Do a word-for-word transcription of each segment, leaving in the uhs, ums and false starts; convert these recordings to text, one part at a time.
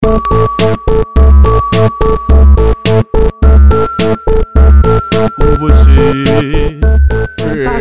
Com você. Tá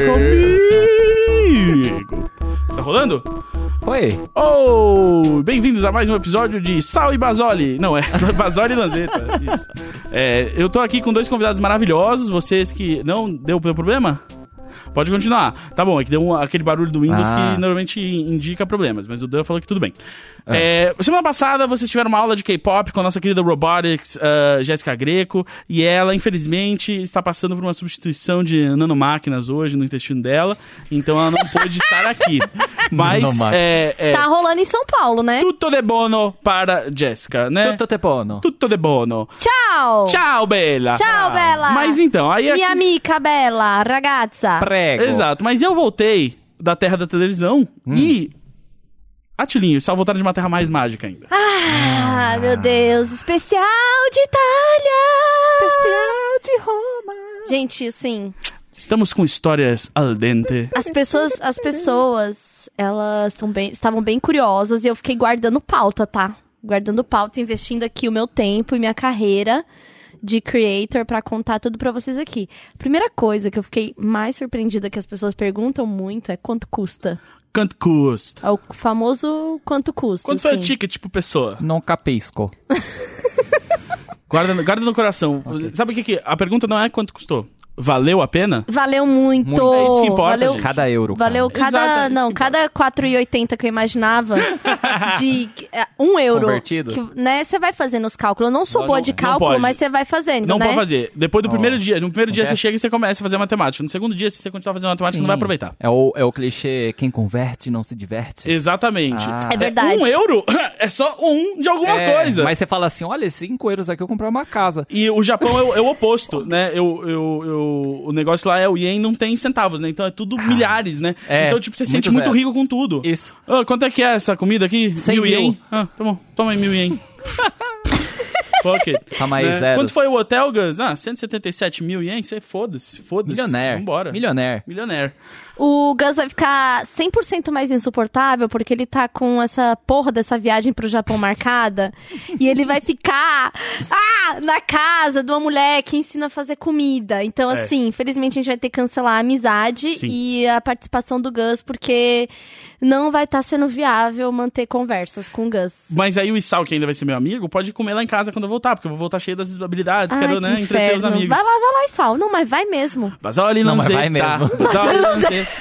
comigo. Tá rolando? Oi. Oh, bem-vindos a mais um episódio de Sal e Basoli. Não, é Basoli e Lanzetta. Isso. É, eu tô aqui com dois convidados maravilhosos. Vocês que... Não deu problema? Pode continuar. Tá bom, é que deu um, aquele barulho do Windows ah. que normalmente indica problemas, mas o Dan falou que tudo bem. É. É, semana passada vocês tiveram uma aula de K-pop com a nossa querida Robotics, uh, Jéssica Greco, e ela, infelizmente, está passando por uma substituição de nanomáquinas hoje no intestino dela, então ela não pôde estar aqui. Mas é, é, tá rolando em São Paulo, né? Tutto de buono para Jéssica, né? Tutto de buono. Tutto de buono. Tchau! Tchau, Bella! Tchau, Bella! Mas então, aí... Minha aqui... amiga Bella, ragazza! Prego. Exato, mas eu voltei da terra da televisão hum. e... Atilinho, só voltaram de uma terra mais mágica ainda. Ah, ah, meu Deus! Especial de Itália! Especial de Roma! Gente, assim... Estamos com histórias al dente. As pessoas, as pessoas, elas tão bem, estavam bem curiosas e eu fiquei guardando pauta, tá? Guardando pauta, investindo aqui o meu tempo e minha carreira de creator pra contar tudo pra vocês aqui. Primeira coisa que eu fiquei mais surpreendida que as pessoas perguntam muito é quanto custa. Quanto custa? É o famoso quanto custa. Quanto assim. foi o ticket por pessoa? Não capisco. guarda, guarda no coração. Okay. Sabe o que que... A pergunta não é quanto custou. Valeu a pena? Valeu muito. muito. É isso que importa, valeu, gente. Cada euro. Valeu cara. cada... Exato, é não, cada quatro reais e oitenta centavos que eu imaginava de um euro. Convertido? Que, né, você vai fazendo os cálculos. Eu não sou Nós boa não, de cálculo, mas você vai fazendo, não né? Não pode fazer. Depois do oh. primeiro dia. No primeiro dia okay. você chega e você começa a fazer matemática. No segundo dia, se você continuar fazendo matemática, Sim. você não vai aproveitar. É o, é o clichê, quem converte não se diverte. Exatamente. Ah. É verdade. Um euro é só um de alguma é, coisa. Mas você fala assim, olha, cinco euros aqui eu comprei uma casa. E o Japão é o, é o oposto, né? Eu, eu, eu, o negócio lá é o ien não tem centavos, né? Então é tudo ah. milhares, né? É, então, tipo, você se muito sente muito zero. rico com tudo. Isso. Ah, quanto é que é essa comida aqui? cem mil mil. ien? Ah, tá bom. Toma aí mil ien. Ok. Calma aí, né? zeros. Quanto foi o hotel, Gus? Ah, cento e setenta e sete mil ien? Você foda-se, foda-se. Milionaire. Vambora. Milionaire. Milionaire. O Gus vai ficar cem por cento mais insuportável porque ele tá com essa porra dessa viagem pro Japão marcada. E ele vai ficar ah, na casa de uma mulher que ensina a fazer comida. Então, É. assim, infelizmente a gente vai ter que cancelar a amizade Sim. e a participação do Gus, porque não vai estar tá sendo viável manter conversas com o Gus. Mas aí o Isao, que ainda vai ser meu amigo, pode comer lá em casa quando eu voltar, porque eu vou voltar cheio das habilidades, Ai, quero, que né, entreter os inferno. amigos. Vai lá, vai lá, Isao. Não, mas vai mesmo. Basoli Não, não mas vai zeta. mesmo. Basoli não zeta.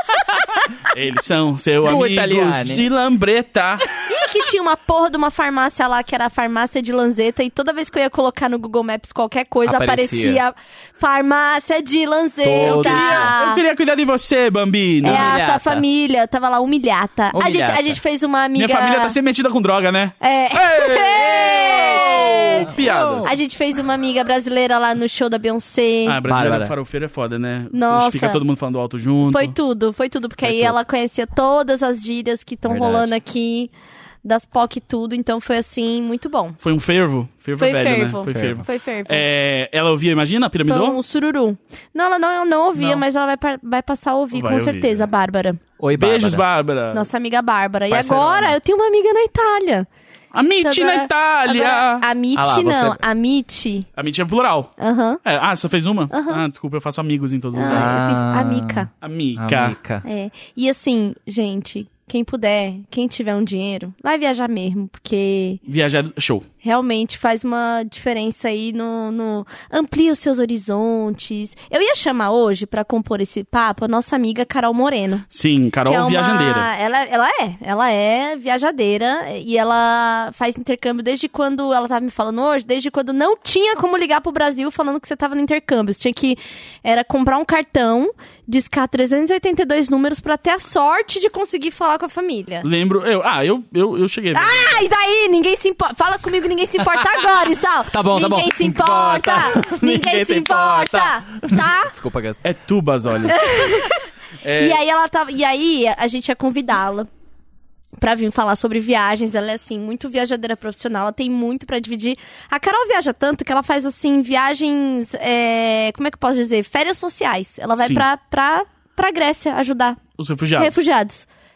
Eles são seus Do amigos italiano. de lambreta. E que tinha uma porra de uma farmácia lá, que era a farmácia de Lanzetta, e toda vez que eu ia colocar no Google Maps qualquer coisa, Aparecia. aparecia, farmácia de Lanzetta. Todo dia. Eu queria cuidar de você, bambino. É a Humilhata. sua família, tava lá humilhata. A gente, Humilhata. a gente fez uma amiga... Minha família tá sempre metida com droga, né? É. Ei! Piadas. A gente fez uma amiga brasileira lá no show da Beyoncé. Ah, brasileira Bárbara. farofeira é foda, né? Nossa. Fica todo mundo falando alto junto. Foi tudo, foi tudo, porque Foi aí tudo. ela conhecia todas as gírias que estão Verdade. rolando aqui, das P O C e tudo, então foi assim, muito bom. Foi um fervo. Fervo Foi é velho, fervo. né? Foi Fervo. fervo. Foi fervo. É, ela ouvia, imagina, a Foi piramidou? um sururu. Não, ela não, não ouvia, Não. mas ela vai, pa- vai passar a ouvir, Vai com ouvir, certeza, é. a Bárbara. Oi, Bárbara. Beijos, Bárbara. Nossa amiga Bárbara. Parceirona. E agora, eu tenho uma amiga na Itália. A Mitty Então na agora- Itália. Agora, a Mitty Ah lá, você- não, a Mitty. A Mitty é plural. Aham. É, ah, você fez uma? Aham. Ah, desculpa, eu faço amigos em todos os Ah, lugares. eu fiz Ah. a Mica. Amiga. Amica. É. E assim, gente, quem puder, quem tiver um dinheiro, vai viajar mesmo, porque Viajar, show. realmente faz uma diferença aí no, no... Amplia os seus horizontes. Eu ia chamar hoje, pra compor esse papo, a nossa amiga Carol Moreno. Sim, Carol que é uma- viajandeira. Ela, ela é, ela é viajadeira e ela faz intercâmbio desde quando, ela tava me falando hoje, desde quando não tinha como ligar pro Brasil falando que você tava no intercâmbio. Você tinha que, era comprar um cartão, discar trezentos e oitenta e dois números pra ter a sorte de conseguir falar com a família. Lembro, eu, ah, eu, eu, eu cheguei. Ah, e daí? Ninguém se importa. Fala comigo, ninguém se importa agora, Isal. Tá bom, tá bom. Ninguém se importa. Ninguém se importa. Tá? Desculpa, Gus. É tu, Basoli. É, E aí ela tava. E aí a gente ia convidá-la pra vir falar sobre viagens. Ela é, assim, muito viajadeira profissional. Ela tem muito pra dividir. A Carol viaja tanto que ela faz, assim, viagens... é, como é que eu posso dizer? Férias sociais. Ela vai Sim. pra, pra, pra Grécia ajudar os refugiados. refugiados.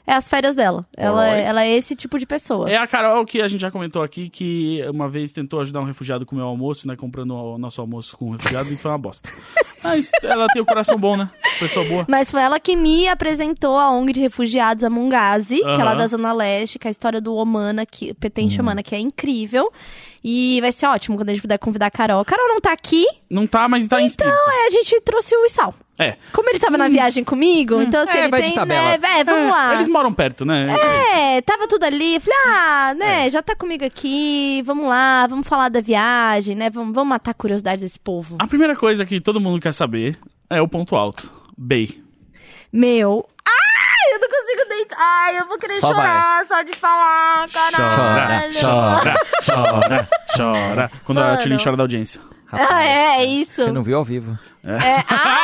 É as férias dela. Ela, Alright. ela é esse tipo de pessoa. É a Carol que a gente já comentou aqui, que uma vez tentou ajudar um refugiado com o meu almoço, né? Comprando o nosso almoço com um refugiado e foi uma bosta. Mas ela tem o coração bom, né? Pessoa boa. Mas foi ela que me apresentou a O N G de refugiados Amungazi, que é lá Aham. da Zona Leste, que é a história do Omana, que, Petente Omana, que é incrível. E vai ser ótimo quando a gente puder convidar a Carol. A Carol não tá aqui, Não tá, mas tá em espírito. então é, a gente trouxe o Issal. É. Como ele tava na viagem comigo, então assim, É, ele vai de tem, tabela. né, é, vamos É, lá. Eles moram perto, né? É, tava tudo ali, falei, ah, né, É. já tá comigo aqui, vamos lá, vamos falar da viagem, né, vamos, vamos matar a curiosidade desse povo. A primeira coisa que todo mundo quer saber é o ponto alto. Bay. Meu, ai, eu não consigo deitar, ai, eu vou querer Só chorar só de falar, caralho. Chora, chora, chora. Quando a Mano. Tilly chora da audiência. Rapaz, Ah, é, é isso. Você não viu ao vivo. É,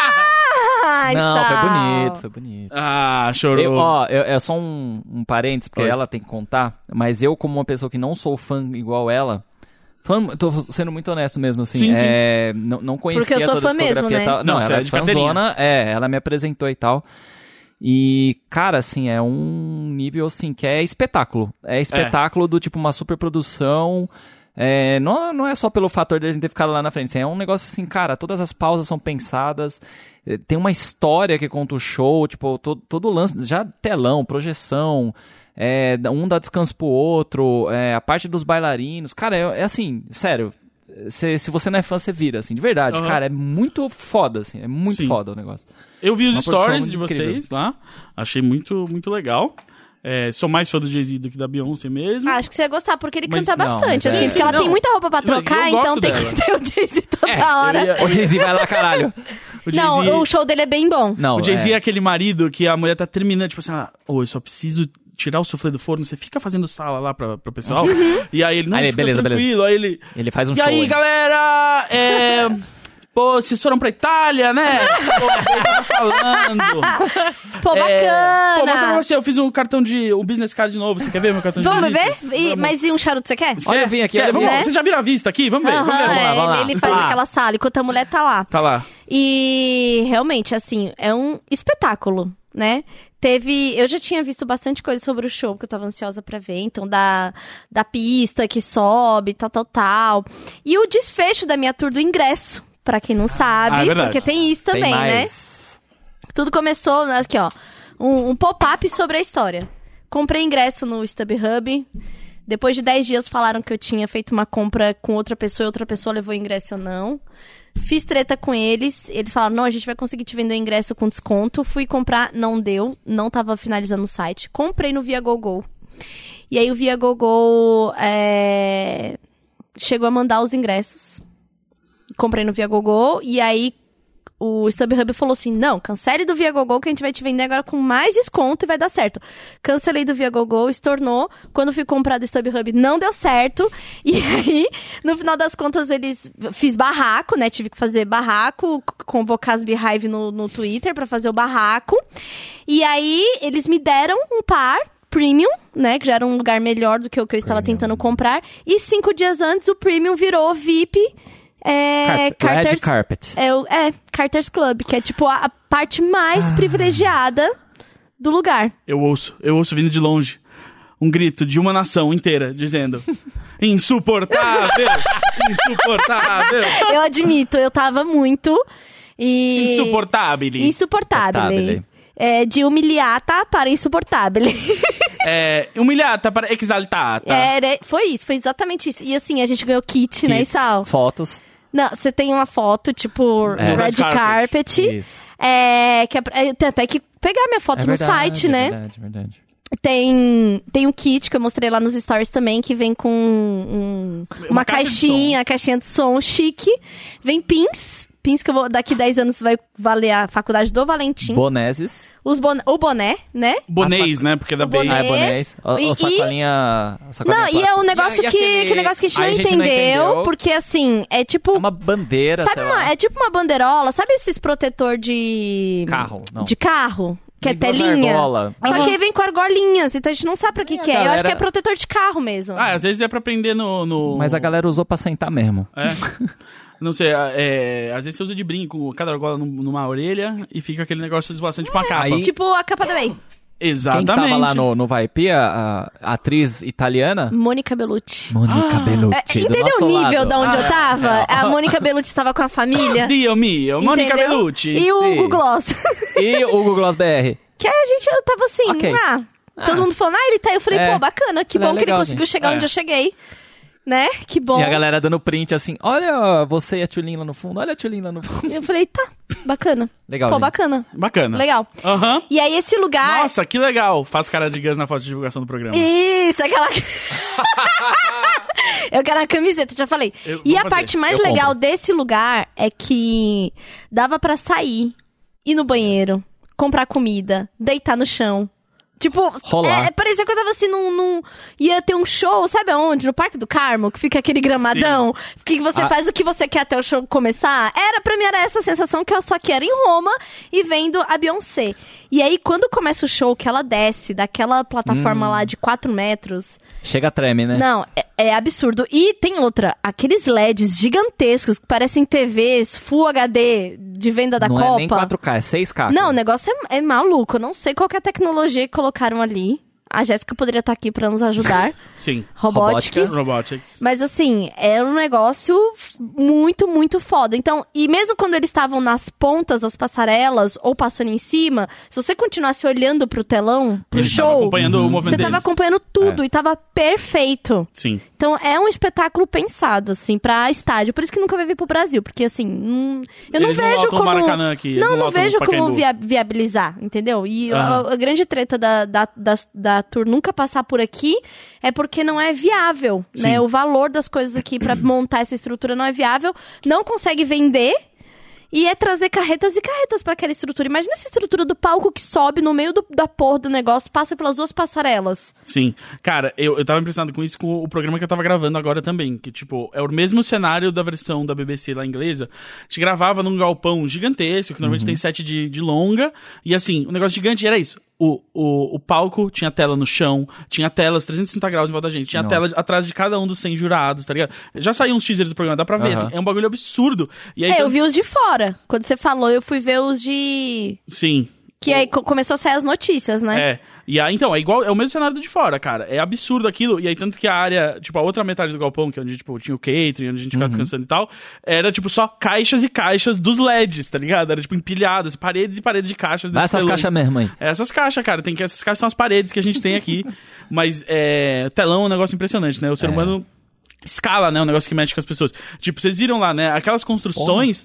ai, não, Sal. foi bonito, foi bonito. Ah, chorou. Eu, ó, eu- é só um, um parênteses, porque Oi. ela tem que contar, mas eu, como uma pessoa que não sou fã igual ela, fã, tô sendo muito honesto mesmo, assim, Sim, sim. é, não, não conhecia Porque eu sou toda a fã mesmo, discografia né? e tal. Não, Não, você ela é é de fãzona, é, ela me apresentou e tal. E, cara, assim, é um nível, assim, que é espetáculo. É espetáculo do tipo uma superprodução. É, não, não é só pelo fator de a gente ter ficado lá na frente. Assim, é um negócio assim, cara, todas as pausas são pensadas. é, Tem uma história que conta o show, tipo, todo, todo o lance, já telão, projeção. É, um dá descanso pro outro. É, a parte dos bailarinos. Cara, é, é assim, sério. Se, se você não é fã, você vira, assim, de verdade. Uhum. Cara, é muito foda, assim. É muito Sim. foda o negócio. Eu vi os Uma produção stories de muito vocês lá. Achei muito, muito legal. É, sou mais fã do Jay-Z do que da Beyoncé mesmo. Acho que você ia gostar, porque ele Mas canta não, bastante, mas assim, é- porque ela Não, tem muita roupa pra mas eu trocar, gosto então tem dela. que ter o Jay-Z toda É, hora. eu ia- O Jay-Z vai lá, caralho. O Não, Jay-Z- o show dele é bem bom. Não, O Jay-Z é. é. aquele marido que a mulher tá terminando, tipo assim, ah, ô, eu só preciso tirar o suflê do forno, você fica fazendo sala lá pra, pro pessoal. Uhum. E aí ele, não, Aí ele, fica beleza, tranquilo. Aí ele, Ele faz um e show. aí, hein? galera, é... Pô, vocês foram pra Itália, né? Pô, eu tava falando. Pô, É, bacana. Pô, mostra pra você, eu fiz um cartão de... um business card novo, você quer ver meu cartão de Vamos beber? visitas? E- Vamos. mas e um charuto você quer? Olha, eu vim aqui, Quer? olha, Vamos, né? Vocês já viram a vista aqui? Vamos ver, vamos ver. Aham, vamos lá, é, vamos lá. ele, ele faz Tá. aquela sala enquanto a mulher tá lá. Tá lá. E realmente, assim, é um espetáculo, né? Teve. Eu já tinha visto bastante coisa sobre o show, que eu tava ansiosa pra ver. Então, da, da pista que sobe, tal, tal, tal. E o desfecho da minha tour do ingresso, pra quem não sabe, Ah, é verdade. porque tem isso também, Tem né? mais. Tudo começou, aqui, ó, um, um pop-up sobre a história. Comprei ingresso no StubHub. Depois de dez dias falaram que eu tinha feito uma compra com outra pessoa e outra pessoa levou o ingresso ou não. Fiz treta com eles. Eles falaram, não, a gente vai conseguir te vender o ingresso com desconto. Fui comprar, não deu. Não tava finalizando o site. Comprei no Viagogo. E aí o Viagogo é... chegou a mandar os ingressos. Comprei no Viagogo. E aí o StubHub falou assim, não, cancele do Viagogo que a gente vai te vender agora com mais desconto e vai dar certo. Cancelei do Viagogo, estornou. Quando fui comprar do StubHub, não deu certo. E aí, no final das contas, eles... Fiz barraco, né? Tive que fazer barraco, c- convocar as Beehive no, no Twitter pra fazer o barraco. E aí, eles me deram um par... Premium, né? Que já era um lugar melhor do que o que eu estava Premium. tentando comprar. E cinco dias antes, o Premium virou V I P... É, Carpet, Red Carter's, Carpet. é, o- é, Carter's Club, que é tipo a, a parte mais Ah. privilegiada do lugar. Eu ouço, eu ouço vindo de longe um grito de uma nação inteira dizendo insuportável, insuportável, Eu admito, eu tava muito. E... insuportável. Insuportável. Insuportável. É, de humilhata para insuportável. É, humilhata para exaltata. Era, foi isso, foi exatamente isso. E assim, a gente ganhou kit, né, Kits, Sal? Fotos. Não, você tem uma foto, tipo, É. no red Red carpet. carpet. Isso. É, que é, pra- é, tem até que pegar minha foto É no verdade, site, é né? verdade, é verdade. Tem, tem um kit que eu mostrei lá nos stories também, que vem com um- uma, Uma caixa de caixinha, caixinha de som chique. Vem pins, pins que eu vou, daqui dez anos vai valer a faculdade do Valentim. Boneses. Os bon, o boné, né? Bonês, né? Porque é da O Bay. boné. Ah, é bonés. O, E- o sacolinha... a sacolinha Não, e é plástica. um negócio E a- e que, aquele- que negócio que a gente, Aí não, a gente entendeu, não entendeu. porque assim, é tipo... É uma bandeira, sabe sei uma- lá. é tipo uma bandeirola, sabe esses protetor de... Carro, não. De carro? Que é Tem duas telinha. argola. Só Aham. que aí vem com argolinhas, então a gente não sabe pra que E a que é. Eu acho galera- que é protetor de carro mesmo. Ah, às vezes é pra prender no... no... Mas a galera usou pra sentar mesmo. É. Não sei, é, às vezes você usa de brinco, cada argola num- numa orelha e fica aquele negócio esvoaçante tipo uma capa. Aí- Tipo a capa da Bey. Exatamente. Quem tava lá no, no V I P, a, a atriz italiana? Mônica Bellucci. Mônica Ah, Bellucci, É, do entendeu nosso o nível lado. de onde Ah, eu tava? é. A Mônica Bellucci estava com a família. Dio mio, Mônica entendeu? Bellucci. E o Sim. Hugo Gloss. E o Hugo Gloss B R. Que a gente, eu tava assim, Ok. ah, todo Ah. mundo falando, ah, ele tá aí. Eu falei, É. pô, bacana, que Ele é bom que ele legal, conseguiu gente. chegar É. onde eu cheguei. Né? Que bom. E a galera dando print assim, olha você e a Tulin lá no fundo, olha a Tulin lá no fundo. E eu falei, tá, bacana. Legal, Pô, gente. bacana. Bacana. Legal. Aham. E aí esse lugar... Nossa, que legal. Faz cara de Gus na foto de divulgação do programa. Isso, aquela... Eu quero uma camiseta, já falei. Eu E vou a fazer. parte mais Eu legal compro. desse lugar é que dava pra sair, ir no banheiro, comprar comida, deitar no chão. Tipo, Rolar. é, parecia que eu tava assim num, num... Ia ter um show, sabe aonde? No Parque do Carmo, que fica aquele gramadão. Que você Ah. faz o que você quer até o show começar. Era, pra mim, era essa sensação que eu só quero em Roma e vendo a Beyoncé. E aí, quando começa o show, que ela desce daquela plataforma lá de quatro metros... Chega a treme, né? Não, é, é absurdo. E tem outra, aqueles L E Ds gigantescos que parecem T Vs Full H D de venda da não Copa. é nem quatro K, é seis K. Não, o cara. negócio é, é maluco. Eu não sei qual que é a tecnologia que colocaram ali. A Jéssica poderia estar aqui pra nos ajudar. Sim. Robotics. Robotics. Mas assim, é um negócio muito, muito foda. Então, e mesmo quando eles estavam nas pontas das passarelas ou passando em cima, se você continuasse olhando pro telão, pro Eles estavam show, acompanhando o movimento você tava deles. acompanhando tudo e tava perfeito. Sim. Então é um espetáculo pensado, assim, pra estádio. Por isso que nunca vai vir pro Brasil. Porque, assim, não- eu não Eles não vejo lotam o como... Maracanã aqui, eles não, não não lotam o vejo como Pacaembu. via- viabilizar, entendeu? E a, Aham. a grande treta da, da, da, da tour nunca passar por aqui é porque não é viável, né? Sim. O valor das coisas aqui pra montar essa estrutura não é viável. Não consegue vender... E é trazer carretas e carretas pra aquela estrutura. Imagina essa estrutura do palco que sobe no meio do, da porra do negócio, passa pelas duas passarelas. Sim. Cara, eu, eu tava impressionado com isso com o programa que eu tava gravando agora também. Que, tipo, é o mesmo cenário da versão da B B C lá inglesa. A gente gravava num galpão gigantesco, que normalmente tem set de, de longa. E assim, o negócio gigante era isso. O, o, o palco tinha tela no chão, tinha telas trezentos e sessenta graus em volta da gente, tinha Nossa. tela atrás de cada um dos cem jurados, tá ligado? Já saiu uns teasers do programa, dá pra ver, Aham. assim, é um bagulho absurdo. E aí, É, eu quando- vi os de fora. Quando você falou, eu fui ver os de... Sim. Que aí co- começou a sair as notícias, né? É. E aí, então, é igual, é o mesmo cenário do de fora, cara. É absurdo aquilo. E aí, tanto que a área, tipo, a outra metade do galpão, que é onde, tipo, tinha o catering, onde a gente ficava descansando e tal, era, tipo, só caixas e caixas dos L E Ds, tá ligado? Era, tipo, empilhadas, paredes e paredes de caixas Dá desses essas telões. caixas mesmo aí. É, essas caixas, cara. Tem que, essas caixas são as paredes que a gente tem aqui. Mas, é, telão é um negócio impressionante, né? O ser É. humano escala, né? Um negócio que mexe com as pessoas. Tipo, vocês viram lá, né? Aquelas construções...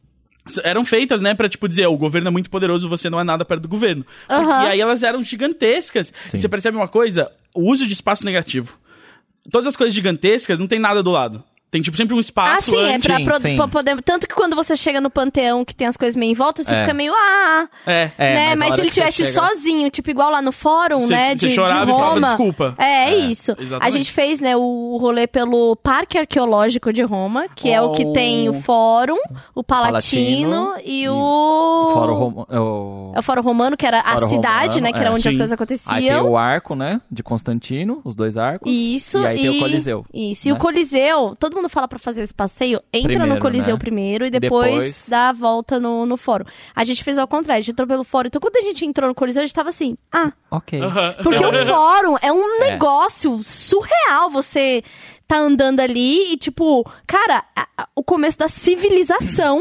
eram feitas, né, pra, tipo, dizer, o governo é muito poderoso, você não é nada perto do governo. Aham. E aí elas eram gigantescas. Sim. E você percebe uma coisa? O uso de espaço negativo. Todas as coisas gigantescas, não tem nada do lado. Tem, tipo, sempre um Ah, espaço sim, é antes. pra, Sim, pro- sim. pra poder... Tanto que quando você chega no Panteão, que tem as coisas meio em volta, você É. fica meio, ah... É. É, né? mas a Mas, hora se ele que você tivesse chega- sozinho, tipo, igual lá no fórum, Você- né, você de, chorava de e falava Roma. desculpa. É, é É, isso. exatamente. A gente fez, né, o rolê pelo Parque Arqueológico de Roma, que é o que Oh. tem o Fórum, o Palatino, Palatino e e o... Fora o, Rom- o... É o Fórum Romano, que era a Fórum cidade, Romano, né, que era é. onde as Sim. coisas Aí tem aconteciam. o arco, né, de Constantino, os dois arcos. Isso, E aí tem o Coliseu. Isso, e né? o Coliseu, todo mundo fala pra fazer esse passeio, entra no Primeiro, Coliseu né? primeiro e depois, Depois- dá a volta no, no fórum. A gente fez ao contrário, a gente entrou pelo fórum. Então quando a gente entrou no Coliseu, a gente tava assim, ah, Ok. Aham. porque o fórum é um É. negócio surreal, você tá andando ali e tipo, cara, a- a- o começo da civilização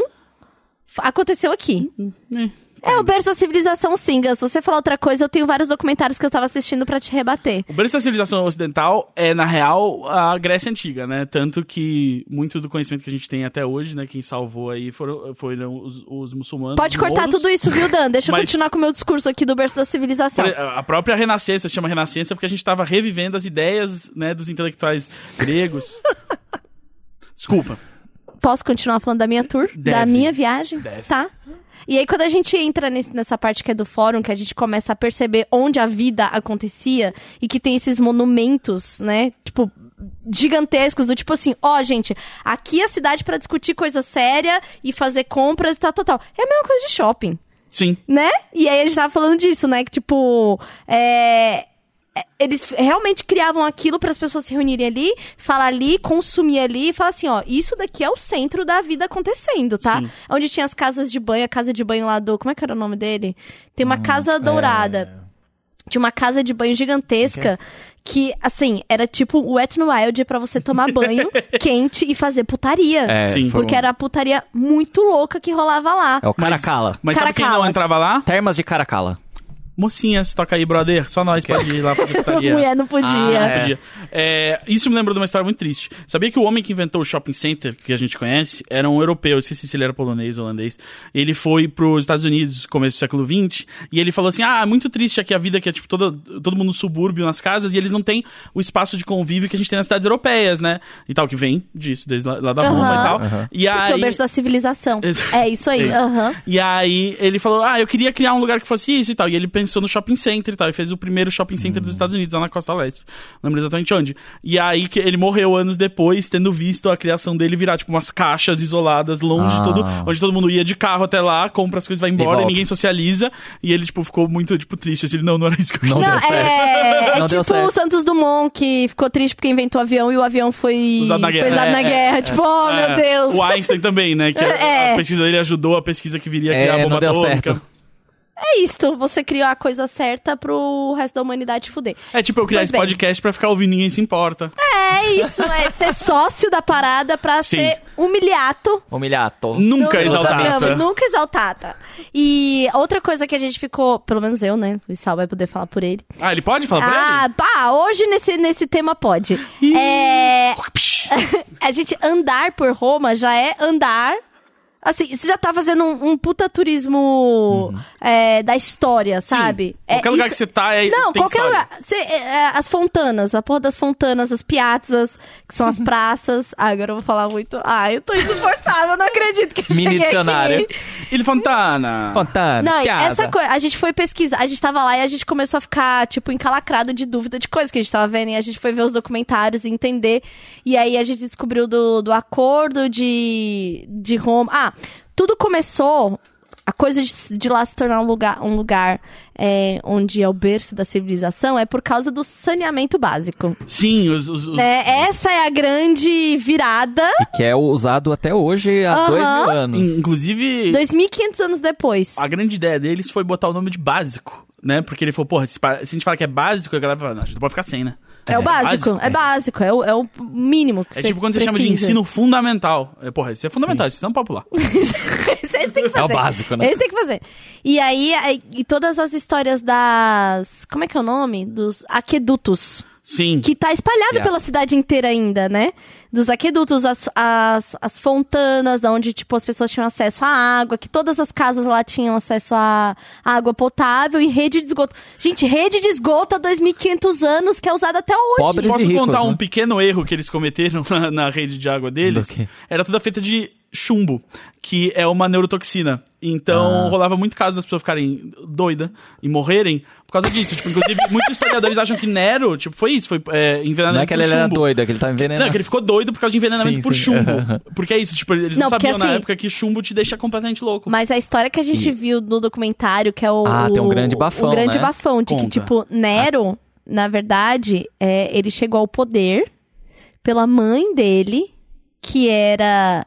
f- aconteceu aqui. É o berço da civilização, sim, Gus. Se você falar outra coisa, eu tenho vários documentários que eu tava assistindo pra te rebater. O berço da civilização ocidental é, na real, a Grécia Antiga, né? Tanto que muito do conhecimento que a gente tem até hoje, né? Quem salvou aí foram, foram os, os muçulmanos. Pode os cortar mouros. tudo isso, viu, Dan? Deixa eu Mas- continuar com o meu discurso aqui do berço da civilização. Por- A própria Renascença se chama Renascença porque a gente estava revivendo as ideias, né, dos intelectuais gregos. Desculpa. Posso continuar falando da minha tour? Deve. Da minha viagem? Deve. Tá. E aí, quando a gente entra nesse- nessa parte que é do fórum, que a gente começa a perceber onde a vida acontecia e que tem esses monumentos, né? Tipo, gigantescos, do tipo assim, ó, gente, aqui é a cidade pra discutir coisa séria e fazer compras e tal, tal, tal. É a mesma coisa de shopping. Sim. Né? E aí a gente tava falando disso, né? Que tipo, é... é, eles realmente criavam aquilo para as pessoas se reunirem ali, falar ali, consumir ali e falar assim, ó, isso daqui é o centro da vida acontecendo, tá? Sim. Onde tinha as casas de banho, a casa de banho lá do... Como é que era o nome dele? Tem uma casa dourada. de uma casa de banho gigantesca. Okay. Que, assim, era tipo o Wet n Wild pra você tomar banho quente e fazer putaria. É, Sim. Porque um... era a putaria muito louca que rolava lá. É o Caracala. Mas, mas sabe quem Caracala. não entrava lá? Termas de Caracala. Mocinhas, toca aí, brother. Só nós pode ir lá pra putaria. Mulher não podia. Ah, Não podia. É, isso me lembrou de uma história muito triste. Sabia que o homem que inventou o shopping center, que a gente conhece, era um europeu. Eu esqueci se ele era polonês ou holandês. Ele foi pros Estados Unidos, começo do século vinte, e ele falou assim, ah, é muito triste aqui a vida que é tipo todo, todo mundo no subúrbio, nas casas, e eles não têm o espaço de convívio que a gente tem nas cidades europeias, né? E tal, que vem disso, desde lá, lá da Roma Uhum. e tal. Uhum. E Porque aí... é o berço da civilização. Ex- É isso aí. Isso. Aham. E aí ele falou, ah, eu queria criar um lugar que fosse isso e tal. E ele pensou no shopping center e tal, e fez o primeiro shopping center Hum. dos Estados Unidos, lá na Costa Leste. Não lembro exatamente onde. E aí que ele morreu anos depois, tendo visto a criação dele virar, tipo, umas caixas isoladas, longe Ah. de todo... Onde todo mundo ia de carro até lá, compra as coisas, vai embora e, volta. ninguém socializa. E ele, tipo, ficou muito, tipo, triste. Assim, ele, não, não era isso que eu Não queria. Não, deu certo. é, é Não deu tipo certo. o Santos Dumont, que ficou triste porque inventou o avião e o avião foi Usado na guerra. foi usado É, na é, guerra. é. Tipo, oh, É, meu Deus. O Einstein também, né? Que É. a pesquisa dele ajudou a pesquisa que viria a É, criar a bomba não deu atômica. certo. É isto, você criou a coisa certa pro resto da humanidade fuder. É tipo eu criar Pois esse bem. podcast pra ficar ouvindo, ninguém se importa. É isso, é ser sócio da parada pra Sim. ser humilhado. Humilhato. Nunca no- no exaltada. programa, Nunca exaltada. E outra coisa que a gente ficou, pelo menos eu, né? O Sal vai poder falar por ele. Ah, ele pode falar pra Ah, ele? pá, hoje nesse, nesse tema pode. É, a gente andar por Roma já é andar. Assim, você já tá fazendo um, um puta turismo é, da história, sabe? É, Qualquer lugar isso- que você tá, é, Não, tem qualquer história. lugar. Cê, é, as fontanas, a porra das fontanas, as piazzas, que são as praças. Ah, agora eu vou falar muito. Ah, eu tô insuportável, eu não acredito que eu Mini cheguei dicionário. aqui. Ele Fontana. Fontana. Não, casa. essa coisa, a gente foi pesquisar, a gente tava lá e a gente começou a ficar, tipo, encalacrado de dúvida de coisas que a gente tava vendo, e a gente foi ver os documentários e entender, e aí a gente descobriu do, do acordo de, de Roma. Ah, tudo começou, a coisa de, de lá se tornar um lugar, um lugar é, onde é o berço da civilização, é por causa do saneamento básico. Sim, os... os, os- É, essa é a grande virada, Que é usado até hoje há Aham. dois mil anos. Inclusive, dois mil e quinhentos anos depois. a grande ideia deles foi botar o nome de básico, né? Porque ele falou, porra, se, pa- se a gente falar que é básico, a galera fala, não, a gente não pode ficar sem, né? É, o básico, básico, é é. básico, é o, é o mínimo que É você tipo quando você chama de precisa. ensino fundamental. É, porra, isso é fundamental, isso não é popular. Eles têm que fazer. É o básico, né? Eles têm que fazer. E aí, aí- e todas as histórias das... Como é que é o nome? Dos aquedutos. Sim. Que tá espalhado Yeah. pela cidade inteira ainda, né? Dos aquedutos, as, as, as fontanas, onde, tipo, as pessoas tinham acesso à água, que todas as casas lá tinham acesso à água potável e rede de esgoto. Gente, rede de esgoto há dois mil e quinhentos anos, que é usada até hoje. Pobres Posso e ricos, contar um né? pequeno erro que eles cometeram na, na rede de água deles? Do quê? Era toda feita de chumbo, que é uma neurotoxina. Então, Ah. rolava muito caso das pessoas ficarem doidas e morrerem por causa disso. Tipo, inclusive, muitos historiadores acham que Nero, tipo, foi isso, foi é, envenenamento Não é que por ele era chumbo. doido, é que ele tá envenenando. Não, é que ele ficou doido por causa de envenenamento Sim, por sim. chumbo. Porque é isso, tipo, eles não, Não, porque sabiam na assim- época que chumbo te deixa completamente louco. Mas a história que a gente E- viu no documentário, que é o... Ah, tem um grande bafão, O grande né? bafão, de que, Conta. tipo, Nero, na verdade, é, ele chegou ao poder pela mãe dele, que era...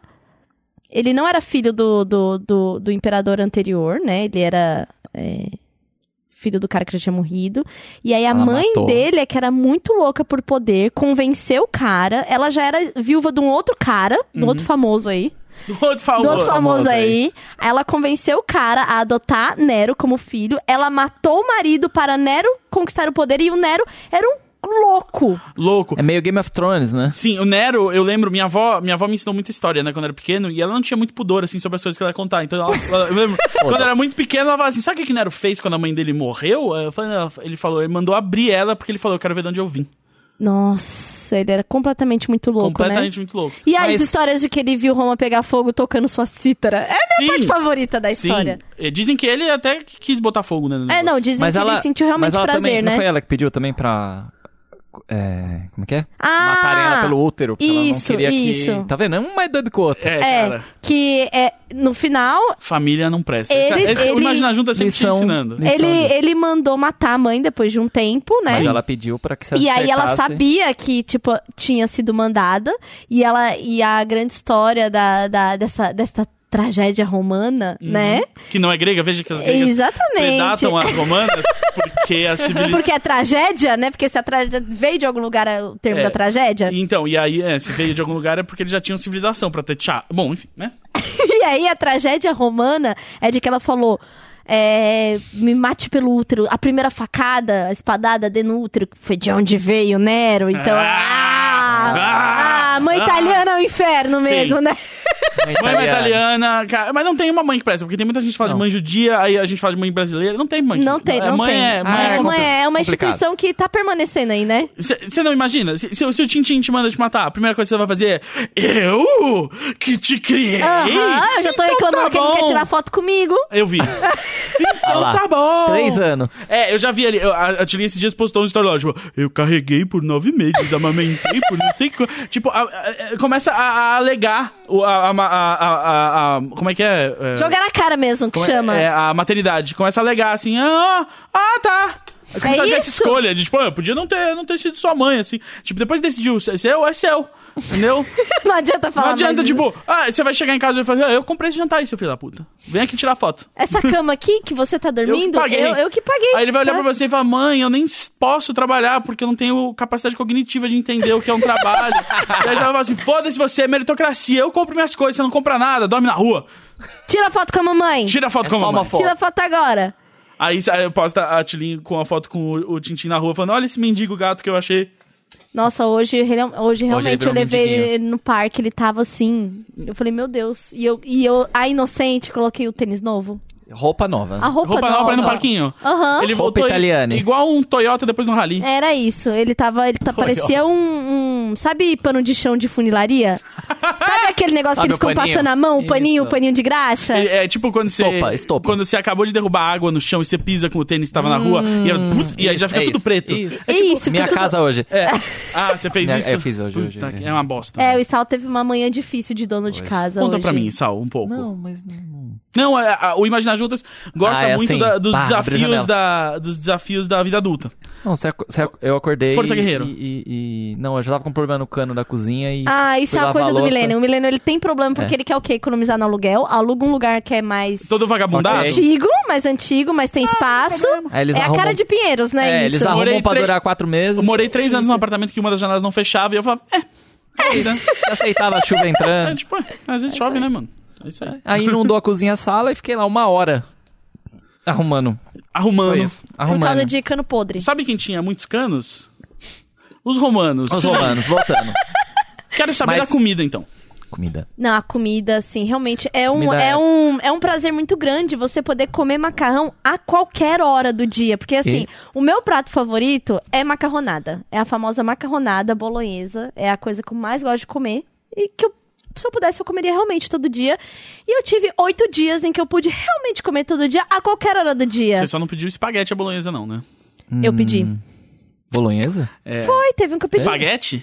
Ele não era filho do, do, do, do imperador anterior, né? Ele era... é, filho do cara que já tinha morrido. E aí a Ela mãe matou. dele, é que era muito louca por poder, convenceu o cara. Ela já era viúva de um outro cara, de um outro famoso aí. Do outro famoso, Do outro famoso aí. Ela convenceu o cara a adotar Nero como filho. Ela matou o marido para Nero conquistar o poder. E o Nero era um louco. Louco. É meio Game of Thrones, né? Sim, o Nero, eu lembro, minha avó, minha avó me ensinou muita história, né, quando eu era pequeno, e ela não tinha muito pudor, assim, sobre as coisas que ela ia contar. Então, ela, ela- eu lembro, quando eu era muito pequeno, ela falava assim, sabe o que que Nero fez quando a mãe dele morreu? Eu falei, não, ele falou, ele mandou abrir ela, porque ele falou, eu quero ver de onde eu vim. Nossa, ele era completamente muito louco, Completamente né? muito louco. E as Mas- histórias de que ele viu Roma pegar fogo tocando sua cítara. É a minha Sim. parte favorita da Sim, história. eh, dizem que ele até quis botar fogo, né, no É, negócio. não, dizem Mas que ela, ele sentiu realmente mas ela prazer, também, né? Não foi ela que pediu também pra... É, como é que é? Ah, Matarem ela pelo útero. Porque isso, ela não queria isso. que... Tá vendo? Um mais doido que o outro. É, É, cara, que é, no final, família não presta. Ele- esse, esse, o ele- Imagina Junta sempre te Lição- ensinando. lição ele, disso. ele mandou matar a mãe depois de um tempo, né? Mas ela pediu pra que se E aí ela acertasse. sabia que, tipo, tinha sido mandada. E ela e a grande história da, da, dessa, dessa tragédia romana, uhum. né? Que não é grega, veja que as gregas Exatamente. predatam as romanas, porque a civilização... Porque é tragédia, né? Porque se a tragédia veio de algum lugar o termo é. da tragédia. Então, e aí, é, se veio de algum lugar é porque eles já tinham civilização pra ter chá. Bom, enfim, né? E aí a tragédia romana é de que ela falou... É, me mate pelo útero. A primeira facada, a espadada de no útero, foi de onde veio Nero. Então, ah, ah, ah mãe ah, italiana é o inferno mesmo, sim. né? Mãe italiana. italiana, cara, mas não tem uma mãe que presta, porque tem muita gente que fala não. de mãe judia, aí a gente fala de mãe brasileira, não tem mãe. Não tem, não mãe tem. É, mãe ah, é, mãe é uma complicado. instituição que tá permanecendo aí, né? Você não imagina? Se, se, se o Tintin te manda te matar, a primeira coisa que você vai fazer é eu que te criei? Aham, eu já tô então reclamando tá que ele não quer tirar foto comigo. Eu vi. Então ah tá bom. Três anos. É, eu já vi ali, eu, a, a Tilly esses dias postou um story lá, tipo, eu carreguei por nove meses, amamentei por não sei quanto. Tipo, a, a, começa a, a alegar o, a, a, a, a, a, como é que é? é Jogar na cara mesmo, que é, chama. É, a maternidade. Começa a alegar assim, ah, ah tá. É como é se ela tivesse isso? escolha, de, tipo, eu podia não ter, não ter sido sua mãe, assim. Tipo, depois decidiu, é seu, é seu. Entendeu? Não adianta falar Não adianta, mais tipo, ah, você vai chegar em casa e vai fazer, ah, eu comprei esse jantar aí, seu filho da puta. Vem aqui tirar foto. Essa cama aqui que você tá dormindo, eu, que paguei. eu, eu que paguei. Aí ele vai olhar tá? pra você e falar, mãe, eu nem posso trabalhar porque eu não tenho capacidade cognitiva de entender o que é um trabalho. E aí você vai falar assim, foda-se você, é meritocracia, eu compro minhas coisas, você não compra nada, dorme na rua. Tira foto com a mamãe. Tira foto É com a só mamãe. uma foto. Tira foto agora. Aí, aí eu posto a Tilly com a foto com o, o Tintin na rua, falando, olha esse mendigo gato que eu achei. Nossa, hoje, hoje realmente ele eu levei um ele no parque, ele tava assim. Eu falei, meu Deus. E eu, e eu a inocente, coloquei o tênis novo. Roupa nova. A roupa, Roupa nova nova pra ir no parquinho. Aham. Ele Roupa voltou italiana. igual um Toyota depois no rally. Era isso. Ele tava. Ele tá, parecia um, um. Sabe pano de chão de funilaria? Sabe aquele negócio Sabe que eles o ficam paninho? passando a mão, o paninho, o Isso. paninho de graxa? É, é tipo quando você. Estopa, estopa. Quando você acabou de derrubar água no chão e você pisa com o tênis que tava na rua e, ela, puf, e aí já fica é tudo isso, preto. Isso. É tipo, isso, Minha fica tudo- casa hoje. É. Ah, você fez Minha- isso? eu fiz hoje, hoje. Puta, é uma bosta. É, né? o Sal teve uma manhã difícil de dono de casa Conta hoje. pra mim, Sal, um pouco. Não, mas não... Não, é, a- o Imaginar Juntas gosta Ah, é muito assim, da- dos, pá, abre a desafios janela. da, dos desafios da vida adulta. Não, você, ac- você ac- eu acordei Força e- guerreiro. E, e- e- Não, eu já tava com um problema no cano da cozinha e Ah, isso fui é uma lavar coisa a do louça. Milênio. O Milênio, ele tem problema porque É. ele quer o quê? Economizar no aluguel. Aluga um lugar que é mais Todo vagabundado. Ok. antigo, mais antigo, mas tem espaço. Aí eles é a arrumam- cara de Pinheiros, né? É, isso. eles arrumam Morei pra tre- durar quatro meses. Eu morei três anos Isso. num apartamento que uma das janelas não fechava e eu falava, é, é, né? Você aceitava a chuva É, entrando. tipo, é, às vezes chove, né, mano? É isso aí. Aí inundou a cozinha e a sala e fiquei lá uma hora arrumando. Arrumando. Foi isso. Por Arrumando. causa de cano podre. Sabe quem tinha muitos canos? Os romanos. Os romanos, voltando. Quero saber Mas- da comida, então. Comida. Não, a comida, assim, realmente é um, Comida é, é- um, é um prazer muito grande você poder comer macarrão a qualquer hora do dia. Porque, assim, E? o meu prato favorito é macarronada. É a famosa macarronada bolonhesa. É a coisa que eu mais gosto de comer. E que eu, se eu pudesse, eu comeria realmente todo dia. E eu tive oito dias em que eu pude realmente comer todo dia, a qualquer hora do dia. Você só não pediu espaguete à bolonhesa, não, né? Eu pedi. Hum, Bolonhesa? É. Foi, teve um que eu pedi. Espaguete?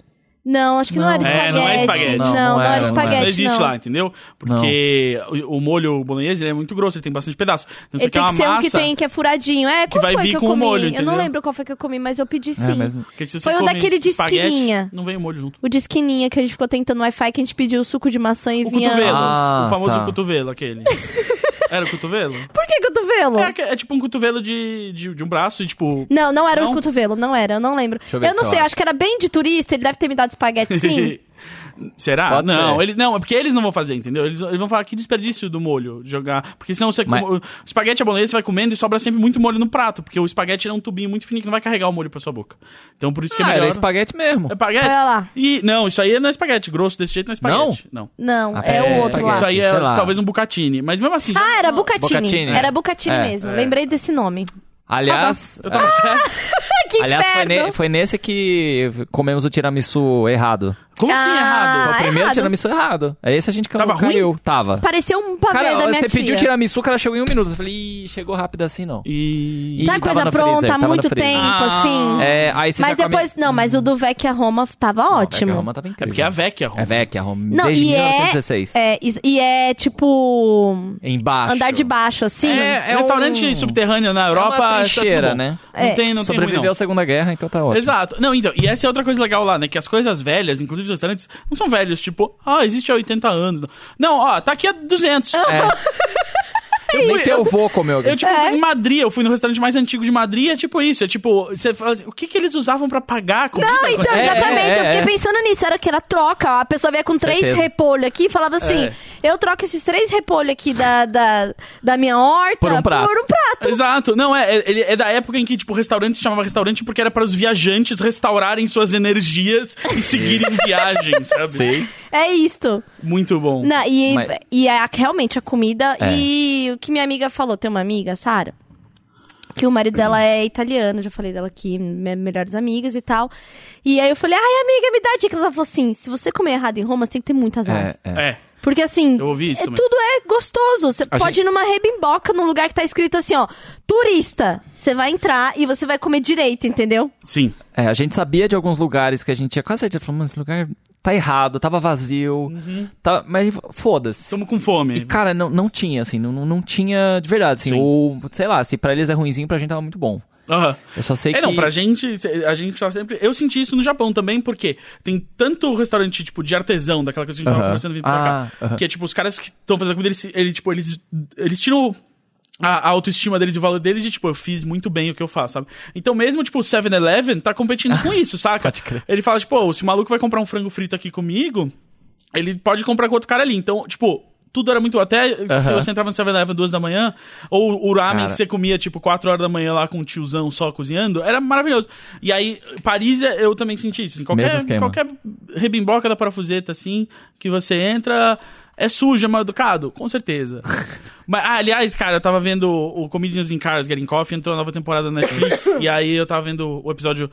Não, acho que não, Não. era É, espaguete. não é espaguete. Não, Não, não, não era é, não é. espaguete, Não existe não. lá, entendeu? Porque o, o molho bolonhesa ele é muito grosso, ele tem bastante pedaço. Então você Ele quer tem uma que ser um massa... que tem, que é furadinho. É, qual vai foi vir que eu com o comi? molho, Eu entendeu? não lembro qual foi que eu comi, mas eu pedi sim. É, mas... Porque se você Foi o come daquele de espaguete, esquininha. não vem o molho junto. O de esquininha que a gente ficou tentando no Wi-Fi, que a gente pediu o suco de maçã e O vinha... cotovelo, Ah, o famoso tá. cotovelo, aquele. Era o cotovelo? Por que cotovelo? É, é tipo um cotovelo de, de, de um braço e tipo... Não, não era Não? o cotovelo, não era, eu não lembro. Deixa eu ver Eu não se eu sei, acho. acho que era bem de turista, ele deve ter me dado espaguete sim. Será? Pode não, ser. Ele, não, é porque eles não vão fazer, entendeu? Eles, eles vão falar que desperdício do molho, jogar... Porque senão você... Mas- O espaguete à bolonhesa você vai comendo e sobra sempre muito molho no prato, porque o espaguete é um tubinho muito fininho que não vai carregar o molho pra sua boca. Então por isso que é Ah, melhor... era espaguete mesmo. É espaguete? Olha lá. E, não, isso aí não é espaguete. Grosso desse jeito não é espaguete. Não. Não, Ah, é, é o outro espaguete. lá. Isso aí é sei lá. talvez um bucatini. Mas mesmo assim... já- Ah, era bucatini. Bucatini. Era bucatini É. mesmo, É. lembrei desse nome. Aliás, Eu tava certo. Que aliás foi, inferno! ne- foi nesse que comemos o tiramisu errado. Como assim Ah, errado? Foi o primeiro errado. tiramisu errado. É esse a gente Tava caiu. Tava. Pareceu um pavê Cara, da minha você tia. pediu tiramisu, o cara chegou em um minuto. Eu falei, ih, chegou rápido assim não. E... E Tá tava coisa no pronta freezer, há tava no muito freezer. tempo, Ah. assim. É, aí você Mas já come- depois, não, mas o do Vecchia Roma tava ótimo. Não, a Roma tava incrível. É porque é a Vecchia Roma. É Vecchia Roma. Não, Desde e mil é, novecentos e dezesseis. é, e- e é tipo Embaixo. andar de baixo, assim. É, é Restaurante um- subterrâneo na É Europa... uma isso é tudo trincheira, bom. né? Não É. tem, não tem ruim, Sobreviveu não. à Segunda Guerra, então tá ótimo. Exato. Não, então, e essa é outra coisa legal lá, né? Que as coisas velhas, inclusive inclusive os restaurantes, não são velhos, tipo, ah, existe há oitenta anos. Não, ó, tá aqui há duzentos. É. Eu fui, eu vou comer alguém. Eu, tipo, É. fui em Madrid, eu fui no restaurante mais antigo de Madrid, é tipo isso, é tipo, você fala assim, o que que eles usavam pra pagar a comida? Não, então, É, exatamente. é, eu fiquei é. pensando nisso. Era que era troca. A pessoa vinha com três Certeza. repolhos aqui e falava assim: É. eu troco esses três repolhos aqui da, da, da minha horta Por um prato. por um prato. Exato, não, é, é, ele é da época em que, tipo, o restaurante se chamava restaurante porque era para os viajantes restaurarem suas energias e seguirem viagem, sabe? Sei. É isto. Muito bom. Não, e Mas- e é, realmente a comida. É. E o que minha amiga falou, tem uma amiga, Sara, que o marido dela é italiano, já falei dela aqui, me- melhores amigas e tal. E aí eu falei, ai amiga, me dá dicas. Ela falou assim, se você comer errado em Roma, você tem que ter muito azar. É, é. É, Porque assim, Eu ouvi isso é, também. tudo é gostoso. Você A pode gente- ir numa rebimboca num lugar que tá escrito assim, ó, turista. Você vai entrar e você vai comer direito, entendeu? sim. É, a gente sabia de alguns lugares que a gente tinha quase certeza, falando, mano, esse lugar tá errado, tava vazio, tá, mas foda-se. Estamos com fome. E, cara, não, não tinha, assim, não, não tinha de verdade, assim, Sim. ou, sei lá, se pra eles é ruinzinho, pra gente tava muito bom. Aham. Eu só sei É, que... não, pra gente, a gente tá sempre... Eu senti isso no Japão também, porque tem tanto restaurante, tipo, de artesão, daquela coisa que a gente tava Aham. conversando vindo pra Ah, cá, aham. que é, tipo, os caras que estão fazendo a comida, eles, eles, tipo, eles, eles tiram a, a autoestima deles e o valor deles de, tipo, eu fiz muito bem o que eu faço, sabe? Então, mesmo, tipo, o seven eleven tá competindo com isso, saca? Pode crer. Ele fala, tipo, pô, se o maluco vai comprar um frango frito aqui comigo, ele pode comprar com outro cara ali. Então, tipo... Tudo era muito... Até se Aham. você entrava no seven eleven duas da manhã, ou o ramen Cara. que você comia, tipo, quatro horas da manhã lá com um tiozão só cozinhando, era maravilhoso. E aí, Paris, eu também senti isso. Assim, Mesmo qualquer, esquema. qualquer rebimboca da parafuseta, assim, que você entra... É sujo, é mal educado? Com certeza. Mas, ah, aliás, cara, eu tava vendo o Comedians in Cars Getting Coffee, entrou a nova temporada na Netflix, e aí eu tava vendo o episódio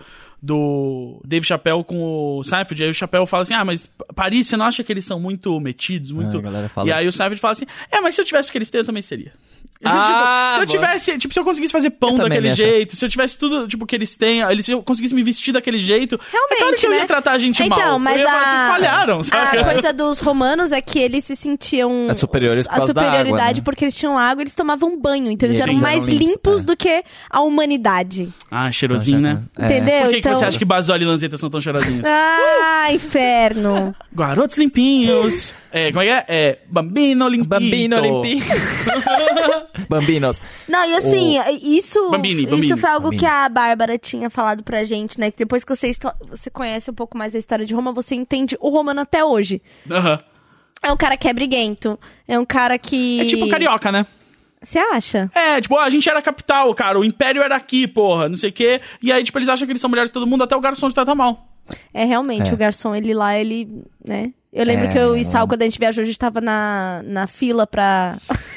do Dave Chappelle com o Seinfeld, e aí o Chappelle fala assim, ah, mas Paris, você não acha que eles são muito metidos, muito... Ah, a galera fala E aí isso. o Seinfeld fala assim, é, mas se eu tivesse o que eles têm, eu também seria. Ah, tipo, se eu boa. tivesse, tipo, se eu conseguisse fazer pão Eu também daquele me acho. jeito, se eu tivesse tudo, tipo, que eles têm, eles, se eu conseguisse me vestir daquele jeito, Realmente, é claro que eu né? ia tratar a gente Então, mal. mas eu ia falar, a- vocês falharam, sabe? A coisa dos romanos é que eles se sentiam... É superiores por a causa da superioridade água, né? porque eles tinham água, eles tomavam banho. Então eles E eram eles mais eram limpos, limpos é. do que a humanidade. Ah, cheirosinho, né? É. Entendeu? Por que, então... que você acha que Basoli e Lanzetta são tão cheirosinhos? Ah, inferno. Garotos limpinhos. É, como é que é? É, Bambino limpito. Bambino limpinho. Bambinos. Não, e assim, isso, Bambini, Bambini. isso foi algo Bambini. que a Bárbara tinha falado pra gente, né? Que depois que você, esto- você conhece um pouco mais a história de Roma, você entende o romano até hoje. Aham. É um cara que é briguento. É um cara que... É tipo carioca, né? Você acha? É, tipo, a gente era a capital, cara. O império era aqui, porra. Não sei o quê. E aí, tipo, eles acham que eles são melhores que todo mundo. Até o garçom te trata mal. É, realmente, É. o garçom, ele lá, ele, né? Eu lembro É, que eu e Sal, não. quando a gente viajou, a gente tava na, na fila pra...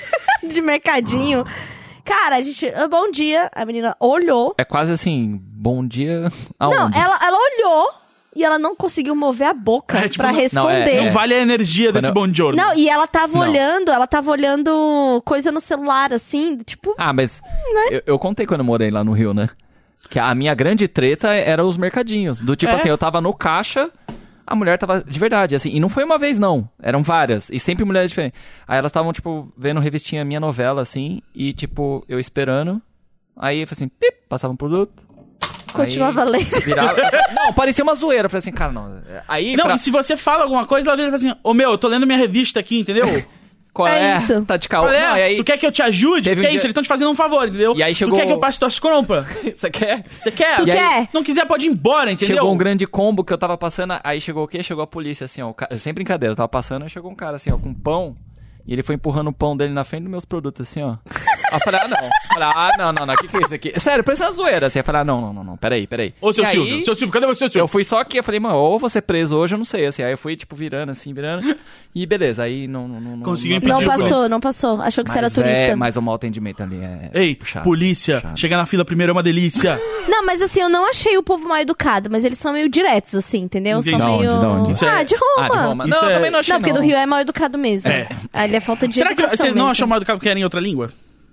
de mercadinho. Cara, a gente... Bom dia. A menina olhou. É quase assim, bom dia aonde? Não, ela, ela olhou e ela não conseguiu mover a boca É, tipo, pra não- responder. não, Não É. vale a energia desse Quando- bom giorno. Não, e ela tava Não. olhando, ela tava olhando coisa no celular, assim, tipo... Ah, mas Né? eu, eu contei quando eu morei lá no Rio, né? Que a minha grande treta era os mercadinhos. Do tipo É? assim, eu tava no caixa, a mulher tava de verdade, assim. E não foi uma vez, não. Eram várias. E sempre mulheres diferentes. Aí elas estavam, tipo, vendo revistinha minha novela, assim. E, tipo, eu esperando. Aí eu falei assim, pip, passava um produto. Continuava aí, lendo. Virava, não, parecia uma zoeira. Eu falei assim, cara, não. Aí, Não, pra- e se você fala alguma coisa, ela vira e fala assim, ô meu, eu tô lendo minha revista aqui, entendeu? qual é é? isso. Tá de caô. Qual é? Não, e aí, Tu quer que eu te ajude? Teve Que um é dia- isso, eles estão te fazendo um favor, entendeu? E aí chegou- Tu quer que eu passe tuas compras? você quer? Você quer? Tu E aí- quer? Não quiser, pode ir embora, entendeu? Chegou um grande combo que eu tava passando, aí chegou o quê? Chegou a polícia, assim, ó, o ca- sem brincadeira, eu tava passando, aí chegou um cara, assim, ó, com pão, e ele foi empurrando o pão dele na frente dos meus produtos, assim, ó. Aí eu falei, ah, não. Eu falei, ah, não, não, não, o que que é isso aqui? Sério, parecia uma zoeira, assim, eu falei, ah, não, não, não, não, peraí, peraí. Ô, seu E Silvio, aí, seu Silvio, cadê você, seu eu Silvio? fui só aqui, eu falei, mano, ou vou ser preso hoje, eu não sei, assim, aí eu fui, tipo, virando, assim, virando, e beleza, aí não... não, não Conseguiu não, Não Pediu passou, não passou. Achou que você era mas turista. É, mas o mau atendimento ali é Ei, puxado, polícia, puxado. chegar na fila primeiro é uma delícia. Não, mas assim, eu não achei o povo mal educado, mas eles são meio diretos, assim, entendeu? Entendi. São Da meio... onde, da onde? Isso Ah, é- de Roma. Ah, de Roma. Isso não, é- eu também não achei, Não, porque do Rio é mal educado mesmo. É. Ali é falta de Será que educação você não mesmo. achou mal educado que era em outra língua?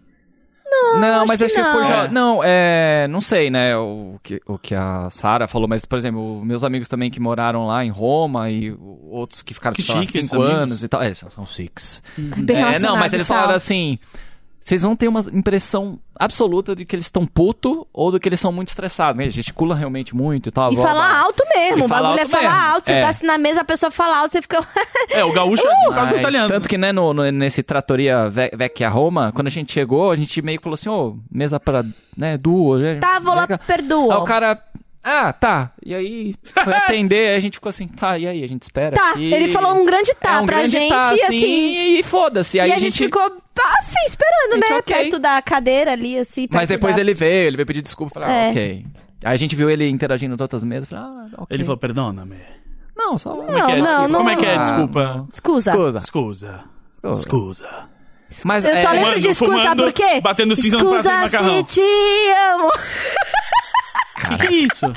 Não, acho mas que é tipo, não. já, não, é, não sei, né, o que, o que a Sara falou, mas, por exemplo, meus amigos também que moraram lá em Roma e outros que ficaram, Que sei lá, chique esses cinco amigos. anos e tal, é, são, são six. Bem É, não, relacionado, mas eles Sal. falaram assim, vocês vão ter uma impressão absoluta de que eles estão puto ou do que eles são muito estressados. Eles gesticulam realmente muito e tal. E blá, falar blá. alto mesmo. E O fala bagulho é alto falar mesmo. alto. Você É. tá assim na mesa, a pessoa fala alto, você fica... É, o gaúcho é assim, por causa do Mas, italiano. tanto que, né, no, no- nesse Trattoria Ve- Vecchia Roma, quando a gente chegou, a gente meio que falou assim, ô, mesa pra, né, duas. né? Tá, vou lá, Aí perdoa. o cara, ah, tá. E aí, foi atender, aí a gente ficou assim, tá, e aí, a gente espera Tá, aqui. ele falou um grande tá É, um pra grande gente, tá, e assim, assim... e foda-se. Aí E a gente ficou assim, esperando, A gente, né? ok. Perto da cadeira ali, assim. Mas perto depois da... ele veio, ele veio pedir desculpa, falei, ah, É. ok. Aí a gente viu ele interagindo em outras mesas, falei, ah, ok. Ele falou, perdona-me. não, só... Como é que é? Não, não, Como é que é? não. Desculpa. Escusa. Escusa. Escusa. Escusa. Escusa. Mas, Eu só é, lembro fumando, de escusa, fumando, sabe por quê? batendo cinza no prato de Escusa macarrão. se te amo. O que, que é isso?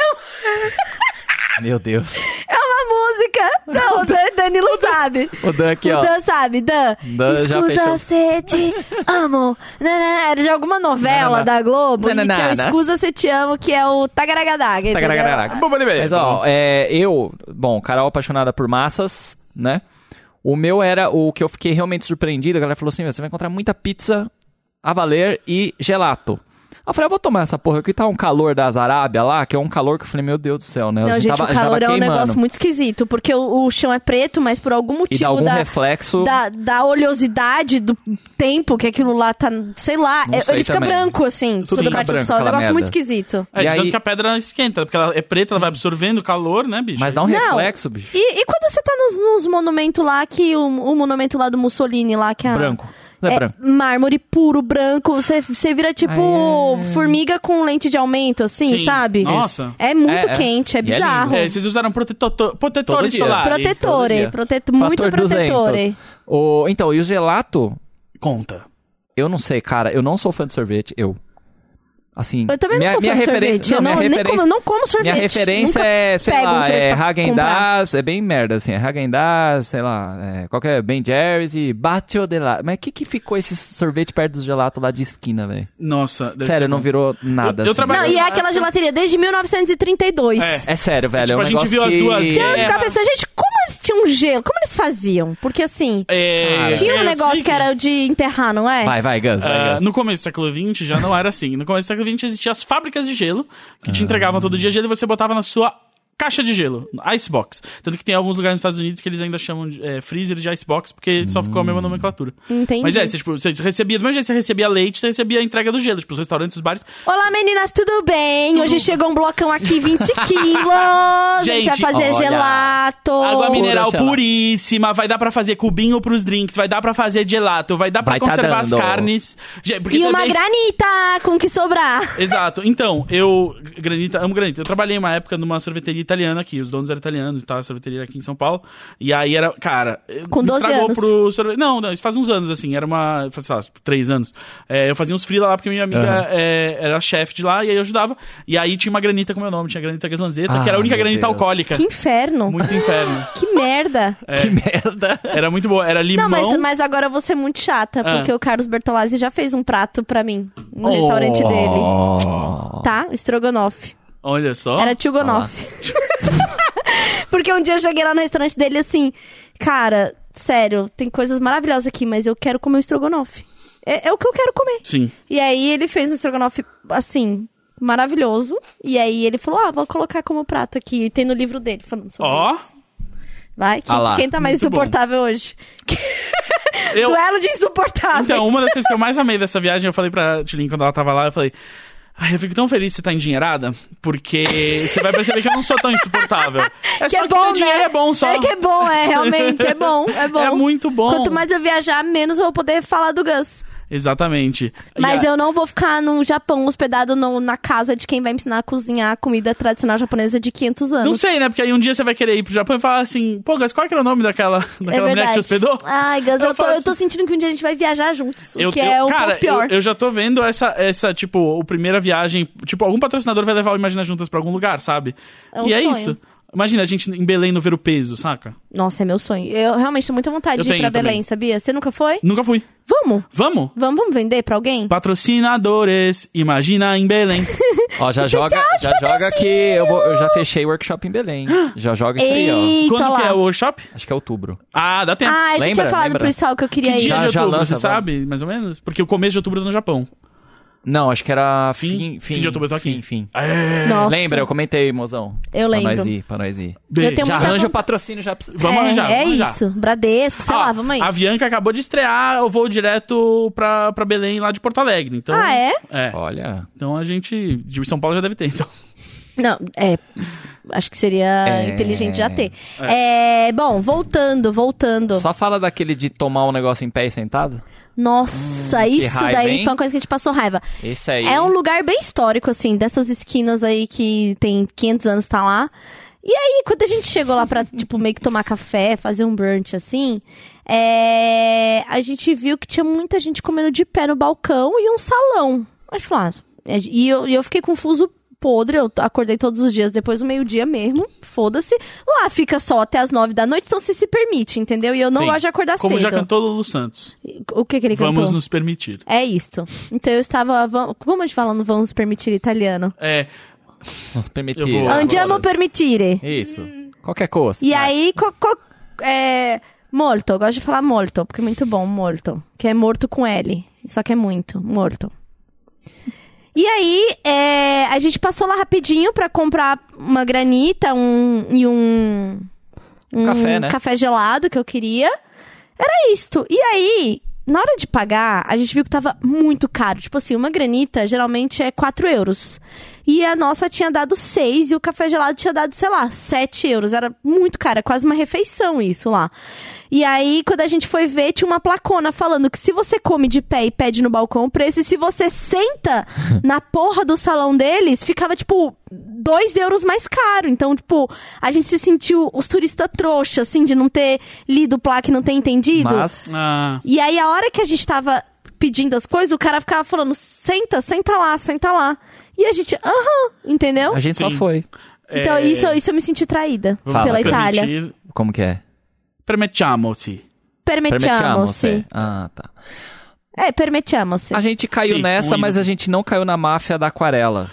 Meu Deus. É uma música. Não, o Dan, Danilo sabe. O Dan aqui, O ó. Dan sabe, Dan. Dan já Escusa fechou. se te amo. Não, não, não, era de alguma novela Não, não, não. da Globo. Não, não, e tinha o não, não. Escusa se te amo, que é o Tagaragadaga. entendeu? Tagaragaraga. Bom, vale bem. Mas, ó, é, eu... Bom, Carol apaixonada por massas, né? O meu era o que eu fiquei realmente surpreendido. A galera falou assim, você vai encontrar muita pizza a valer e gelato. Eu falei, eu vou tomar essa porra aqui, tá um calor das Arábia lá, que é um calor que eu falei, meu Deus do céu, né? Não, A gente, tava- o a tava calor é um queimando. negócio muito esquisito, porque o, o chão é preto, mas por algum E motivo dá algum da, reflexo... da, da oleosidade do tempo que aquilo lá tá, sei lá, Não é- sei ele fica também. branco, assim, Tudo toda fica parte do branco, sol. É um aquela negócio muito merda. esquisito. É, E de tanto aí- que a pedra esquenta, porque ela é preta, ela vai absorvendo calor, né, bicho? Mas dá um Não. reflexo, bicho. E, e quando você tá nos, nos monumentos lá, que o, o monumento lá do Mussolini lá, que é... Branco. Não é, É branco. mármore puro, branco, você, você vira tipo Ah, é. formiga com lente de aumento, assim, Sim. sabe? Nossa. É muito É, é. quente, é E é lindo. bizarro. É, vocês usaram protetor, Todo protetores dia. solares. todo Protetore, dia. protet... muito Fator protetore. duzentos. O, então, e o gelato, Conta. eu não sei, cara, eu não sou fã de sorvete, eu. Assim, Eu também não minha, sou fã minha de referência, sorvete. não, eu minha não, nem referência, como, eu não como sorvete. minha referência Nunca é, sei pego um lá, sorvete é pra Häagen-Dazs, é bem merda, assim, é Häagen-Dazs, sei lá, é, qualquer Ben Jerry's e Batio de la... Mas o que que ficou esse sorvete perto dos gelatos lá de esquina, velho? Nossa. deve Sério, ser não bom. virou nada, Eu- eu assim. trabalho- Não, e é na aquela época- gelateria desde mil novecentos e trinta e dois. É. É sério, velho, Tipo, é um a gente negócio viu as que... duas Eu guerras. ficava pensando, gente, como eles tinham gelo? Como eles faziam? Porque assim, É, tinha um eu negócio explico. que era de enterrar, não é? Vai, vai, Gus, vai, Ah, Gus. no começo do século vinte já não era assim. No começo do século vinte existiam as fábricas de gelo, que te entregavam todo dia gelo e você botava na sua caixa de gelo, icebox. Tanto que tem alguns lugares nos Estados Unidos que eles ainda chamam de é, freezer de icebox, porque só ficou a mesma nomenclatura. Entendi. Mas é, você, tipo, você recebia, do mesmo jeito que você recebia leite, você recebia a entrega do gelo. Tipo, os restaurantes, os bares. Olá, meninas, tudo bem? Hoje chegou um blocão aqui, vinte quilos. a gente vai Gente, fazer olha. gelato. Água mineral sei lá. puríssima, vai dar pra fazer cubinho pros drinks, vai dar pra fazer gelato, vai dar pra Vai tá conservar as dando. carnes. Gente, porque E uma também- granita com o que sobrar. Exato. Então, eu. Granita, amo granita. Eu trabalhei uma época numa sorveteria italiana aqui. Os donos eram italianos e tal, a sorveteria aqui em São Paulo. E aí era. Cara. Com me doze estragou anos. Pro sorvete. Não, não, isso faz uns anos, assim. Era uma. Faz, sei lá, tipo, três anos. É, eu fazia uns freela lá porque minha amiga Aham. é, era chefe de lá e aí eu ajudava. E aí tinha uma granita com meu nome, tinha a granita Gaslanzeta, Ah, que era a única meu granita Deus. alcoólica. Que inferno. Muito inferno. Que merda. É, Que merda. era muito boa. Era limão. Não, mas, mas agora eu vou ser muito chata, Ah. porque o Carlos Bertolazzi já fez um prato pra mim no Oh. restaurante dele. Oh. Tá? Estrogonofe. Olha só. Era Tchugonoff. Porque um dia eu cheguei lá no restaurante dele assim, cara, sério, tem coisas maravilhosas aqui, mas eu quero comer o estrogonofe. É, é o que eu quero comer. Sim. E aí ele fez um estrogonofe, assim, maravilhoso. E aí ele falou, ah, vou colocar como prato aqui. E tem no livro dele falando sobre Ó. isso. Vai, quem, Ah lá. quem tá mais Muito bom. insuportável hoje? Eu, Duelo de insuportáveis. Então, uma das coisas que eu mais amei dessa viagem, eu falei pra Tilin quando ela tava lá, eu falei... Ai, eu fico tão feliz que você tá endinheirada, porque você vai perceber que eu não sou tão insuportável. É Que só é que bom, ter dinheiro né? é bom só. É que é bom, é, realmente, é bom, é bom. É muito bom. Quanto mais eu viajar, menos eu vou poder falar do Gus. Exatamente. Mas E a- eu não vou ficar no Japão hospedado no- na casa de quem vai me ensinar a cozinhar a comida tradicional japonesa de quinhentos anos. Não sei, né? Porque aí um dia você vai querer ir pro Japão e falar assim... Pô, Gus, qual que era o nome daquela, daquela É mulher que verdade. te hospedou? Ai, Gus, Eu eu, tô, falo eu tô assim- sentindo que um dia a gente vai viajar juntos. O Eu- que eu- é um cara, pouco pior. Eu, eu já tô vendo essa, essa, tipo, o primeira viagem... Tipo, algum patrocinador vai levar o Imagina Juntas pra algum lugar, sabe? É um e é sonho. isso. Imagina a gente em Belém no ver o peso, saca? Nossa, é meu sonho. Eu realmente tenho muita vontade Eu de ir tenho pra também. Belém, sabia? Você nunca foi? Nunca fui. Vamos? Vamos? Vamos, vamos vender pra alguém? Patrocinadores, imagina em Belém. Ó, já joga, já joga que eu, vou, eu já fechei o workshop em Belém. Já joga isso aí, ó. Eita Quando lá. que é o workshop? Acho que é outubro. Ah, dá tempo. Ah, a gente Lembra? tinha falado Lembra? pro Isal que eu queria Que ir. dia Já- de já outubro, lança, você sabe, mais ou menos? Porque o começo de outubro é no Japão. Não, acho que era Fim? fim... Fim de outubro eu tô aqui. Fim, fim. É. Nossa. Lembra? Eu comentei, mozão. Eu lembro. Pra nós ir, pra nós ir. Beijo. Eu tenho Já muita arranja o vontade. patrocínio, já precisa. Vamos é, arranjar, É vamos arranjar. isso. Bradesco, sei Ó, lá, vamos aí. A Bianca acabou de estrear o voo direto pra, pra Belém, lá de Porto Alegre. Então, Ah, é? É. Olha. Então a gente, de São Paulo já deve ter, então. Não, é. Acho que seria É. inteligente já ter. É. Bom, voltando, voltando. Só fala daquele de tomar um negócio em pé e sentado. Nossa, Hum, que isso raiva, daí hein? foi uma coisa que a gente passou raiva. Esse aí. É um lugar bem histórico, assim, dessas esquinas aí que tem quinhentos anos, tá lá. E aí, quando a gente chegou lá pra, tipo, meio que tomar café, fazer um brunch, assim, é... a gente viu que tinha muita gente comendo de pé no balcão e um salão. A gente falou, ah, é- e eu, e eu fiquei confuso podre, eu acordei todos os dias depois do meio-dia mesmo, foda-se. Lá fica só até as nove da noite, então você se permite, entendeu? E eu não Sim. gosto de acordar Como cedo. já cantou Lulu Santos. O que que ele Vamos cantou? nos permitir. É isto. Então eu estava... va- Como a gente fala no vamos nos permitir italiano? É. Vamos permitir. Eu vou- Andiamo permittire. Isso. Qualquer coisa. E Vai. aí, co, co, é, molto, eu gosto de falar molto, porque é muito bom, molto. Que é morto com L, só que é muito, morto. E aí, é, a gente passou lá rapidinho pra comprar uma granita um, e um... Um Café, né? café gelado que eu queria. Era isto. E aí, na hora de pagar, a gente viu que tava muito caro. Tipo assim, uma granita geralmente é quatro euros. E a nossa tinha dado seis e o café gelado tinha dado, sei lá, sete euros. Era muito caro, é quase uma refeição isso lá. E aí, quando a gente foi ver, tinha uma placona falando que se você come de pé e pede no balcão o preço, e se você senta na porra do salão deles, ficava, tipo, dois euros mais caro. Então, tipo, a gente se sentiu os turistas trouxa, assim, de não ter lido placa e não ter entendido. Mas... Ah, E aí, a hora que a gente tava pedindo as coisas, o cara ficava falando, senta, senta lá, senta lá. E a gente, aham, entendeu? A gente só Sim. foi. Então, é, isso, isso eu me senti traída vamos pela nos Itália. permitir- Como que é? Permettiamo-ci. Permettiamo-se. Ah, tá. É, permettiamo-se. A gente caiu Sim, nessa, um mas hino. a gente não caiu na máfia da aquarela.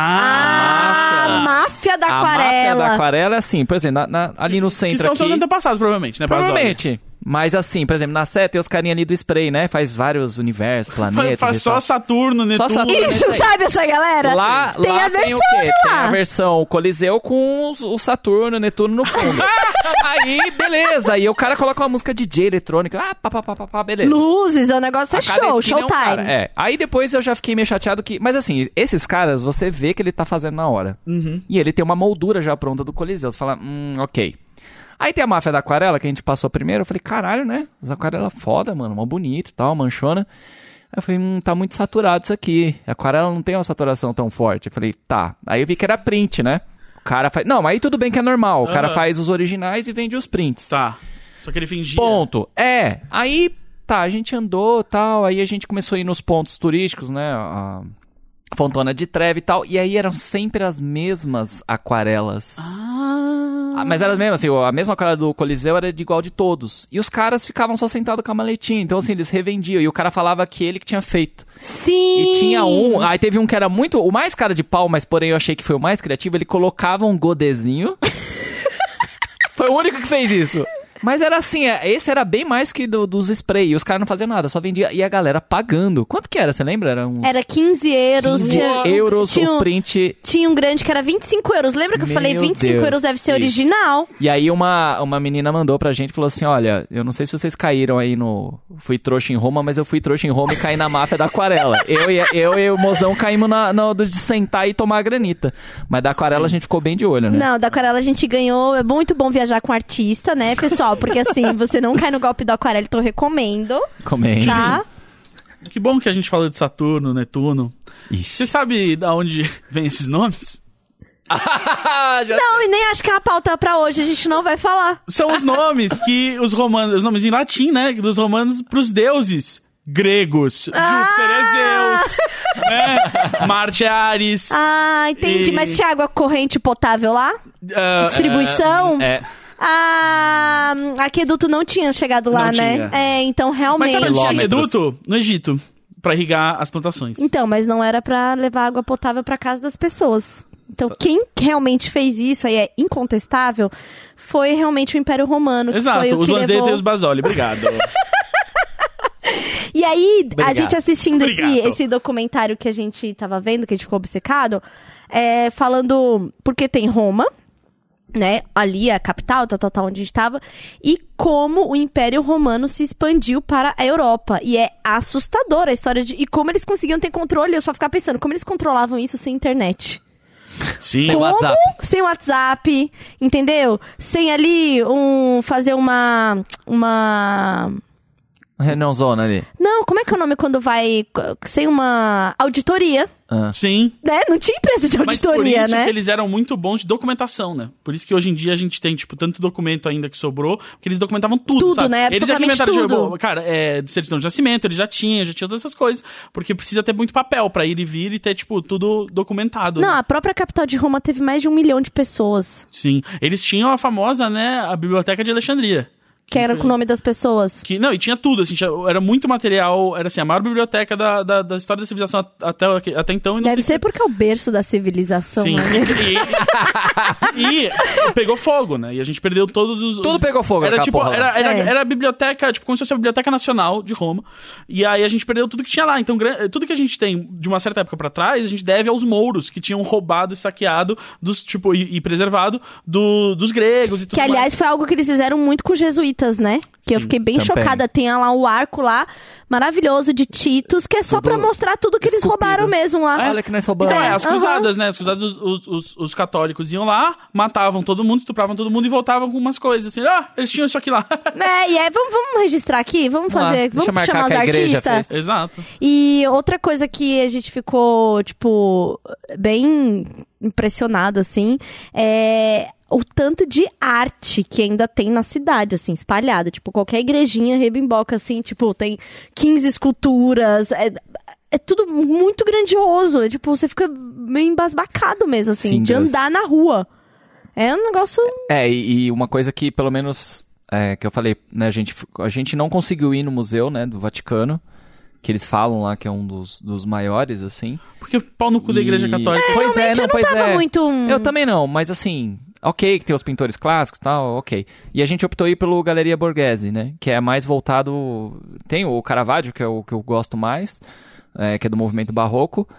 Ah, máfia da a máfia aquarela. da aquarela é assim, por exemplo, na- na- ali no Que centro são aqui... seus antepassados, provavelmente, né? Brasólia? Provavelmente. Mas assim, por exemplo, na Sé tem os carinha ali do spray, né? Faz vários universos, planetas Faz, faz e só tal. Saturno, Netuno. Saturno. Isso, Isso aí. sabe essa galera? Lá, tem lá a tem o versão quê? de Tem lá. a versão Coliseu com os- o Saturno, Netuno no fundo. Aí, beleza. Aí o cara coloca uma música D J eletrônica. Ah, pá, pá, pá, pá, pá, beleza. Luzes, o negócio é A cada show, esquina é um showtime. cara, é. Aí depois eu já fiquei meio chateado que... Mas assim, esses caras, você vê que ele tá fazendo na hora. Uhum. E ele tem uma moldura já pronta do Coliseu. Você fala, hum, ok. Aí tem a máfia da aquarela, que a gente passou primeiro. Eu falei, caralho, né? As aquarelas foda, mano. Mó bonito e tal, manchona. Aí eu falei, hum, tá muito saturado isso aqui. A aquarela não tem uma saturação tão forte. Eu falei, tá. Aí eu vi que era print, né? O cara faz... Não, mas aí tudo bem que é normal. O cara Aham. faz os originais e vende os prints. Tá. Só que ele fingia. Ponto. É. Aí, tá, a gente andou e tal. Aí a gente começou a ir nos pontos turísticos, né? A Fontana de Trevi e tal. E aí eram sempre as mesmas aquarelas. Ah, mas era as mesmas, assim, a mesma aquarela do Coliseu era de igual de todos. E os caras ficavam só sentados com a maletinha. Então, assim, eles revendiam. E o cara falava que ele que tinha feito. Sim. E tinha um... Aí teve um que era muito... O mais cara de pau, mas porém eu achei que foi o mais criativo. Ele colocava um godezinho. Foi o único que fez isso. Mas era assim, é, esse era bem mais que do, dos spray. E os caras não faziam nada, só vendia. E a galera pagando. Quanto que era, você lembra? Era uns Era quinze euros. quinze Tinha, euros tinha, o um- print. tinha um grande que era vinte e cinco euros. Lembra que eu Meu falei vinte e cinco Deus, euros deve ser isso. original? E aí uma, uma menina mandou pra gente e falou assim, olha, eu não sei se vocês caíram aí no... Fui trouxa em Roma, mas eu fui trouxa em Roma e caí na máfia da aquarela. Eu e, eu e o mozão caímos na, na, do de sentar e tomar a granita. Mas da aquarela a gente ficou bem de olho, né? Não, da aquarela a gente ganhou. É muito bom viajar com artista, né, pessoal? Porque assim, você não cai no golpe da aquarela, então eu recomendo, Comendo. tá? Que bom que a gente falou de Saturno, Netuno. Ixi. Você sabe de onde vem esses nomes? Já- Não, e nem acho que é a pauta pra hoje, a gente não vai falar. São os nomes que os romanos... Os nomes em latim, né? Dos romanos pros deuses gregos. Ah! Júpiter é Zeus. Né? Marte é Ares. Ah, entendi. E- Mas tinha água corrente potável lá? ah, Distribuição? É. Ah, aqueduto não tinha chegado lá, Não né? tinha. É, então realmente... Mas sabe onde tinha Quilômetros. aqueduto? No Egito, pra irrigar as plantações. Então, mas não era pra levar água potável pra casa das pessoas. Então, quem realmente fez isso, aí é incontestável, foi realmente o Império Romano. Que Exato, foi o os que Lanzetta levou... e os Basoli, obrigado. E aí, Obrigado. a gente assistindo esse, Obrigado. esse documentário que a gente tava vendo, que a gente ficou obcecado, é, falando porque tem Roma, né, ali é a capital, tal, tal, tal, onde a gente tava, e como o Império Romano se expandiu para a Europa. E é assustadora a história de... E como eles conseguiam ter controle, eu só ficava pensando, como eles controlavam isso sem internet? Sim. Sem Como? WhatsApp. Sem WhatsApp, entendeu? Sem ali um... fazer uma... uma... Reuniãozona ali. Não, como é que é o nome quando vai... sem uma auditoria, Ah. Sim. né? Não tinha empresa de Mas por auditoria, isso né? que eles eram muito bons de documentação, né? Por isso que hoje em dia a gente tem, tipo, tanto documento ainda que sobrou, porque eles documentavam tudo, Tudo, sabe? né? Eles Absolutamente inventaram, tudo. tipo, cara, é, de certidão de nascimento, eles já tinham, já tinham todas essas coisas, porque precisa ter muito papel pra ir e vir e ter, tipo, tudo documentado. Não, né? a própria capital de Roma teve mais de um milhão de pessoas. Sim. Eles tinham a famosa, né, a Biblioteca de Alexandria. Que era foi- com o nome das pessoas. Que, não, e tinha tudo, assim, tinha- era muito material, era assim, a maior biblioteca da, da, da história da civilização at- até, até então. E não Deve sei ser porque é o berço da civilização, Sim. né? E, e pegou fogo, né? E a gente perdeu todos os. Tudo os- pegou fogo Era naquela tipo, porra lá. era, era, É. era a biblioteca, tipo, como se fosse a Biblioteca Nacional de Roma. E aí a gente perdeu tudo que tinha lá. Então, gran- tudo que a gente tem de uma certa época pra trás, a gente deve aos mouros, que tinham roubado e saqueado dos, tipo, e, e preservado do, dos gregos e tudo Que, aliás, mais. foi algo que eles fizeram muito com os jesuítas, né? Que eu Sim, fiquei bem também. chocada. Tem lá o arco lá, maravilhoso, de Titus, que é só Tudo pra mostrar tudo que eles esculpido. roubaram mesmo lá. Olha que nós roubamos. Então, é, É, as aham. cruzadas, né? As cruzadas, os, os, os, os católicos iam lá, matavam todo mundo, estupravam todo mundo e voltavam com umas coisas assim. Ah, eles tinham isso aqui lá. É, e aí, vamos, vamos registrar aqui? Vamos Vamos lá, fazer, deixa eu vamos marcar chamar os que a igreja artistas? fez. Exato. E outra coisa que a gente ficou, tipo, bem impressionado, assim, é o tanto de arte que ainda tem na cidade, assim, espalhada. Tipo, qualquer igrejinha rebimboca, assim, tipo, tem quinze esculturas, é, é tudo muito grandioso. É, tipo, você fica meio embasbacado mesmo, assim, Sim, de Deus. andar na rua. É um negócio... É, e, e uma coisa que pelo menos, é, que eu falei, né, a gente, a gente não conseguiu ir no museu, né, do Vaticano, que eles falam lá que é um dos, dos maiores, assim. Porque pau no cu da igreja E- católica. Pois é, Realmente não, eu não pois tava é. muito... um- Eu também não, mas assim, ok que tem os pintores clássicos e tal, ok. E a gente optou ir pelo Galeria Borghese, né, que é mais voltado... Tem o Caravaggio, que é o que eu gosto mais, é, que é do movimento barroco,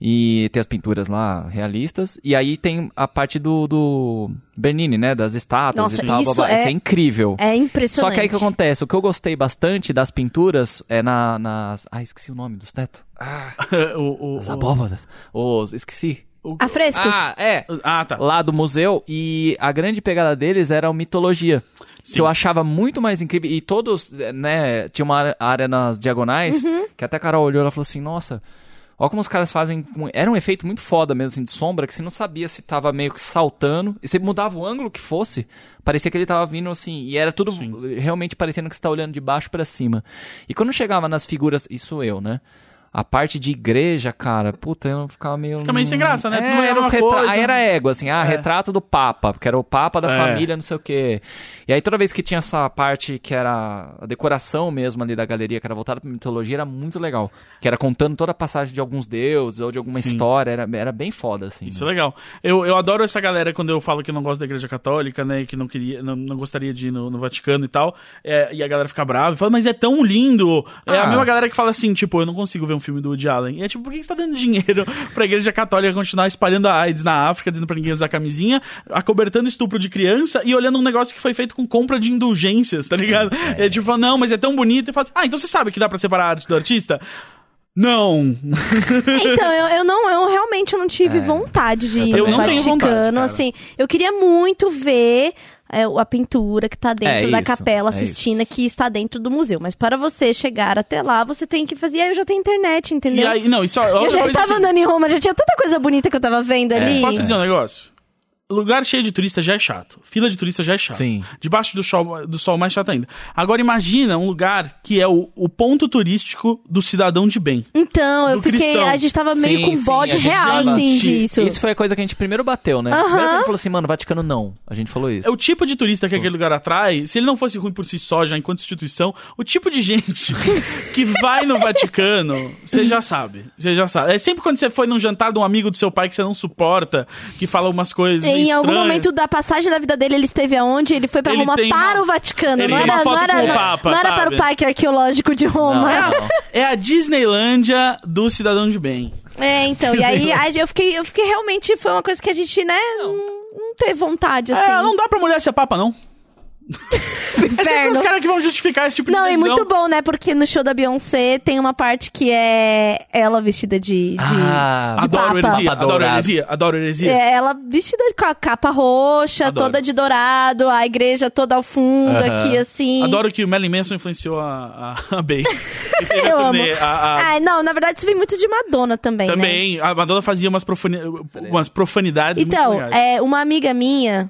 e tem as pinturas lá realistas, e aí tem a parte do, do Bernini, né, das estátuas Nossa, e tal, isso blá, blá. é- Isso é incrível. É Só impressionante. que aí o que acontece? O que eu gostei bastante das pinturas é na, nas... Ah, esqueci o nome dos tetos. Ah, o, o, as o- abóbadas. Os... Esqueci. o- Afrescos. Ah, é. Ah, tá. Lá do museu, e a grande pegada deles era a mitologia, Sim. que eu achava muito mais incrível, e todos, né, tinha uma área- área nas diagonais, Uhum. que até a Carol olhou, ela falou assim, nossa, olha como os caras fazem, com- era um efeito muito foda mesmo, assim, de sombra, que você não sabia se tava meio que saltando, e você mudava o ângulo que fosse, parecia que ele tava vindo assim, e era tudo Sim. realmente parecendo que você tá olhando de baixo pra cima. E quando chegava nas figuras, isso eu, né? A parte de igreja, cara, puta, eu ficava meio... Fica meio sem graça, né? Tudo É, é era uma os retra... coisa. Aí era égua, assim, ah, É. retrato do Papa, porque era o Papa da É. família, não sei o quê. E aí toda vez que tinha essa parte que era a decoração mesmo ali da galeria, que era voltada pra mitologia, era muito legal. Que era contando toda a passagem de alguns deuses ou de alguma Sim. história, era, era bem foda, assim. Isso é né? legal. Eu, eu adoro essa galera quando eu falo que não gosto da igreja católica, né? E que não queria, não, não gostaria de ir no, no Vaticano e tal. É, e a galera fica brava e fala, mas é tão lindo. É a Ah. mesma galera que fala assim, tipo, eu não consigo ver um filme do Woody Allen. E é tipo, por que que você tá dando dinheiro pra igreja católica continuar espalhando a AIDS na África, dizendo pra ninguém usar camisinha, acobertando estupro de criança e olhando um negócio que foi feito com compra de indulgências, tá ligado? É, tipo, fala, não, mas é tão bonito. E fala assim, ah, então você sabe que dá pra separar a arte do artista? Não. Então, eu, eu não, eu realmente não tive vontade de ir Eu no não tenho Vaticano, vontade, cara. assim. Eu queria muito ver é, a pintura que tá dentro É da isso, Capela é Sistina, que está dentro do museu. Mas para você chegar até lá, você tem que fazer... E aí eu já tenho internet, entendeu? E aí, não, isso eu já estava andando em Roma, já tinha tanta coisa bonita que eu tava vendo ali. Posso dizer um negócio? lugar cheio de turista já é chato. Fila de turista já é chato. Sim. Debaixo do sol, do sol mais chato ainda. Agora imagina um lugar que é o, o ponto turístico do cidadão de bem. Então, eu Do fiquei... cristão. A gente tava meio Sim, com sim, bode a gente real, tava- assim, disso. Isso foi a coisa que a gente primeiro bateu, né? Aham. Primeiro que a gente falou assim, mano, Vaticano não. A gente falou isso. É o tipo de turista que aquele lugar atrai, se ele não fosse ruim por si só, já enquanto instituição, o tipo de gente que vai no Vaticano, você já sabe. Você já sabe. É sempre quando você foi num jantar de um amigo do seu pai que você não suporta, que fala umas coisas Em meio algum estranhas. momento da passagem da vida dele, ele esteve aonde? Ele foi pra Ele Roma tem para uma- o Vaticano. ele Não tem uma era, foto não era, com o Papa, não era para sabe? o Parque Arqueológico de Roma. Não, não. É a Disneylândia do cidadão de bem. É, então, e aí aí eu fiquei, eu fiquei realmente, foi uma coisa que a gente, né, não, não teve vontade, assim. É, não dá pra mulher ser papa, não. É sempre Inferno. os caras que vão justificar esse tipo de Não, e decisão. muito bom, né, porque no show da Beyoncé tem uma parte que é ela vestida de... de Ah, de Adoro papa. heresia, Papa adoro dourado. heresia, adoro heresia. É, ela vestida com a capa roxa, Adoro. toda de dourado, a igreja toda ao fundo, Aham. aqui, assim. Adoro que o Marilyn Manson influenciou a, a, a Bey. E teve a Eu amo. turnê, a- a- Ah, não, na verdade isso vem muito de Madonna também, né? Também, a Madonna fazia umas, profani umas profanidades muito Então, legais. é, uma amiga minha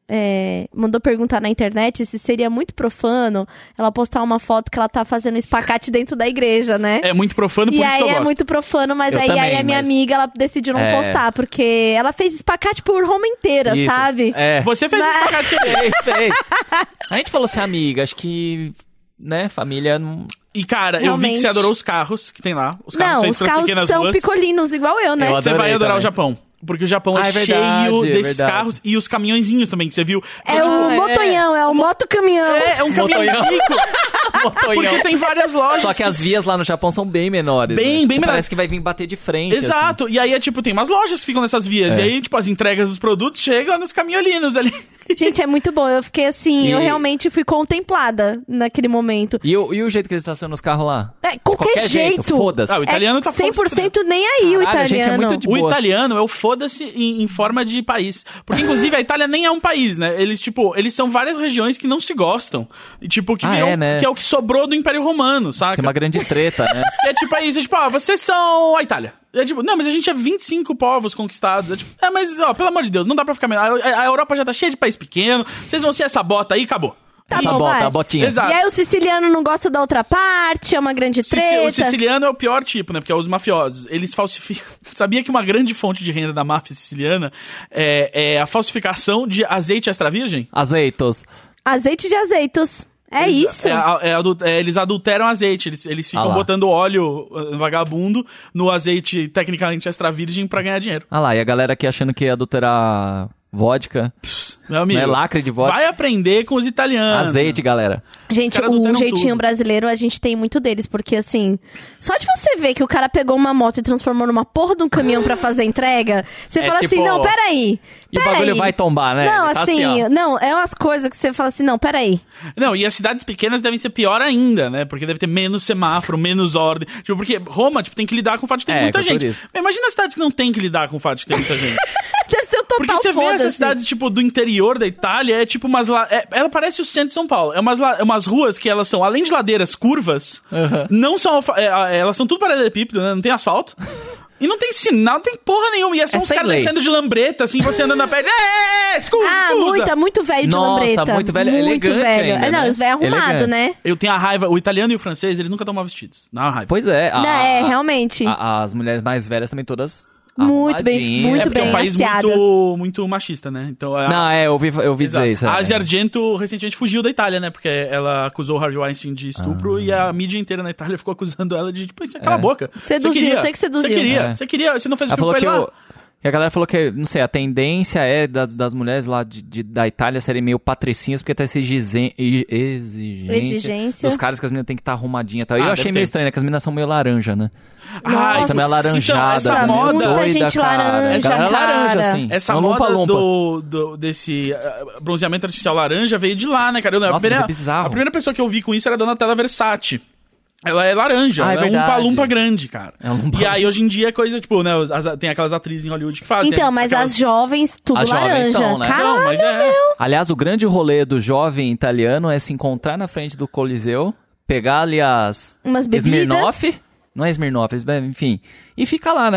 é, mandou perguntar na internet se seria muito profano ela postar uma foto que ela tá fazendo um espacate dentro da igreja, né? É muito profano, por E isso que aí eu é gosto. muito profano, mas Eu aí, também, aí a minha mas- amiga, ela decidiu não É. postar, porque ela fez espacate por Roma inteira, isso. sabe? É. Você fez Mas- um espacate também. Fez, fez. A gente falou assim, amiga, acho que, né, família não... E, cara, eu vi Realmente. que você adorou os carros que tem lá. Os carros Não, feitos os pelas carros pequenas são ruas. picolinos, igual eu, né? Eu Você vai adorei adorar também. o Japão. Porque o Japão Ah, é, é verdade, cheio é desses verdade. carros e os caminhõezinhos também que você viu. É Então, o Ah, é. motonhão, é o motocaminhão. É, é um caminhão Motonhão. rico. Motonhão. Porque tem várias lojas. Só que as vias lá no Japão são bem menores. Bem, né? bem Você menores. Parece que vai vir bater de frente. Exato. E aí é tipo, tem umas lojas que ficam nessas vias. É. E aí, tipo, as entregas dos produtos chegam nos caminholinos ali. Gente, é muito bom. Eu fiquei assim, E- eu realmente fui contemplada naquele momento. Assim. E, o, e o jeito que eles estacionam os carros lá? É, qualquer, qualquer jeito, jeito. foda-se. Ah, o italiano é tá cem por foda-se cento nem aí, o Caralho, a gente é italiano. muito de O boa. italiano é o foda-se em, em forma de país. Porque, inclusive, a Itália nem é um país, né? Eles, tipo, eles são várias regiões que não se gostam. E, tipo, que, Ah, viram- é, né? que é o que sobrou do Império Romano, saca? Tem uma grande treta, né? Que é tipo, aí, você, tipo, ah, vocês são a Itália. E é tipo, não, mas a gente é vinte e cinco povos conquistados. É tipo, é, mas, ó, pelo amor de Deus, não dá pra ficar menor. A, a Europa já tá cheia de país pequeno. Vocês vão ser essa bota aí, acabou. Tá Essa bom, bota, vai. a botinha. Exato. E aí o siciliano não gosta da outra parte, é uma grande Sici- treta. O siciliano é o pior tipo, né? Porque é os mafiosos. Eles falsificam. Sabia que uma grande fonte de renda da máfia siciliana é, é a falsificação de azeite extra virgem? Azeitos. Azeite de azeitos. É isso. É, é adul- é, eles adulteram azeite. Eles, eles ficam Ah lá. botando óleo uh, vagabundo no azeite tecnicamente extra virgem pra ganhar dinheiro. Ah lá, e a galera aqui achando que ia adulterar vodka. Meu amigo. Não é lacre de vodka. Vai aprender com os italianos. Azeite, galera. Gente, caras o adulteram jeitinho tudo. brasileiro, a gente tem muito deles, porque assim, só de você ver que o cara pegou uma moto e transformou numa porra de um caminhão pra fazer entrega, você É fala tipo, assim, não, peraí. E o peraí. bagulho vai tombar, né? Não, Ele tá assim, assim, ó. não, é umas coisas que você fala assim, não, peraí. Não, e as cidades pequenas devem ser pior ainda, né? Porque deve ter menos semáforo, menos ordem. Tipo, porque Roma, tipo, tem que lidar com o fato de ter É, muita com gente. turismo. Mas imagina as cidades que não tem que lidar com o fato de ter muita gente. Deve ser um total Porque você vê foda-se. essas cidades, tipo, do interior da Itália, é tipo umas... La... É, ela parece o centro de São Paulo. É umas, la... é umas ruas que elas são, além de ladeiras curvas, Uhum. não são... alfa- é, elas são tudo paralelepípedo, né? Não tem asfalto. E não tem sinal, não tem porra nenhuma. E é só É uns sem caras lei. descendo de lambreta, assim, você andando a pé. É, escusa, Ah, escusa. muito, muito velho de Nossa, lambreta. muito velho, muito elegante velho. ainda, É, não, né? os velhos arrumados, Elegante. né? Eu tenho a raiva... O italiano e o francês, eles nunca estão mal vestidos. Dá uma raiva. Pois é. A, Não, é, realmente. a- as mulheres mais velhas também todas Muito bem- arrumadinhas. muito é porque é um bem país assiadas. muito, muito machista, né? Então, a, Não, é, eu ouvi, eu ouvi dizer isso. A é. Asia Argento recentemente fugiu da Itália, né? Porque ela acusou o Harvey Weinstein de estupro e a mídia inteira na Itália ficou acusando ela de, tipo, isso, cala É. a boca. Seduziu, Você queria, sei que seduziu. Você queria, É. você queria, você não fez o Ela filme falou com que ele lá? o, e a galera falou que, não sei, a tendência é das, das mulheres lá de, de- da Itália serem meio patricinhas, porque tem essa exigen- e- exigência, Exigência. dos caras que as meninas têm que estar arrumadinhas e tal. E Ah, eu deve achei ter. meio estranho, né? Que as meninas são meio laranja, né? Ah, Nossa, Essa meio alaranjada, então, essa meio moda- doida, Muita gente cara. laranja, Galera laranja, cara. assim. Essa uma moda lumpa-lumpa. do, do- desse uh, bronzeamento artificial laranja veio de lá, né, cara? Eu, a, Nossa, primeira, mas é bizarro. a primeira pessoa que eu vi com isso era a Donatella Versace. Ela é laranja, Ah, é ela é um verdade. lumpa-lumpa grande, cara. É um lumpa- E aí, hoje em dia, é coisa, tipo, né, as- tem aquelas atrizes em Hollywood que fazem. Então, tem mas aquelas- as jovens, tudo As jovens laranja. estão, né? Caralho, Não, mas é... Aliás, o grande rolê do jovem italiano é se encontrar na frente do Coliseu, pegar ali as Umas bebidas. Smirnoff, não é Smirnoff, eles bebem, enfim, e fica lá, né?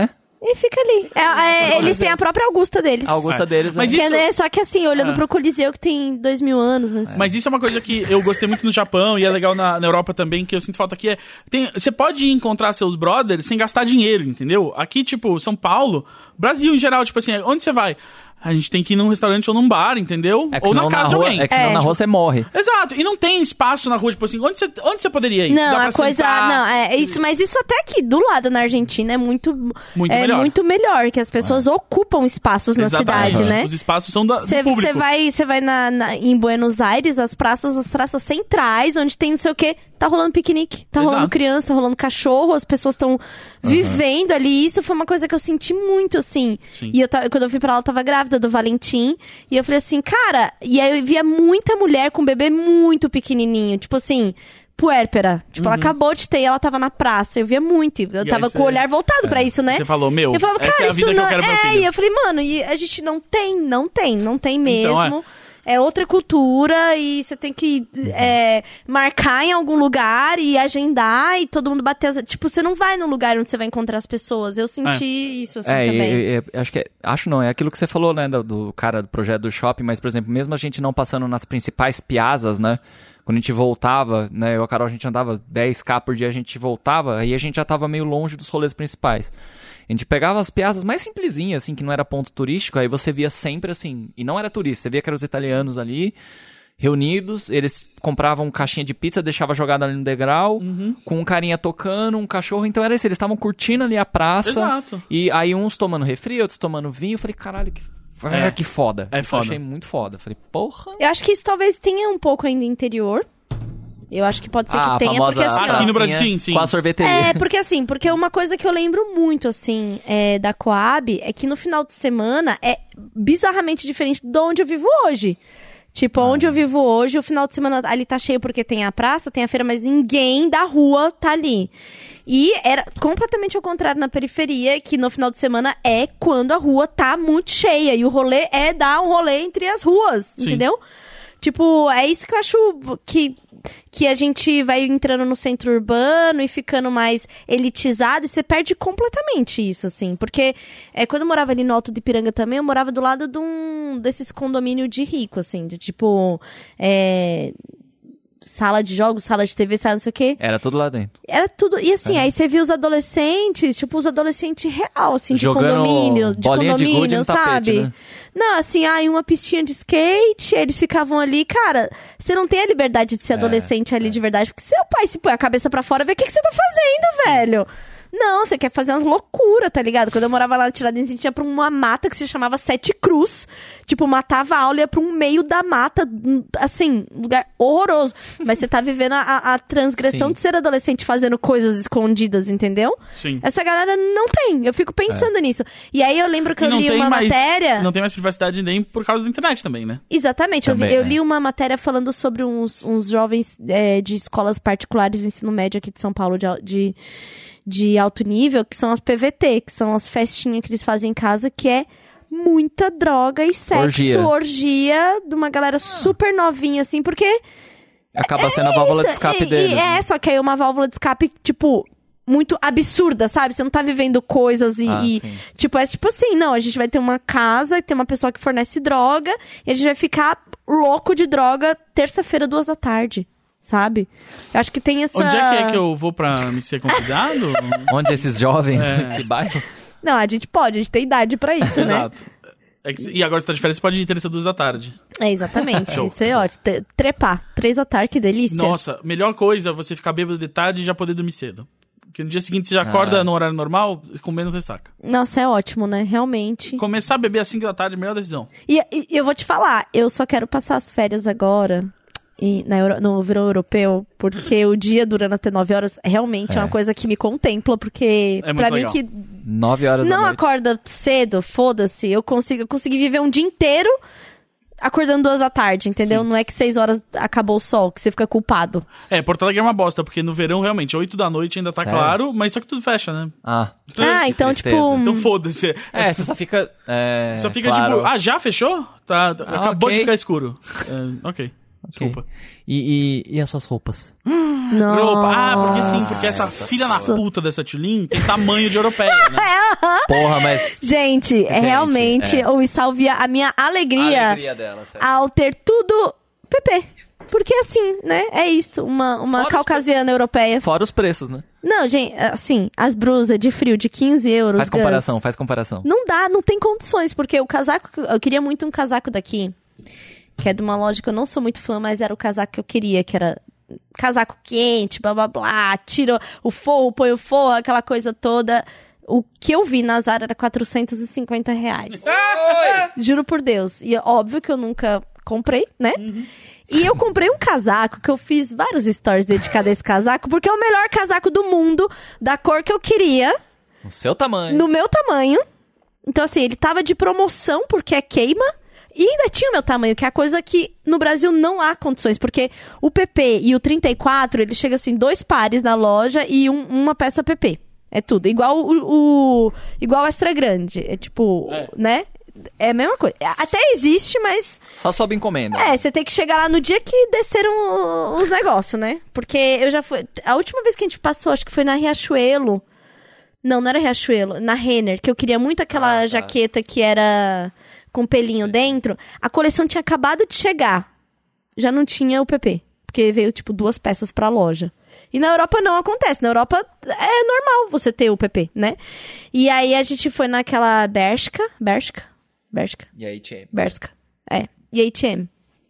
E fica ali. É, é, eles têm a própria Augusta deles. A Augusta É. deles, Mas é. Que isso- é- Só que assim, olhando É. pro Coliseu, que tem dois mil anos. Mas... Mas isso é uma coisa que eu gostei muito no Japão e é legal na, na Europa também, que eu sinto falta aqui. É, tem, você pode encontrar seus brothers sem gastar dinheiro, entendeu? Aqui, tipo, São Paulo, Brasil em geral, tipo assim, onde você vai? A gente tem que ir num restaurante ou num bar, entendeu? É que ou na senão casa de rua, alguém. É que senão É, na tipo- rua você morre. Exato, e não tem espaço na rua, tipo assim, onde você, onde você poderia ir? Dá Não, pra a coisa. sentar? Não, é isso, mas isso até aqui do lado na Argentina é muito. Muito é melhor. muito melhor, que as pessoas ocupam espaços na Exatamente. cidade, né? Os espaços são da, do Você público. vai, cê vai na, na- em Buenos Aires, as praças, as praças centrais, onde tem não sei o quê, tá rolando piquenique, tá Exato. rolando criança, tá rolando cachorro, as pessoas estão vivendo ali. Isso foi uma coisa que eu senti muito, assim. Sim. E eu tava- quando eu fui pra lá, eu tava grávida do Valentim. E eu falei assim, cara... E aí eu via muita mulher com bebê muito pequenininho. Tipo assim... Puérpera. Tipo, ela acabou de ter e ela tava na praça. Eu via muito. Eu Uhum. E tava aí com o você- olhar voltado pra isso, né? Você falou, meu, Eu falava, essa cara, é a isso vida que não eu quero pro meu é. filho. E eu falei, mano, e a gente não tem, não tem, não tem mesmo. Então, é. outra cultura e você tem que é, marcar em algum lugar e agendar e todo mundo bater as... Tipo, você não vai num lugar onde você vai encontrar as pessoas. Eu senti isso, assim, É, também. e- e- e- acho que é, acho não, é aquilo que você falou, né, do, do cara do projeto do shopping, mas, por exemplo, mesmo a gente não passando nas principais piazzas, né, quando a gente voltava, né, eu e a Carol, a gente andava dez ká por dia, a gente voltava, aí a gente já tava meio longe dos rolês principais. A gente pegava as piazzas mais simplesinhas, assim, que não era ponto turístico, aí você via sempre, assim, e não era turista, você via que eram os italianos ali, reunidos, eles compravam caixinha de pizza, deixava jogada ali no degrau, Uhum. com um carinha tocando, um cachorro, então era isso, eles estavam curtindo ali a praça, Exato. e aí uns tomando refri, outros tomando vinho, eu falei, caralho, que, É. ah, que foda. É Eu foda. achei muito foda, eu falei, porra... Eu acho que isso talvez tenha um pouco ainda interior. Eu acho que pode ser Ah, a que tenha, famosa porque assim, ó, Aqui no pracinha Brasil, sim, sim. Com a sorveteria. É, porque assim, porque uma coisa que eu lembro muito, assim, é, da Coab é que no final de semana é bizarramente diferente de onde eu vivo hoje. Tipo, onde eu vivo hoje, o final de semana ali tá cheio porque tem a praça, tem a feira, mas ninguém da rua tá ali. E era completamente ao contrário na periferia, que no final de semana é quando a rua tá muito cheia. E o rolê é dar um rolê entre as ruas, Sim. entendeu? Tipo, é isso que eu acho que, que a gente vai entrando no centro urbano e ficando mais elitizado e você perde completamente isso, assim. Porque é, quando eu morava ali no Alto de Ipiranga também, eu morava do lado de um desses condomínios de rico, assim. De tipo, é, sala de jogos, sala de tê vê, sala não sei o quê. Era tudo lá dentro. Era tudo. E É. assim, aí você via os adolescentes, tipo, os adolescentes real, assim, de Jogando condomínio. De bolinha de condomínio, gude no sabe? tapete, né? Não, assim, aí uma pistinha de skate, eles ficavam ali. Cara, você não tem a liberdade de ser adolescente ali de verdade, porque seu pai se põe a cabeça pra fora e vê o que, que você tá fazendo, velho. Não, você quer fazer umas loucuras, tá ligado? Quando eu morava lá na Tiradentes, a gente ia pra uma mata que se chamava Sete Cruz. Tipo, matava a aula e ia pra um meio da mata, assim, um lugar horroroso. Mas você tá vivendo a, a transgressão Sim. de ser adolescente fazendo coisas escondidas, entendeu? Sim. Essa galera não tem. Eu fico pensando nisso. E aí eu lembro que E eu não li tem uma mais, matéria... Não tem mais privacidade nem por causa da internet também, né? Exatamente, eu, vi- Também, eu é. li uma matéria falando sobre uns, uns jovens é, de escolas particulares do ensino médio aqui de São Paulo, de, al- de, de alto nível, que são as P V T, que são as festinhas que eles fazem em casa, que é muita droga e sexo, Orgia. orgia, de uma galera super novinha, assim, porque... Acaba sendo a válvula de escape e, deles. E né? é, só que aí é uma válvula de escape, tipo... muito absurda, sabe? Você não tá vivendo coisas e, Ah, e, sim. tipo, é tipo assim, não, a gente vai ter uma casa, tem uma pessoa que fornece droga, e a gente vai ficar louco de droga terça-feira, duas da tarde, sabe? Eu acho que tem essa... Onde é que é que eu vou pra me ser convidado? Onde esses jovens, É. que bairro? Não, a gente pode, a gente tem idade pra isso, né? Exato. É que- e agora você tá de férias, você pode ir terça duas da tarde. É, exatamente. Show. Isso é ótimo. Tre- Trepar, três da tarde, que delícia. Nossa, melhor coisa é você ficar bêbado de tarde e já poder dormir cedo. Porque no dia seguinte você já acorda Ah. no horário normal com menos ressaca. Nossa, é ótimo, né? Realmente. Começar a beber às cinco da tarde é a melhor decisão. E, e eu vou te falar, eu só quero passar as férias agora e, na Euro- no verão europeu, porque o dia durando até nove horas realmente é, É. uma coisa que me contempla, porque É muito pra mim legal. que Nove horas da não noite. acorda cedo, foda-se, eu consigo, eu consegui viver um dia inteiro acordando duas da tarde, entendeu? Sim. Não é que seis horas acabou o sol, que você fica culpado. É, Porto Alegre é uma bosta, porque no verão realmente, oito da noite ainda tá Sério? claro, mas só que tudo fecha, né? Ah, Ah, então, tristeza. tipo... Então foda-se. é, você só fica... É, Só fica claro. tipo, ah, já fechou? Tá, acabou ok. de ficar escuro. É, ok, desculpa. E, e, e as suas roupas? Nossa. Roupa. Ah, porque sim, porque essa filha na puta dessa Tulin tem tamanho de europeia, né? Porra, mas... Gente, é realmente, é. o salvia a minha alegria, A alegria dela, sério. ao ter tudo P P. Porque assim, né? É isso, uma, uma Fora os caucasiana europeia. Fora os preços, né? Não, gente, assim, as brusas de frio de quinze euros. Faz comparação, Gus, faz comparação. não dá, não tem condições, porque o casaco, eu queria muito um casaco daqui, que é de uma loja que eu não sou muito fã, mas era o casaco que eu queria, que era casaco quente, blá blá blá, tira o forro, põe o forro, aquela coisa toda. O que eu vi na Zara era quatrocentos e cinquenta reais. Juro por Deus. E é óbvio que eu nunca comprei, né? Uhum. E eu comprei um casaco, que eu fiz vários stories dedicados a esse casaco, porque é o melhor casaco do mundo, da cor que eu queria. No seu tamanho. No meu tamanho. Então, assim, ele tava de promoção, porque é queima. E ainda tinha o meu tamanho, que é a coisa que no Brasil não há condições. Porque o P P e o trinta e quatro, ele chega assim, dois pares na loja e um, uma peça P P. É tudo. Igual o, o igual o extra grande. É tipo, é. né? É a mesma coisa. Até existe, mas... Só sobe encomenda. É, você tem que chegar lá no dia que desceram os negócios, né? Porque eu já fui... A última vez que a gente passou, acho que foi na Riachuelo. Não, não era Riachuelo. Na Renner, que eu queria muito aquela ah, tá. jaqueta que era com pelinho dentro. A coleção tinha acabado de chegar. Já não tinha o P P. Porque veio, tipo, duas peças pra loja. E na Europa não acontece. Na Europa é normal você ter o P P, né? E aí a gente foi naquela Bershka. Bershka? Bershka. E H e M. Bershka. É. E H e M.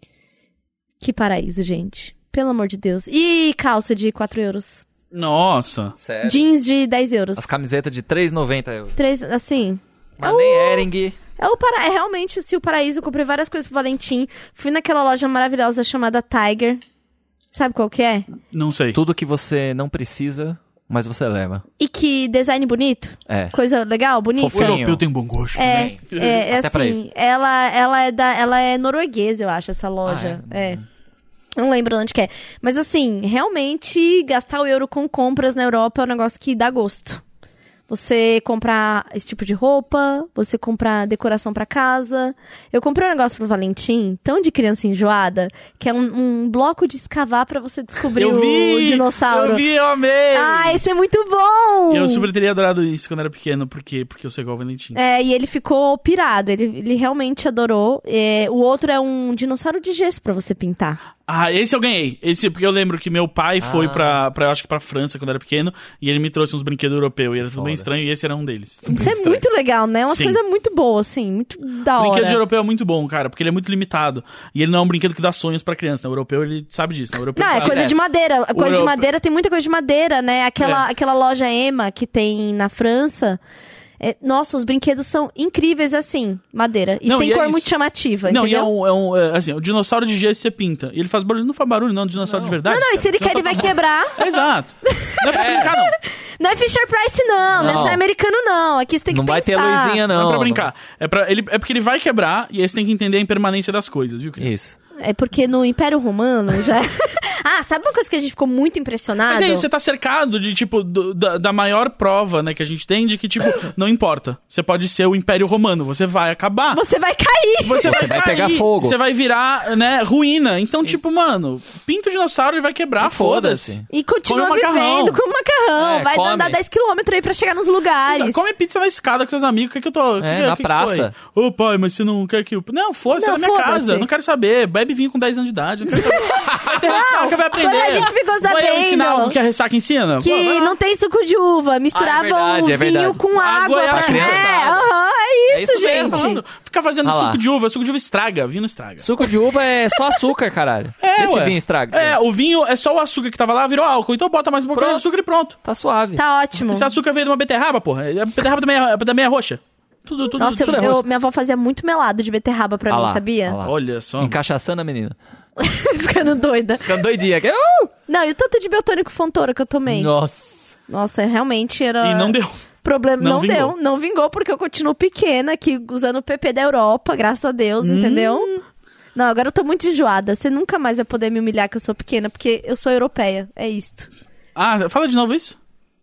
Que paraíso, gente. Pelo amor de Deus. E calça de quatro euros. Nossa. Sério? Jeans de dez euros. As camisetas de três e noventa euros. três, assim... Mas é nem o... Hering. É, o para... é realmente assim, o paraíso. Eu comprei várias coisas pro Valentim. Fui naquela loja maravilhosa chamada Tiger. Sabe qual que é? Não sei. Tudo que você não precisa... Mas você leva. E que design bonito? É. Coisa legal, bonita? O europeu tem bom gosto. É, é, é Até pra assim, isso. ela, ela, é da, ela é norueguesa, eu acho, essa loja. Ah, é? é. Não lembro onde que é. Mas assim, realmente, gastar o euro com compras na Europa é um negócio que dá gosto. Você comprar esse tipo de roupa, você comprar decoração pra casa. Eu comprei um negócio pro Valentim, tão de criança enjoada, que é um, um bloco de escavar pra você descobrir eu vi, o dinossauro. Eu vi, eu amei! Ah, esse é muito bom! Eu super teria adorado isso quando era pequeno, por quê? Porque eu sou igual o Valentim. É, e ele ficou pirado, ele, ele realmente adorou. É, o outro é um dinossauro de gesso pra você pintar. Ah, esse eu ganhei. Esse, porque eu lembro que meu pai Ah. foi pra, pra, eu acho que pra França quando era pequeno, e ele me trouxe uns brinquedos europeus, e era tudo Foda. bem estranho, e esse era um deles. Isso é muito legal, né? Umas Sim. coisas muito boas, assim, muito da O hora. brinquedo de europeu é muito bom, cara, porque ele é muito limitado. E ele não é um brinquedo que dá sonhos pra criança, né? O europeu, ele sabe disso, né? O europeu Não, é sabe. coisa É. de madeira. Coisa de Europa- madeira, tem muita coisa de madeira, né? Aquela, É. aquela loja Ema que tem na França. é- nossa, os brinquedos são incríveis assim, madeira. E Não, sem e é cor isso. muito chamativa, Não, e é entendeu? um, é um é, assim, o dinossauro de gesso você pinta. E ele faz barulho, não faz barulho não, o dinossauro Não. de verdade. Não, não, e cara. se ele quer, ele vai quebrar. É, exato. Não é pra brincar, não. Não é Fisher Price, não. Não, é Não. só americano, não. Aqui você tem que Não vai ter pensar. luzinha, Não, não. é pra brincar. É, pra, ele, é porque ele vai quebrar, e aí você tem que entender a impermanência das coisas, viu, criança? Isso. É porque no Império Romano já... Ah, sabe uma coisa que a gente ficou muito impressionado? Mas é isso, você tá cercado de, tipo, do- da, da maior prova, né, que a gente tem de que, tipo, não importa. Você pode ser o Império Romano, você vai acabar. Você vai cair! Você, Você vai cair, pegar fogo. Você vai virar, né, ruína. Então, tipo, mano, pinta o dinossauro e vai quebrar, E foda-se. foda-se. E continua Come macarrão. vivendo com macarrão. É, vai come. andar dez quilômetros aí pra chegar nos lugares. Come pizza na escada com seus amigos, o que que eu tô... que É, que- na que que praça. foi? Ô, pai, mas você não quer que... eu- Não, foda-se, é Não, na minha foda-se. casa, não quero saber. Bebe vinho com dez anos de idade, não quero saber. Vai ter ressaca, vai aprender. quando a gente ficou Vou eu ensinar sabendo algo que a ressaca ensina? Que Pô, vai lá. não tem suco de uva. Misturavam Ah, é verdade, é vinho verdade. com A água. goiaba pra... criança. É, aham, é isso, É isso mesmo, gente. Mano, ficar fazendo Ah lá. suco de uva, suco de uva estraga, vinho não estraga. Suco de uva é só açúcar, caralho. É, Esse ué. vinho estraga. É, o vinho é só o açúcar que tava lá, virou álcool. Então bota mais um pouquinho de Pronto. açúcar e pronto. Tá suave. Tá ótimo. Esse açúcar veio de uma beterraba, porra. A beterraba também é, também é roxa. Tudo, tudo, Nossa, eu, tudo é eu- roxo. minha avó fazia muito melado de beterraba pra Ah mim, lá, sabia? ah lá. Olha só. Encaixaçando a menina. Ficando doida. Ficando doidinha. aqui. Uh! Não, e o tanto de biotônico fontoura que eu tomei? Nossa. Nossa, realmente era... E não deu. Problema, Não não, vingou. deu, não vingou, porque eu continuo pequena aqui, usando o P P da Europa, graças a Deus, Hum. entendeu? Não, agora eu tô muito enjoada. Você nunca mais vai poder me humilhar que eu sou pequena, porque eu sou europeia. É isto. Ah, fala de novo isso.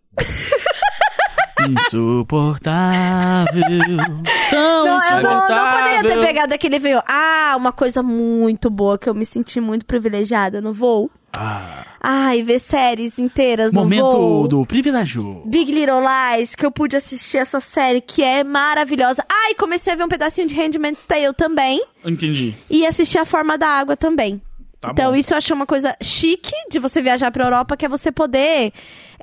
Insuportável. Tão Não, eu não, não insuportável. poderia ter pegado aquele veio. Ah, uma coisa muito boa que eu me senti muito privilegiada no voo. Ah. Ai, ver séries inteiras no Momento voo. do privilégio. Big Little Lies, que eu pude assistir essa série, que é maravilhosa. Ai, comecei a ver um pedacinho de Handmaid's Tale também. Entendi. E assisti A Forma da Água também. Tá então, bom. isso eu achei uma coisa chique de você viajar pra Europa, que é você poder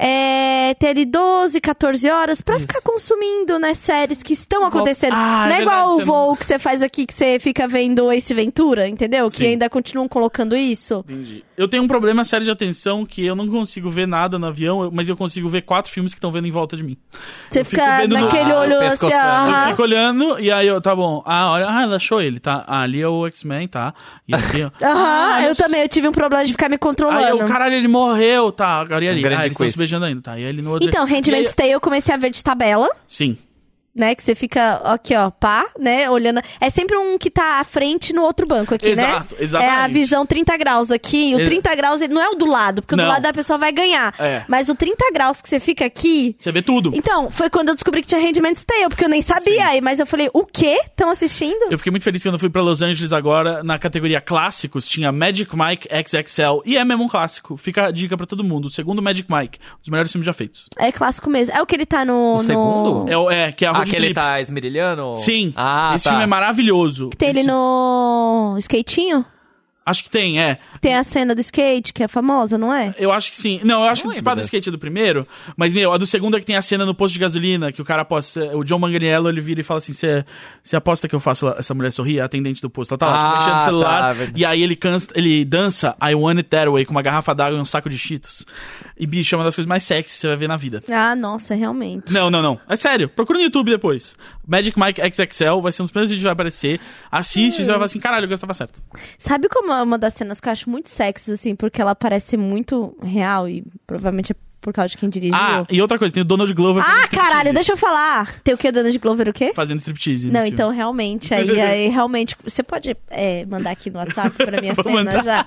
é, ter ali doze, catorze horas pra Isso. ficar consumindo, né, séries que estão acontecendo. Ah, é não é igual verdade, o você voo não- que você faz aqui, que você fica vendo Ace Ventura, entendeu? Sim. Que ainda continuam colocando isso. Entendi. Eu tenho um problema sério de atenção que eu não consigo ver nada no avião, eu- mas eu consigo ver quatro filmes que estão vendo em volta de mim. Você Eu fico fica vendo no- naquele Ah, olho assim, pescoçando. aham. Eu fico olhando e aí eu, tá bom. Ah, olha, ah, ela achou ele, tá? Ah, ali é o X-Men, tá? E aqui, ó. Aham, Ah, eu também, eu tive um problema de ficar me Aí controlando. eu, caralho, ele morreu, tá? Agora e ali? Um grande Ah, eles estão quiz. se beijando ainda, tá? E ele no outro. Então, E aí- Handmaid's Tale eu comecei a ver de tabela, Sim. né? Que você fica aqui, ó, pá, né? Olhando. É sempre um que tá à frente no outro banco aqui, Exato, né? exatamente. É a visão trinta graus aqui. O Ex- trinta graus ele não é o do lado, porque o Não. do lado a pessoa vai ganhar. É. Mas o trinta graus que você fica aqui. Você vê tudo. Então, foi quando eu descobri que tinha Handmaid's Tale, porque eu nem sabia. Aí, mas eu falei, o quê? Estão assistindo? Eu fiquei muito feliz quando eu fui pra Los Angeles agora, na categoria clássicos, tinha Magic Mike X X L, e é mesmo um clássico. Fica a dica pra todo mundo. O segundo Magic Mike, um dos melhores filmes já feitos. É clássico mesmo. É o que ele tá no. O no- segundo? É, o- é que é a Ah, road que ele trip. tá esmerilhando? Sim, Ah, esse tá. filme é maravilhoso. Que tem ele Esse- no. Skatinho? Acho que tem, é. Tem a cena do skate, que é famosa, não é? Eu acho que sim. Não, eu acho Não que o lembro do dessa. skate é do primeiro, mas, meu, a do segundo é que tem a cena no posto de gasolina, que o cara aposta, o John Manganiello, ele vira e fala assim, você aposta que eu faço essa mulher sorrir? A atendente do posto. Ela tá lá, tipo, Ah, mexendo no celular, tá, verdade. e aí ele, cansa, ele dança I Want It That Way, com uma garrafa d'água e um saco de Cheetos. E, bicho, é uma das coisas mais sexy que você vai ver na vida. Ah, nossa, realmente. Não, não, não. É sério. Procura no YouTube depois. Magic Mike X X L vai ser um dos primeiros vídeos que vai aparecer. Assiste e você vai falar assim, caralho, eu estava certo. Sabe como é uma das cenas que eu acho muito sexy, assim, porque ela parece ser muito real e provavelmente é por causa de quem dirigiu. Ah, e outra coisa, tem o Donald Glover fazendo Ah, striptease. caralho, deixa eu falar. Tem o que, Donald Glover, o quê? Fazendo striptease. Não, nesse então filme. realmente, aí, aí realmente, você pode é, mandar aqui no WhatsApp pra minha Vou cena mandar. já?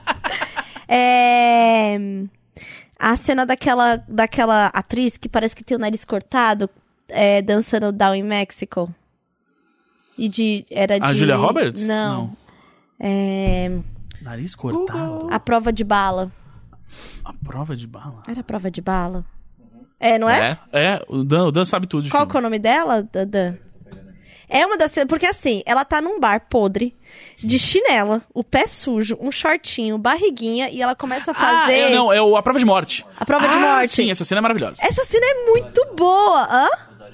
É... A cena daquela, daquela atriz que parece que tem o nariz cortado, é, dançando Down in Mexico. E de... Era de... A Julia Roberts? Não. É... Nariz cortado. A Prova de Bala. A prova de bala. Era a Prova de Bala? É, não é? É? É, o Dan, o Dan sabe tudo. de Qual filme. que é o nome dela, Dan? É uma das cenas... Porque assim, ela tá num bar podre, de chinela, o pé sujo, um shortinho, barriguinha, e ela começa a Ah, fazer... é, não, é o, a prova de morte. A prova de Ah, morte. Sim, essa cena é maravilhosa. Essa cena é muito boa. Hã?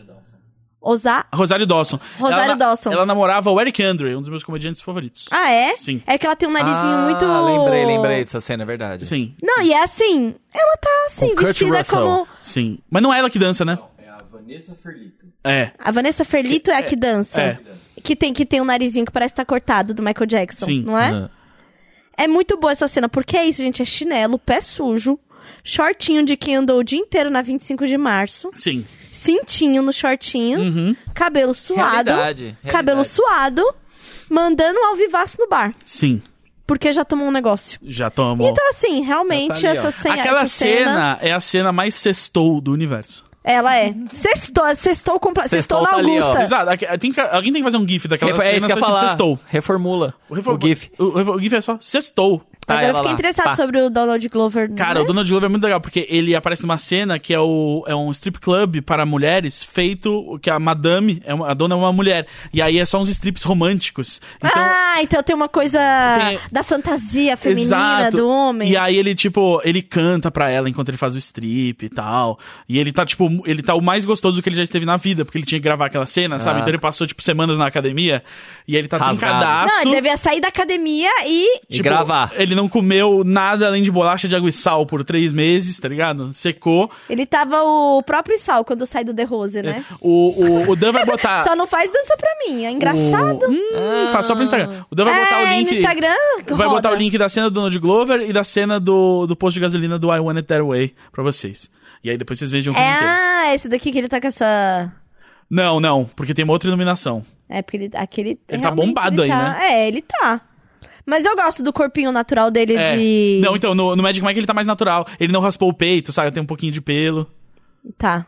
Osa... A Rosário Dawson. Rosário ela, na- Dawson. Ela namorava o Eric Andre, um dos meus comediantes favoritos. Ah, é? Sim. É que ela tem um narizinho ah, muito... lembrei, lembrei dessa cena, é verdade. Sim, Não, e é assim, ela tá assim, Com Kurt vestida Russell. como... sim. Mas não é ela que dança, né? É a Vanessa Ferlito. É. A Vanessa Ferlito é a que dança. é. Que tem, que tem um narizinho que parece que tá cortado, do Michael Jackson, Sim. não é? Ah. É muito boa essa cena, porque é isso, gente, é chinelo, pé sujo, shortinho de quem andou o dia inteiro na vinte e cinco de março, Sim. cintinho no shortinho, Uhum. cabelo suado, Realidade, cabelo realidade. suado, mandando ao vivaço no bar, Sim. porque já tomou um negócio. Já tomou. Então, assim, realmente, Já tá ali, ó. essa, cena, Aquela essa cena, cena é a cena mais sextou do universo. ela é. Sextou, sextou, compla... sextou Sextou na tá ali, ó. Augusta. Exato. aqui- Tem que- alguém tem que fazer um gif daquela Refo- cena é isso que eu ia só de falar. sextou. Reformula O, refor- o GIF. O, o- o gif é só sextou. Tá, Agora eu ela fiquei lá. interessado Pá. sobre o Donald Glover. Cara, né? o Donald Glover é muito legal, porque ele aparece numa cena que é, o, é um strip club para mulheres, feito que a madame, é uma- a dona é uma mulher. E aí é só uns strips românticos. Então, Ah, então tem uma coisa Tem- da fantasia feminina exato. do homem. E aí ele, tipo, ele canta pra ela enquanto ele faz o strip e tal. E ele tá, tipo, ele tá o mais gostoso que ele já esteve na vida, porque ele tinha que gravar aquela cena, sabe? Ah. Então ele passou, tipo, semanas na academia. E aí ele tá Rasgado. trincadaço. Não, ele devia sair da academia e... E gravar. Ele não comeu nada além de bolacha de água e sal por três meses, tá ligado? Secou. Ele tava o próprio Sal quando sai do The Rose, né? O, o, o Dan vai botar... Só não faz dança pra mim, é engraçado. O... Hum, faz só pro Instagram. O Dan vai botar é, o link... no Instagram Vai roda. botar o link da cena do Donald Glover e da cena do, do posto de gasolina do I Want It That Way pra vocês. E aí depois vocês vejam o É, filme inteiro. ah, esse daqui que ele tá com essa... Não, não, porque tem uma outra iluminação. É, porque ele, aquele... Ele tá realmente bombado ele aí, tá- né? É, ele tá. Mas eu gosto do corpinho natural dele É. de... Não, então, no, no Magic Mike ele tá mais natural. Ele não raspou o peito, sabe? Tem um pouquinho de pelo. Tá.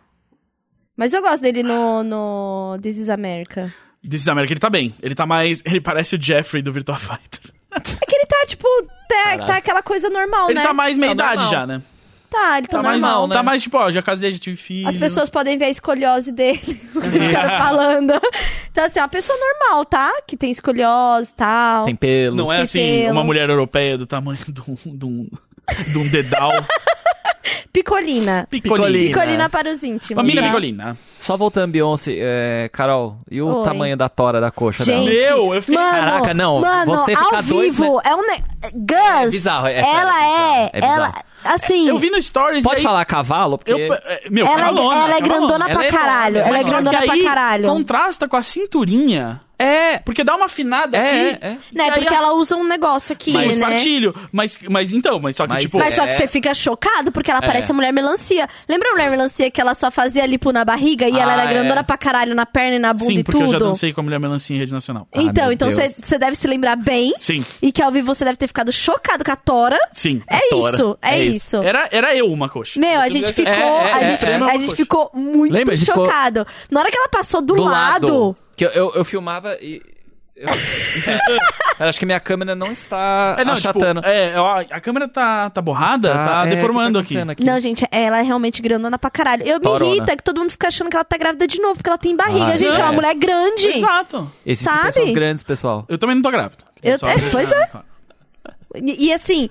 Mas eu gosto dele no, no This is America. This is America, ele tá bem. Ele tá mais... Ele parece o Jeffrey do Virtua Fighter. É que ele tá, tipo, tá, tá aquela coisa normal, Ele né? tá mais meia Tá idade normal. já, né? Tá, ele tá, Tá mais, normal. né? tá mais tipo, ó, já casei, já tive filho. As pessoas podem ver a escoliose dele, o que o cara falando. Então, assim, é uma pessoa normal, tá? Que tem escoliose e tal. Tem pelos. Não é Sem assim, pelo. uma mulher europeia do tamanho de um, de um, de um dedal. Picolina. Picolina. Picolina para os íntimos. Família tá? Picolina. Só voltando, Beyoncé, é, Carol, e o Oi. tamanho da tora da coxa Gente, dela? Meu, eu fiquei- mano, Caraca, não, Mano, você ao ficar dois vivo, é um... Ne... Girls, É bizarro, é sério, ela é é... bizarro, é bizarro. ela, assim... Eu vi no Stories. Pode aí, falar cavalo? Porque... Eu, é, meu, ela, é, cavalona, ela é cavalona. grandona Ela pra é enorme, caralho. mas Ela é Só que grandona aí, pra caralho. contrasta com a cinturinha. É, Porque dá uma afinada é, aqui. é. Né, E aí porque a- ela usa um negócio aqui, Sim, um né? espartilho. Mas, mas então, mas só que Mas tipo... Mas só É. que você fica chocado, porque ela É. parece a mulher melancia. Lembra a mulher melancia que ela só fazia lipo na barriga e ela Ah, era grandona é. pra caralho na perna e na bunda Sim, e porque tudo? eu já dancei com a mulher melancia em rede nacional. Ah, Então, meu então Deus. você deve se lembrar bem. Sim, E que ao vivo você deve ter ficado chocado com a tora. sim. É tora. isso, é, É isso. Era, era eu uma coxa. Meu, a Você gente devia- ficou, É, é, a é, gente, é. a gente ficou muito Lembra? A gente ficou- chocado. Na hora que ela passou do, Do lado, lado. Que eu, eu, eu filmava e... Eu, eu acho que minha câmera não está É, não, achatando. tipo, é, ó, a câmera tá, tá borrada, tá é, deformando o que tá aqui. acontecendo Não, gente, ela é realmente grandona pra caralho. Eu me Torona. irrita que todo mundo fica achando que ela tá grávida de novo, porque ela tem barriga. Ah, gente, é. é uma mulher grande. Exato. Existem sabe? pessoas grandes, pessoal. Eu também não tô grávida. Eu- Só é, deixar pois é. claro. E, e assim,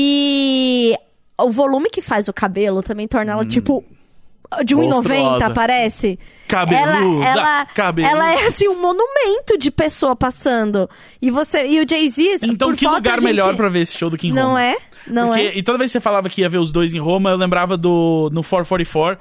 e o volume que faz o cabelo também torna ela, tipo, de um e noventa, Monstruosa. parece. Cabeluda, ela, ela, cabeluda. ela é, assim, um monumento de pessoa passando. E você e o Jay-Z, Então, por que foto, lugar a gente... melhor pra ver esse show do que em Roma? Não é? Não Porque, é? E toda vez que você falava que ia ver os dois em Roma, eu lembrava do... No quatrocentos e quarenta e quatro,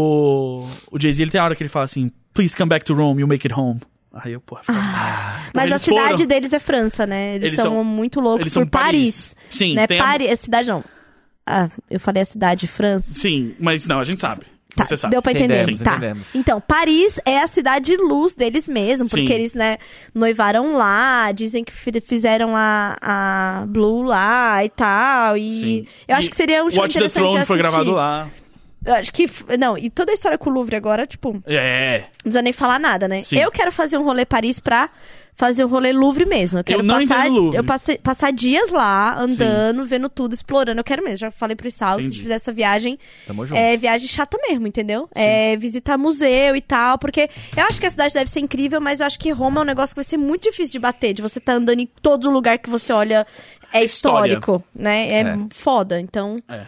o, o Jay-Z, ele tem a hora que ele fala assim, please come back to Rome, you make it home. Aí eu, porra, fica... Mas a eles cidade foram- deles é França, né? Eles, Eles são, são- muito loucos eles por são Paris. Paris. Sim, né? tem a- Paris, a cidade não. Ah, eu falei a cidade, França. Sim, mas não, a gente sabe. Tá, Você sabe. deu pra entender. Entendemos, tá. entendemos. Então, Paris é a cidade de luz deles mesmo, porque Sim. eles, né, noivaram lá, dizem que fi- fizeram a, a Blue lá e tal, e Sim. eu acho E que seria um show Watch the interessante de Throne assistir. foi gravado lá. Eu acho que, não, e toda a história com o Louvre agora, tipo, não É. precisa nem falar nada, né? Sim. Eu quero fazer um rolê Paris pra fazer um rolê Louvre mesmo. Eu quero não passar, entendo Louvre. eu passei, passar dias lá, andando, vendo tudo, explorando. Eu quero mesmo. Já falei pro Sal, se a gente Entendi. fizer essa viagem, Tamo junto. é viagem chata mesmo, entendeu? É visitar museu e tal, porque eu acho que a cidade deve ser incrível, mas eu acho que Roma é um negócio que vai ser muito difícil de bater, de você tá andando em todo lugar que você olha é História. histórico, né? É, É. foda, então... É.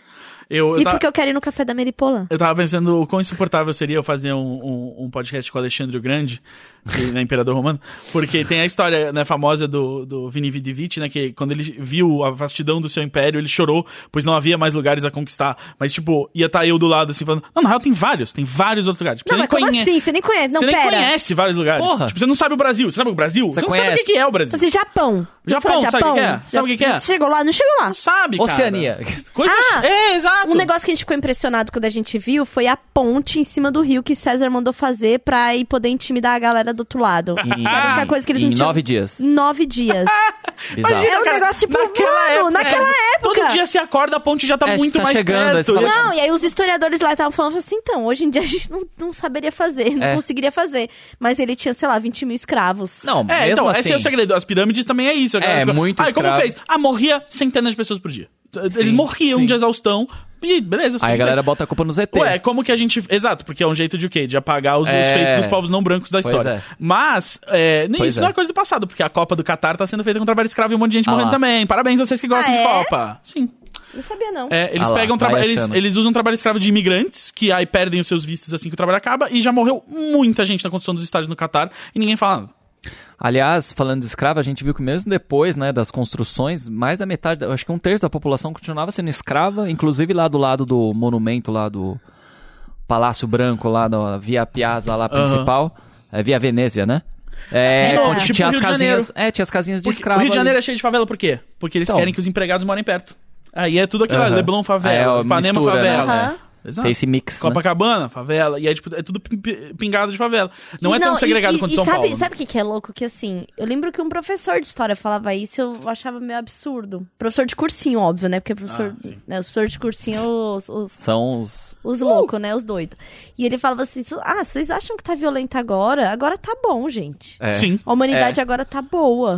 Eu, eu E tava- porque eu quero ir no café da Meripolan. Eu tava pensando o quão insuportável seria eu fazer um, um, um podcast com o Alexandre o Grande, que, né, Imperador Romano, porque tem a história, né, famosa do, do Vini Vidivici, né, que quando ele viu a vastidão do seu império, ele chorou, pois não havia mais lugares a conquistar. Mas, tipo, ia estar eu do lado, assim, falando, não, na real tem vários, tem vários outros lugares. Tipo, Não, você mas nem como conhece, assim? Você nem conhece? Não, você nem pera. conhece vários lugares. Porra. Tipo, você não sabe o Brasil. Você sabe o Brasil? Você, Você não sabe o conhece. que que é o Brasil. Assim, Japão. Já Japão, falou sabe o que que é? Sabe o que que é? Você chegou lá? Não chegou lá. Não sabe, cara. Oceania. Coisa... Ah, é, exato. Um negócio que a gente ficou impressionado quando a gente viu foi a ponte em cima do rio que César mandou fazer pra ir poder intimidar a galera do outro lado. Em, Era a única coisa que eles em não tinham- nove dias. Em nove dias. Bizarro. É um cara, negócio tipo, naquela mano, época- naquela é, época. Todo dia se acorda, a ponte já tá É, muito tá mais chegando, aí você perto. fala, Não, e aí os historiadores lá estavam falando assim, então, hoje em dia a gente não, não saberia fazer, não É. conseguiria fazer. Mas ele tinha, sei lá, vinte mil escravos. Não, É, mesmo então, assim. esse é o segredo. As pirâmides também é isso. a galera É, fica, muito Ah, e como escravo. fez? Ah, morria centenas de pessoas por dia. Eles Sim, morriam sim. de exaustão e beleza. Aí a sim, galera bota a culpa no Z T. Ué, como que a gente... Exato, porque é um jeito de o quê? De apagar os, os É. feitos dos povos não brancos da Pois história. é. Mas, é, nem Pois isso é. não é coisa do passado, porque a Copa do Catar tá sendo feita com trabalho escravo e um monte de gente Ah morrendo lá. também. Parabéns vocês que gostam Ah, de é? Copa. Sim. Não sabia, não. É, eles Ah lá, pegam vai traba- eles, achando. eles usam trabalho escravo de imigrantes, que aí perdem os seus vistos assim que o trabalho acaba, e já morreu muita gente na construção dos estádios no Catar, e ninguém fala nada. Aliás, falando de escravo, a gente viu que mesmo depois, né, das construções, mais da metade, acho que um terço da população continuava sendo escrava, inclusive lá do lado do monumento lá do Palácio Branco, lá da Via Piazza lá principal, é Via Venezia, né? É, De novo, onde tipo tinha o as Rio de casinhas, Janeiro. é, tinha as casinhas de Porque escravo. o Rio de Janeiro ali. é cheio de favela por quê? Porque eles Então. querem que os empregados morem perto. Aí é tudo aquilo, Aham. Leblon favela, É, ó, Ipanema mistura, né? favela. Aham. Exato. Tem esse mix, né? Copacabana, favela, e aí tipo, é tudo pi- pi- pingado de favela. Não E é tão segregado e- quanto e São sabe, Paulo. Sabe o que, que é louco? Que assim, eu lembro que um professor de história falava isso, eu achava meio absurdo. Professor de cursinho, óbvio, né? Porque professor, Ah, sim. né, os professores de cursinho, os, os, São os... os loucos, né? Os doidos. E ele falava assim: ah, vocês acham que tá violento agora? Agora tá bom, gente. É. Sim. A humanidade agora tá boa.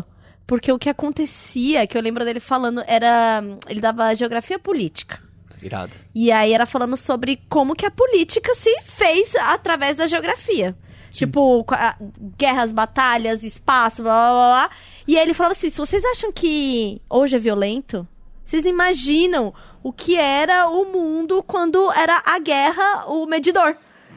Porque o que acontecia, que eu lembro dele falando, era... Ele dava geografia política. Irado. E aí era falando sobre como que a política se fez através da geografia. Sim. Tipo, a, guerras, batalhas, espaço, blá, blá, blá, blá. E aí ele falava assim, se vocês acham que hoje é violento, vocês imaginam o que era o mundo quando era a guerra, o medidor.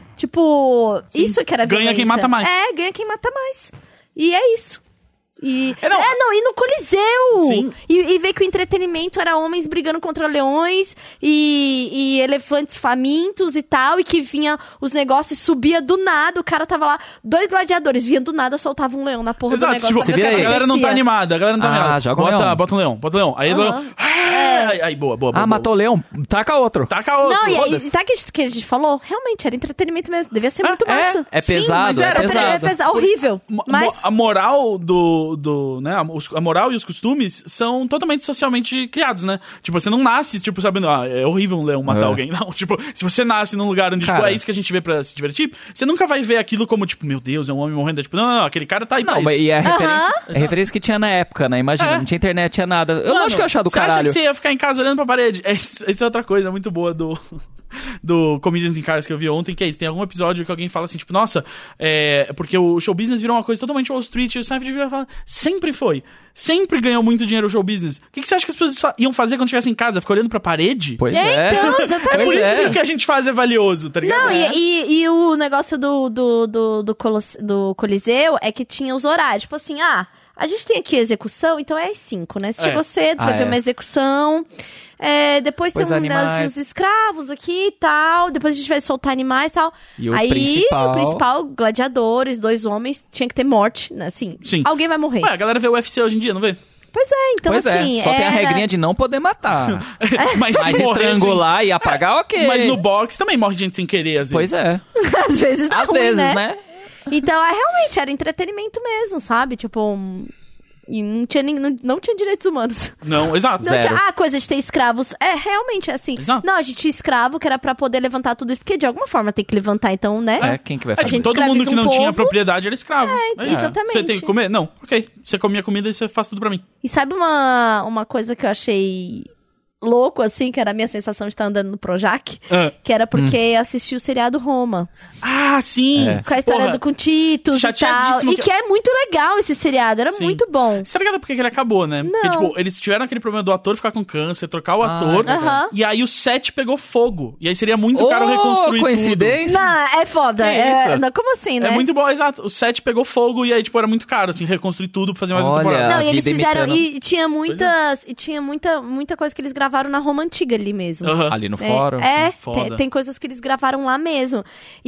Tipo, Sim. isso é que era violência. Ganha quem mata mais. É, ganha quem mata mais. E é isso. E, é, não. é, não, e no Coliseu! Sim. E, e ver que o entretenimento era homens brigando contra leões e, e elefantes famintos e tal, e que vinha os negócios, subia do nada, o cara tava lá, dois gladiadores, vinha do nada, soltava um leão na porra Exato, do negócio. Tipo, a galera não tá animada, a galera não tá ah, animada. Joga um bota, leão. bota um leão, bota um leão. Aí, uhum. leão, ah, aí, aí, boa, boa, boa. Ah, boa. matou o leão, taca outro. Taca outro. Não, e aí, sabe o que, que a gente falou? Realmente, era entretenimento mesmo, devia ser é, muito massa. É, é pesado, Sim, mas era, é pesado. É pesado, horrível. Mas... A moral do, do né, a moral e os costumes são totalmente socialmente criados, né? Tipo, você não nasce, tipo, sabendo, ah, é horrível um leão matar é. alguém. Não, tipo, se você nasce num lugar onde, cara, tipo, é isso que a gente vê pra se divertir, você nunca vai ver aquilo como, tipo, meu Deus, é um homem morrendo. É, tipo, não, não, não, aquele cara tá aí não, pra isso. E é a referência, uh-huh. é a referência que tinha na época, né? Imagina, é. não tinha internet, tinha nada. Eu Mano, acho que eu achava do você caralho. Acha que você ia ficar em casa olhando pra parede? Essa é outra coisa muito boa do... do Comedians in Cars que eu vi ontem, que é isso, tem algum episódio que alguém fala assim, tipo, nossa, é, porque o show business virou uma coisa totalmente Wall Street, e o Seinfeld vira e fala, sempre foi, sempre ganhou muito dinheiro o show business. O que, que você acha que as pessoas iam fazer quando estivessem em casa? Ficar olhando pra parede? Pois é. Então, exatamente. É por isso é. que o que a gente faz é valioso, tá ligado? Não, é. e, e, e o negócio do, do, do, do, Colos, do Coliseu é que tinha os horários, tipo assim, ah, a gente tem aqui a execução, então é às cinco, né? Se É. chegou cedo, você Ah, vai ver é. uma execução. É, depois Pois tem um, animais. das, os escravos aqui e tal. Depois a gente vai soltar animais e tal. E o Aí, principal- o principal, gladiadores, dois homens, tinha que ter morte, né? Assim, Sim. alguém vai morrer. Ué, a galera vê o U F C hoje em dia, não vê? Pois é, então pois assim... é, só tem a era- regrinha de não poder matar. Mas se Mas morressem- estrangular e apagar, ok. Mas no box também morre gente sem querer, às vezes. Pois é. Às vezes dá Às ruim, vezes, né? né? Então, é, realmente, era entretenimento mesmo, sabe? Tipo... um- E não tinha, nem, não, não tinha direitos humanos. Não, exato. Não Zero. tinha, ah, coisa de ter escravos. É, realmente, é assim. Exato. Não, a gente tinha escravo que era pra poder levantar tudo isso, porque de alguma forma tem que levantar, então, né? É, quem que vai É, fazer? tipo, gente todo escraviza mundo que um não tinha povo. propriedade era escravo. É, exatamente. Você tem que comer? Não. Ok. Você come a comida e você faz tudo pra mim. E sabe uma, uma coisa que eu achei louco, assim, que era a minha sensação de estar andando no Projac? Ah. Que era porque eu assisti o seriado Roma. Ah, sim! É. Com a história Porra, do com Titus e tal. chateadíssimo E que- que é muito legal esse seriado, era Sim. muito bom. Você tá ligado porque que ele acabou, né? Porque, tipo, eles tiveram aquele problema do ator ficar com câncer, trocar o Ah, ator, é Aham. e aí o set pegou fogo. E aí seria muito Ô, caro reconstruir coincidência? Não, é foda. Que É, isso? não, como assim, tudo. né? É muito bom, exato. O set pegou fogo e aí, tipo, era muito caro, assim, reconstruir tudo pra fazer mais uma Olha. temporada. Não, e a eles vida fizeram. imitando. E tinha muitas. E tinha muita, muita coisa que eles gravaram na Roma antiga ali mesmo. Aham. Ali no É, fórum. É, Foda. tem, tem coisas que eles gravaram lá mesmo.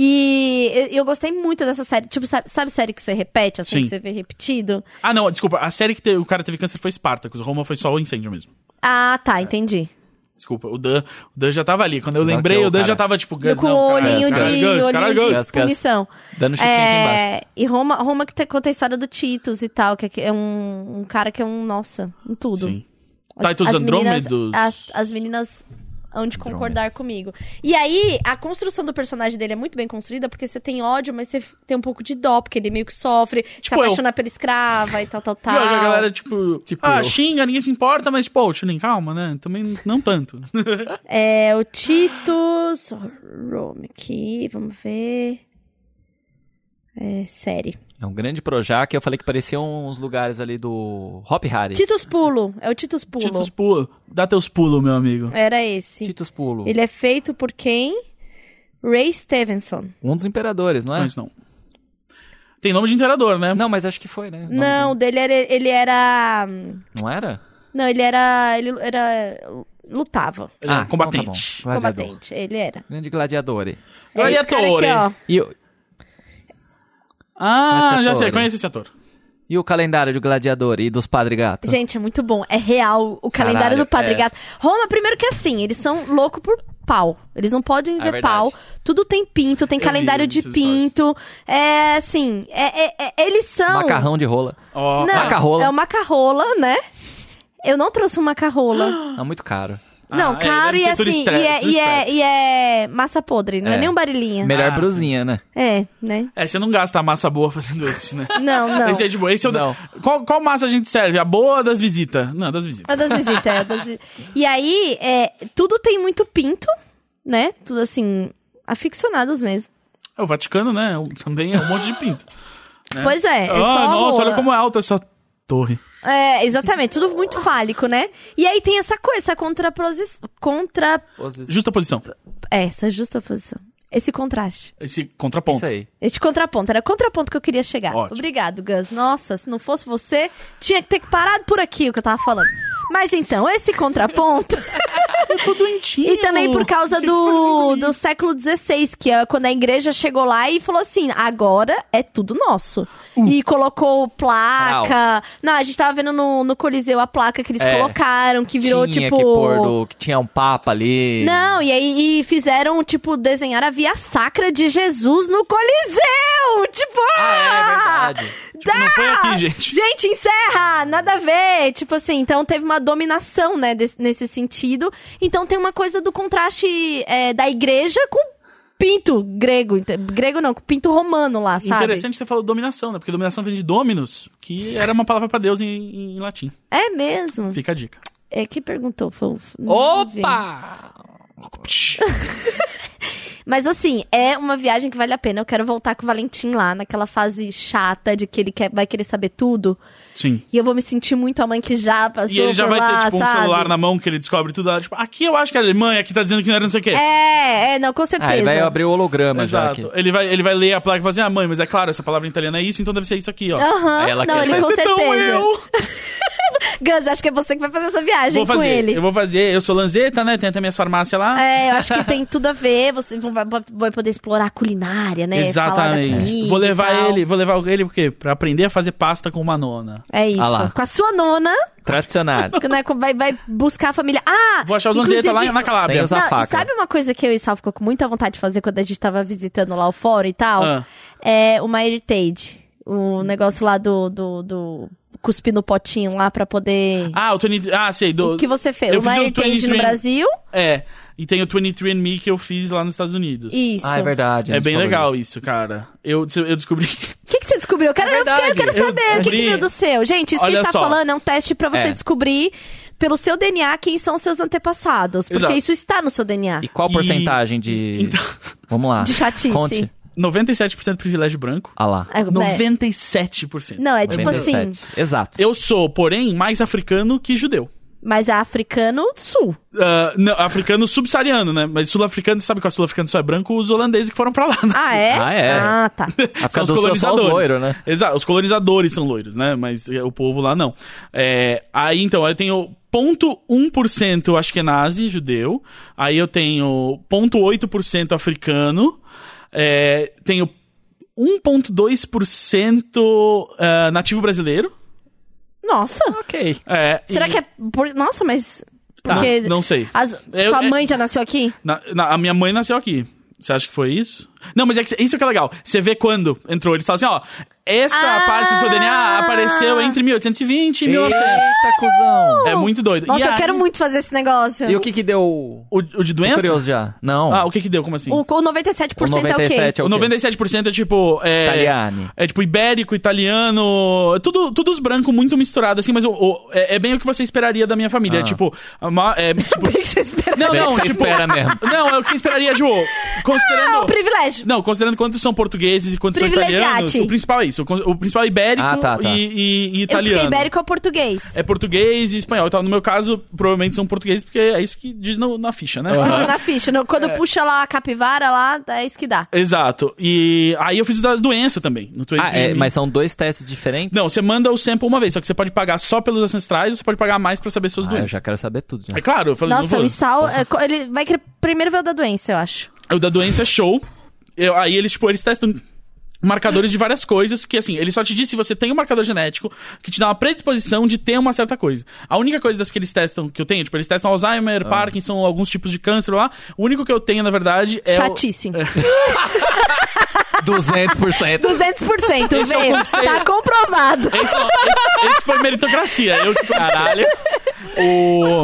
E eu, eu gostei muito dessa série. Tipo, sabe, sabe série que você repete, assim, Sim. que você vê repetido? Ah, não, desculpa. A série que te- o cara teve câncer foi Spartacus. Roma foi só o incêndio mesmo. Ah, tá, entendi. Desculpa, o Dan, o Dan já tava ali. Quando eu Não, lembrei, que o Dan cara- já tava, tipo... Gus, Com não, o caralho, olhinho de, caralho, Gus, olhinho caralho, de Gus. Gus, Gus. punição. Dando chitinho aqui embaixo. É, e Roma, Roma que te- conta a história do Titus e tal, que é, que é um, um cara que é um, nossa, um tudo. Sim. As- Titus as Andromedas. meninas- As, as meninas hão de concordar comigo. E aí, a construção do personagem dele é muito bem construída, porque você tem ódio, mas você tem um pouco de dó, porque ele meio que sofre, se Tipo eu. apaixona pela escrava e tal, tal, tal. E aí a galera, tipo, Tipo ah, eu. xinga, ninguém se importa, mas, pô, Chilin, calma, né? Também não tanto. É, o Titus... Rome aqui, vamos ver... É, série. É um grande Projac, eu falei que parecia uns lugares ali do Hop Harry. Titus Pulo, é o Titus Pulo. Titus Pulo. Dá teus pulos, meu amigo. Era esse. Titus Pulo. Ele é feito por quem? Ray Stevenson. Um dos imperadores, não é? Não, isso não. Tem nome de imperador, né? Não, mas acho que foi, né? O nome Não, dele era, ele era... dele. Não era? Não, ele era... Ele era... Lutava. Ele é Ah, combatente. então tá bom. Gladiador. Combatente. Ele era. Grande gladiador. É esse cara Gladiatore. aqui, ó. E o, Ah, já Gladiatore. sei, conheço esse ator. e o calendário de gladiador e dos Padre Gato? Gente, é muito bom. É real o calendário Caralho, do Padre é. Gato. Roma, primeiro que assim, eles são loucos por pau. Eles não podem É ver verdade. pau. Tudo tem pinto, tem Eu calendário vi de esses pinto. É assim, é, é- é- eles são... Macarrão de rola. Ó, Não, Macarrola. é o macarrola, né? Eu não trouxe um macarrola. Não, muito caro. Não, Ah, é, caro deve e ser tudo assim, estresse, e, é, tudo e, é, estresse. e é massa podre, não é, É. nem um barilinha. Melhor Ah, brusinha, né? É, né? É, você não gasta a massa boa fazendo isso, né? Não, não. Esse é, tipo, esse é o da- Não. Qual, qual massa a gente serve? A boa ou das visitas? Não, das visitas. É das visitas, é das visitas. E aí, é, tudo tem muito pinto, né? Tudo assim, aficionados mesmo. É, o Vaticano, né? o- Também é um monte de pinto. Né? Pois é, é Ah, só nossa, rola. olha como é alta essa torre. É, exatamente, tudo muito fálico, né? E aí tem essa coisa, essa contraposição. Contra. Justa posição. É, essa justa posição. Esse contraste. Esse contraponto. Isso aí. Este contraponto. Era contraponto que eu queria chegar. Ótimo. Obrigado, Gus. Nossa, se não fosse você, tinha que ter que parado por aqui o que eu tava falando. Mas então, esse contraponto. Eu tô doentinho. E também por causa Que isso parece do, comigo? do século dezesseis, que é quando a igreja chegou lá e falou assim, agora é tudo nosso. Uh. E colocou placa... Não, a gente tava vendo no, no Coliseu a placa que eles É. colocaram, que virou tinha tipo... que pôr do, que tinha um papa ali. Não, e aí e fizeram, tipo, desenhar a via sacra de Jesus no Coliseu! Tipo, Ah, é verdade. Tipo, não foi aqui, gente. Gente, encerra! Nada a ver! Tipo assim, então teve uma dominação, né, desse- nesse sentido. Então tem uma coisa do contraste é, da igreja com pinto grego. ente- Grego não, com pinto romano lá, sabe? Interessante que você falou dominação, né? Porque dominação vem de dominus, que era uma palavra pra Deus em, em latim. É mesmo? Fica a dica. É, que perguntou? Foi, o- não vi. Opa! Mas assim, é uma viagem que vale a pena. Eu quero voltar com o Valentim lá, naquela fase chata de que ele quer, vai querer saber tudo. Sim. E eu vou me sentir muito a mãe que já passou E ele já por vai lá, ter, tipo, um sabe? celular na mão que ele descobre tudo lá. Tipo, aqui eu acho que é Alemanha, aqui tá dizendo que não era não sei o quê. É, é, não, com certeza. Aí vai abrir o holograma já Exato. aqui. Ele vai, ele vai ler a placa e falar assim, ah, mãe, mas é claro, essa palavra em italiano é isso, então deve ser isso aqui, ó. Aham, Aí ela não, quer ele saber. com Mas então certeza. eu Gus, acho que é você que vai fazer essa viagem vou com fazer, ele. eu vou fazer, eu sou lanzeta, né, tem até minhas farmácias lá. É, eu acho que tem tudo a ver. Você vai, vai poder explorar a culinária, né? Falar da Exatamente. comida Vou e levar tal. ele, vou levar ele porque pra aprender a fazer pasta com uma nona. É isso. Ah lá. Com a sua nona, Tradicional. né, com- vai, vai buscar a família. Ah! Vou achar os inclusive- lanzeta lá na Calábria. Sem usar Não, faca. e sabe uma coisa que eu e Sal ficou com muita vontade de fazer quando a gente tava visitando lá o fórum e tal? Ah. É uma Heritage. O negócio lá do, do, do cuspir no potinho lá pra poder... Ah, o vinte... Ah, sei. Do... O que você fez? eu Uma fiz o Heritage vinte e no três Brasil? É. E tem o vinte e três and me que eu fiz lá nos Estados Unidos. Isso. Ah, é verdade. a É gente bem falou legal isso. isso, cara. Eu, eu descobri... O que, que você descobriu? Eu quero, É eu quero, eu quero verdade. Eu saber o que, que descobri- veio do seu. Gente, isso que a Olha gente tá só. falando é um teste pra você É. descobrir pelo seu D N A quem são seus antepassados. Porque Exato. isso está no seu D N A. E qual E- porcentagem de... Então- Vamos lá. De chatice. Conte. noventa e sete por cento privilégio branco. Ah lá. É, é- noventa e sete por cento. Não, é tipo noventa e assim, sete. Exato. Eu sou, porém, mais africano que judeu. mas é africano sul. Ah, não, africano subsaariano, né? Mas sul-africano, sabe qual é sul-africano só é branco? Os holandeses que foram pra lá, né? Ah, é? Ah, é? Ah, tá. África do Sul é só os loiros, né? Exato, os colonizadores são loiros, né? Mas é, o povo lá não. É, aí, então, eu tenho zero vírgula um por cento ashkenazi, judeu. Aí eu tenho zero vírgula oito por cento africano. É, tenho um vírgula dois por cento uh, nativo brasileiro. Nossa. Ok. É, Será e- que é por... Nossa, mas... Tá, Porque não sei. as- Eu- sua é- mãe já nasceu aqui? Na- na- a minha mãe nasceu aqui. Você acha que foi isso? Não, mas é que isso que é legal. Você vê quando entrou. Eles falam assim, ó... Essa Ah! parte do seu D N A apareceu entre mil oitocentos e vinte e mil e novecentos. Eita, cuzão. É muito doido. Nossa, E eu aí, quero muito fazer esse negócio. E o que que deu... O, o de Tô doença? curioso já. Não. Ah, o que que deu? Como assim? O, o noventa e sete por cento O noventa e sete é o quê? é o O quê? noventa e sete por cento é tipo... É, Italiani. É tipo ibérico, italiano... é Tudo, tudo os brancos muito misturado, assim. Mas o, o- é, é bem o que você esperaria da minha família. Ah. É tipo... a ma- é, tipo O que você espera? não, Bem não, que você tipo... espera mesmo. Não, é o que você esperaria, tipo... Considerando... Ah, o privilégio. Não, considerando quantos são portugueses e quantos são Privilegiati. italianos, o principal é isso. O, con- o principal é ibérico Ah, tá, tá. E, e- e Eu, italiano. porque ibérico é o português. É português e espanhol. Então, no meu caso, provavelmente são portugueses, porque é isso que diz no- na ficha, né? Na ficha. No- quando puxa lá a capivara, lá, é isso que dá. Exato. E aí eu fiz o da doença também. No Ah, é, vinte e três. mas são dois testes diferentes? Não, você manda o sample uma vez, só que você pode pagar só pelos ancestrais ou você pode pagar mais pra saber suas Ah, eu doenças. já quero saber tudo. Já. É claro, eu falei, não Nossa, vou- o Issal, é, co- ele vai querer primeiro ver o da doença, eu acho. O da doença é show. Eu- aí eles, tipo, eles testam marcadores de várias coisas que, assim, ele só te diz se você tem um marcador genético que te dá uma predisposição de ter uma certa coisa. A única coisa das que eles testam, que eu tenho, tipo, eles testam Alzheimer, Ah. Parkinson, alguns tipos de câncer lá. O único que eu tenho, na verdade, é o... Chatice. duzentos por cento. duzentos por cento, Esse eu veio. conquistei. Tá comprovado. Esse, esse- esse foi meritocracia. Eu, tipo, caralho. O...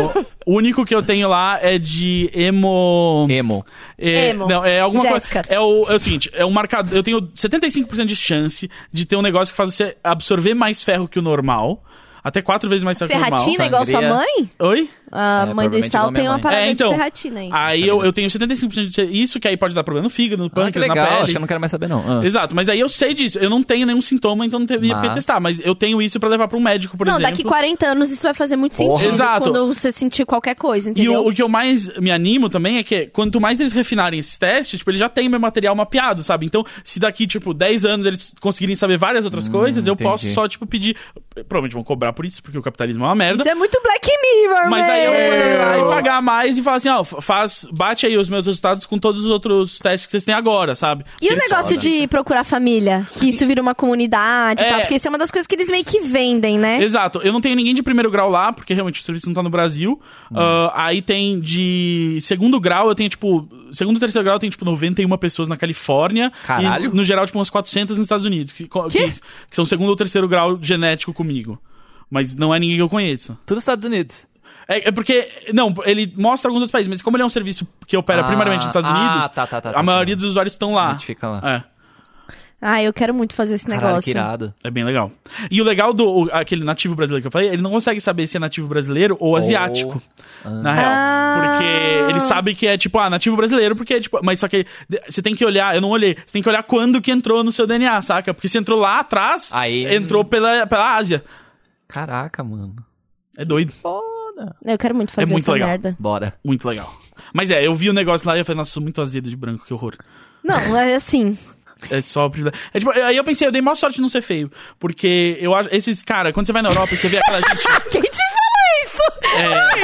O único que eu tenho lá é de emo... Emo. É, Emo. Não, é alguma Jéssica. coisa... É o, é o seguinte, é um marcador... Eu tenho setenta e cinco por cento de chance de ter um negócio que faz você absorver mais ferro que o normal. Até quatro vezes mais ferro que o normal. Ferratina igual sua Sangria. mãe? Oi? A É, mãe do provavelmente Sal igual minha tem uma mãe. parada É, então, de ferratina aí. Aí eu, eu tenho setenta e cinco por cento de ser isso, que aí pode dar problema no fígado, no Ah, que pâncreas, na legal, pele. acho que eu não quero mais saber não. Ah. Exato, mas aí eu sei disso. Eu não tenho nenhum sintoma, então não teria Mas- que testar. Mas eu tenho isso pra levar pra um médico, por não, exemplo. daqui quarenta anos isso vai fazer muito Porra. sentido. Exato. Quando você sentir qualquer coisa, E entendeu? o, o que eu mais me animo também é que quanto mais eles refinarem esses testes, tipo, eles já têm meu material mapeado, sabe? Então, se daqui, tipo, dez anos eles conseguirem saber várias outras coisas, eu entendi. posso só, tipo, pedir... Provavelmente vão cobrar por isso, porque o capitalismo é uma merda. Isso é muito Black Mirror, Mas aí eu vou poder ir lá e meu. pagar mais e falar assim, ó, faz, bate aí os meus resultados com todos os outros testes que vocês têm agora, sabe? E o Porque- negócio de procurar família? Que isso vira uma comunidade e É. tal. Porque isso é uma das coisas que eles meio que vendem, né? Exato, eu não tenho ninguém de primeiro grau lá, porque realmente o serviço não tá no Brasil. Hum. Ah, aí tem de segundo grau, eu tenho, tipo... Segundo e terceiro grau, eu tenho, tipo, noventa e uma pessoas na Califórnia. Caralho. E, no geral, tipo, umas quatrocentas nos Estados Unidos. Que, que, que são segundo ou terceiro grau genético comigo. Mas não é ninguém que eu conheço. Tudo Estados Unidos. É, é porque... Não, ele mostra alguns outros países, mas como ele é um serviço que opera Ah, primariamente nos Estados ah, Unidos, tá, tá, tá, a tá, maioria tá. dos usuários estão lá. Identifica lá. É. Ah, eu quero muito fazer esse Caralho, negócio. que irado. É bem legal. E o legal do o- aquele nativo brasileiro que eu falei, ele não consegue saber se é nativo brasileiro ou asiático. Na real. Ah. Porque ele sabe que é tipo, ah, nativo brasileiro, porque é tipo. Mas só que de- você tem que olhar, eu não olhei, você tem que olhar quando que entrou no seu D N A, saca? Porque se entrou lá atrás, Aí- entrou pela, pela Ásia. Caraca, mano. É doido. Foda. Eu quero muito fazer É muito essa legal. merda. Bora. Muito legal. Mas é, eu vi o negócio lá e eu falei, nossa, sou muito azedo de branco, que horror. Não, é assim. É só privilégio. É, tipo, aí eu pensei, eu dei maior sorte de não ser feio. Porque eu acho. Esses, cara, quando você vai na Europa e você vê aquela gente. Quem te falou isso?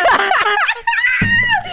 É.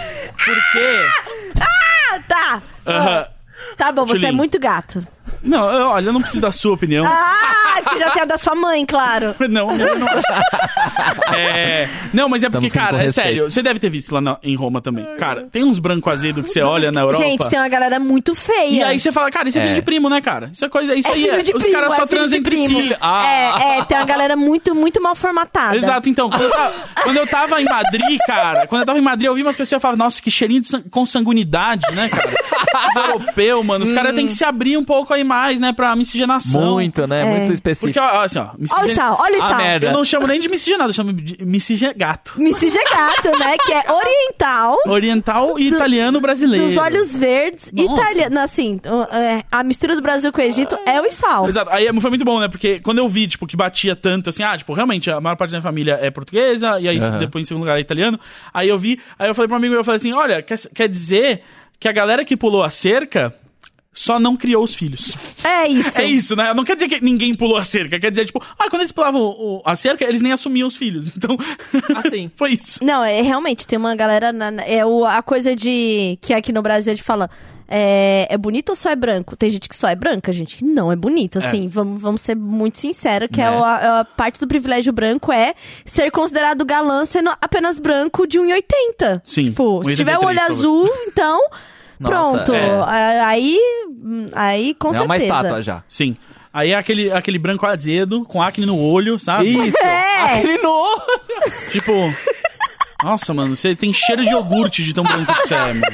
Porque. Ah, tá. Aham. Tá bom, você Julinho. é muito gato. Não, eu- olha, eu não preciso da sua opinião. Ah, porque já tem a da sua mãe, claro. Não, minha mãe não acha. É, não, mas é porque, Estamos sendo cara, com é respeito. sério, você deve ter visto lá na- em Roma também. Cara, tem uns branco azedo que você olha na Europa. Gente, tem uma galera muito feia. E aí você fala, cara, isso é, É. filho de primo, né, cara? Isso é coisa, isso É aí filho é. de Os primo, caras só é filho transam de entre primo. si. Ah. É, é, tem uma galera muito, muito mal formatada. Exato, então, quando eu, tava, quando eu tava em Madrid, cara, quando eu tava em Madrid, eu vi umas pessoas e falava, nossa, que cheirinho de san- consanguinidade, né, cara? Os europeus, mano, os caras têm que se abrir um pouco aí mais, né, pra miscigenação. Muito, né? É. Muito específico. Porque, ó, assim, ó, Olha o miscigen... sal, olha o Ah, sal. merda. Eu não chamo nem de miscigenado, eu chamo de miscigegato. Miscija gato, né? Que é oriental. Oriental e italiano brasileiro. Dos olhos verdes, Nossa. italiano. Assim, o- é, a mistura do Brasil com o Egito é o sal. Exato. Aí foi muito bom, né? Porque quando eu vi, tipo, que batia tanto, assim, ah, tipo, realmente, a maior parte da minha família é portuguesa, e aí Aham. depois, em segundo lugar, é italiano. Aí eu vi, aí eu falei pro amigo, eu falei assim, olha, quer, quer dizer que a galera que pulou a cerca só não criou os filhos. É isso. É isso, né? Não quer dizer que ninguém pulou a cerca, quer dizer, tipo, ah, quando eles pulavam o- a cerca, eles nem assumiam os filhos. Então, Assim. foi isso. Não, é realmente, tem uma galera. na- na- é o, a coisa de. Que aqui no Brasil a gente fala. É, é bonito ou só é branco? Tem gente que só é branca, gente que não é bonito. Assim, vamos, vamos ser muito sinceros, que é. Né? o- a, a parte do privilégio branco é ser considerado galã sendo apenas branco de um e oitenta. Sim, Tipo, se um e tiver o olho oitenta e três, azul, então. Nossa, pronto. é. A- Aí. Aí, com é certeza. uma estátua já. Sim. Aí é aquele, aquele branco azedo, com acne no olho, sabe? Isso. É. Aquele no... Tipo, nossa, mano, você tem cheiro de iogurte de tão branco que você é, mano.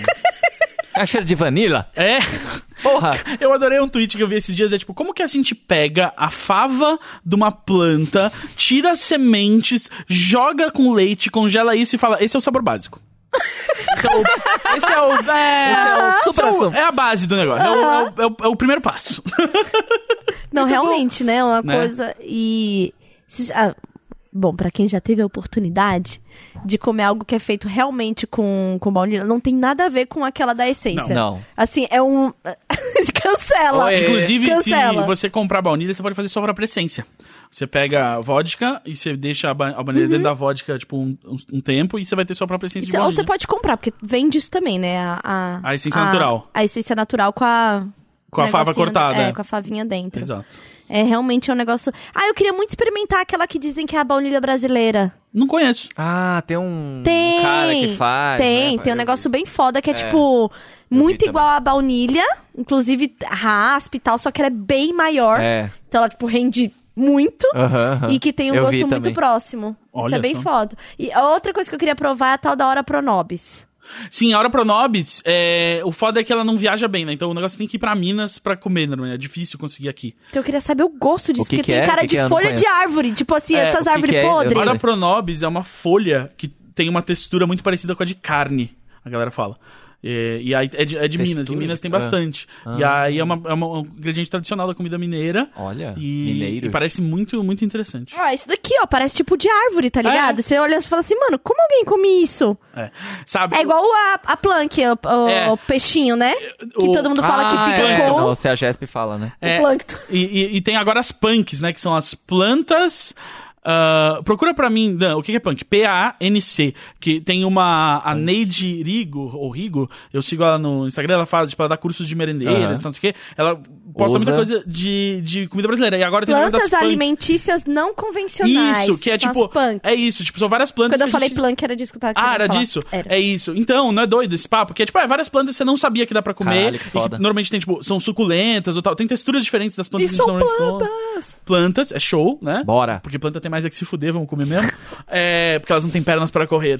É cheiro de vanilla? É. Porra. Eu adorei um tweet que eu vi esses dias, é tipo, como que a gente pega a fava de uma planta, tira as sementes, joga com leite, congela isso e fala, esse é o sabor básico. Esse é o... Esse é o, é, Esse é o esse é, supra-sumo. o- é a base do negócio, é o, é o- é o- é o primeiro passo. Não, realmente, né? Uma Né? coisa. E. se já- ah, bom, pra quem já teve a oportunidade de comer algo que é feito realmente com, com baunilha, não tem nada a ver com aquela da essência. Não. Assim, é um. Cancela! Oi. Inclusive, Cancela. se você comprar baunilha, você pode fazer só pra essência. Você pega a vodka e você deixa a, ba a baunilha dentro da vodka, tipo, um, um, um tempo, e você vai ter sua própria essência de Isso- ou baunilha. você pode comprar, porque vem disso também, né? A, a, A essência natural. A essência natural com a. Com a fava negocinho- cortada, É, é. com a favinha dentro. Exato. É realmente é um negócio. Ah, eu queria muito experimentar aquela que dizem que é a baunilha brasileira. Não conheço. Ah, tem um Tem. cara que faz. Tem, né? tem um Eu negócio vi. bem foda que é, É. tipo, vi muito também. igual a baunilha, inclusive raspa e tal, só que ela é bem maior. É. Então ela, tipo, rende muito Aham, aham. e que tem um Eu gosto vi muito também. próximo. Isso Olha é bem só. foda. E a outra coisa que eu queria provar é a tal da Hora Pronobis. Sim, a Hora Pronobis, é... o foda é que ela não viaja bem, né? Então o negócio tem que ir pra Minas pra comer, né? É difícil conseguir aqui. Então eu queria saber o gosto disso, O que porque que tem é? cara O que de que é? Eu não folha de conheço. árvore. Tipo assim, É, essas o que árvores que é? Eu podres. não A Hora sei. Pronobis é uma folha que tem uma textura muito parecida com a de carne, a galera fala. É, e aí é de, é de Minas, Textura em Minas de- tem ah. bastante. E aí é, uma, é uma- um ingrediente tradicional da comida mineira. Olha, E, mineiros. e parece muito, muito interessante. Ó, isso daqui, ó, parece tipo de árvore, tá ligado? É. Você olha e fala assim, mano, como alguém come isso? É. Sabe? É igual a, a plank, o, o- É. o peixinho, né? Que O- todo mundo fala que Ah, fica é, com não, o C A G E S P fala, né? É, o plâncton. E, e- e tem agora as punks, né? Que são as plantas. ah, procura pra mim, Dan, o que que é punk? P A N C. Que tem uma. A Neide Rigo, ou Rigo, eu sigo ela no Instagram, ela faz, tipo, ela dá cursos de merendeiras, Aham. não sei o quê. Ela posta Usa. muita coisa de, de comida brasileira. E agora tem o negócio Plantas das punks. alimentícias não convencionais. Isso, que é são tipo. as punk. É isso, tipo, são várias plantas. Quando eu que a falei gente... plank, era disso que eu tava Ah, querendo era falar. disso? Era. É isso. Então, não é doido esse papo? Porque, tipo, é várias plantas que você não sabia que dá pra comer. Caralho, que e foda. normalmente tem, tipo, são suculentas ou tal. Tem texturas diferentes das plantas E que a gente são normalmente come. Plantas, é show, né? Bora. Porque planta tem mais é que se fuder, vamos comer mesmo. É, porque elas não têm pernas pra correr.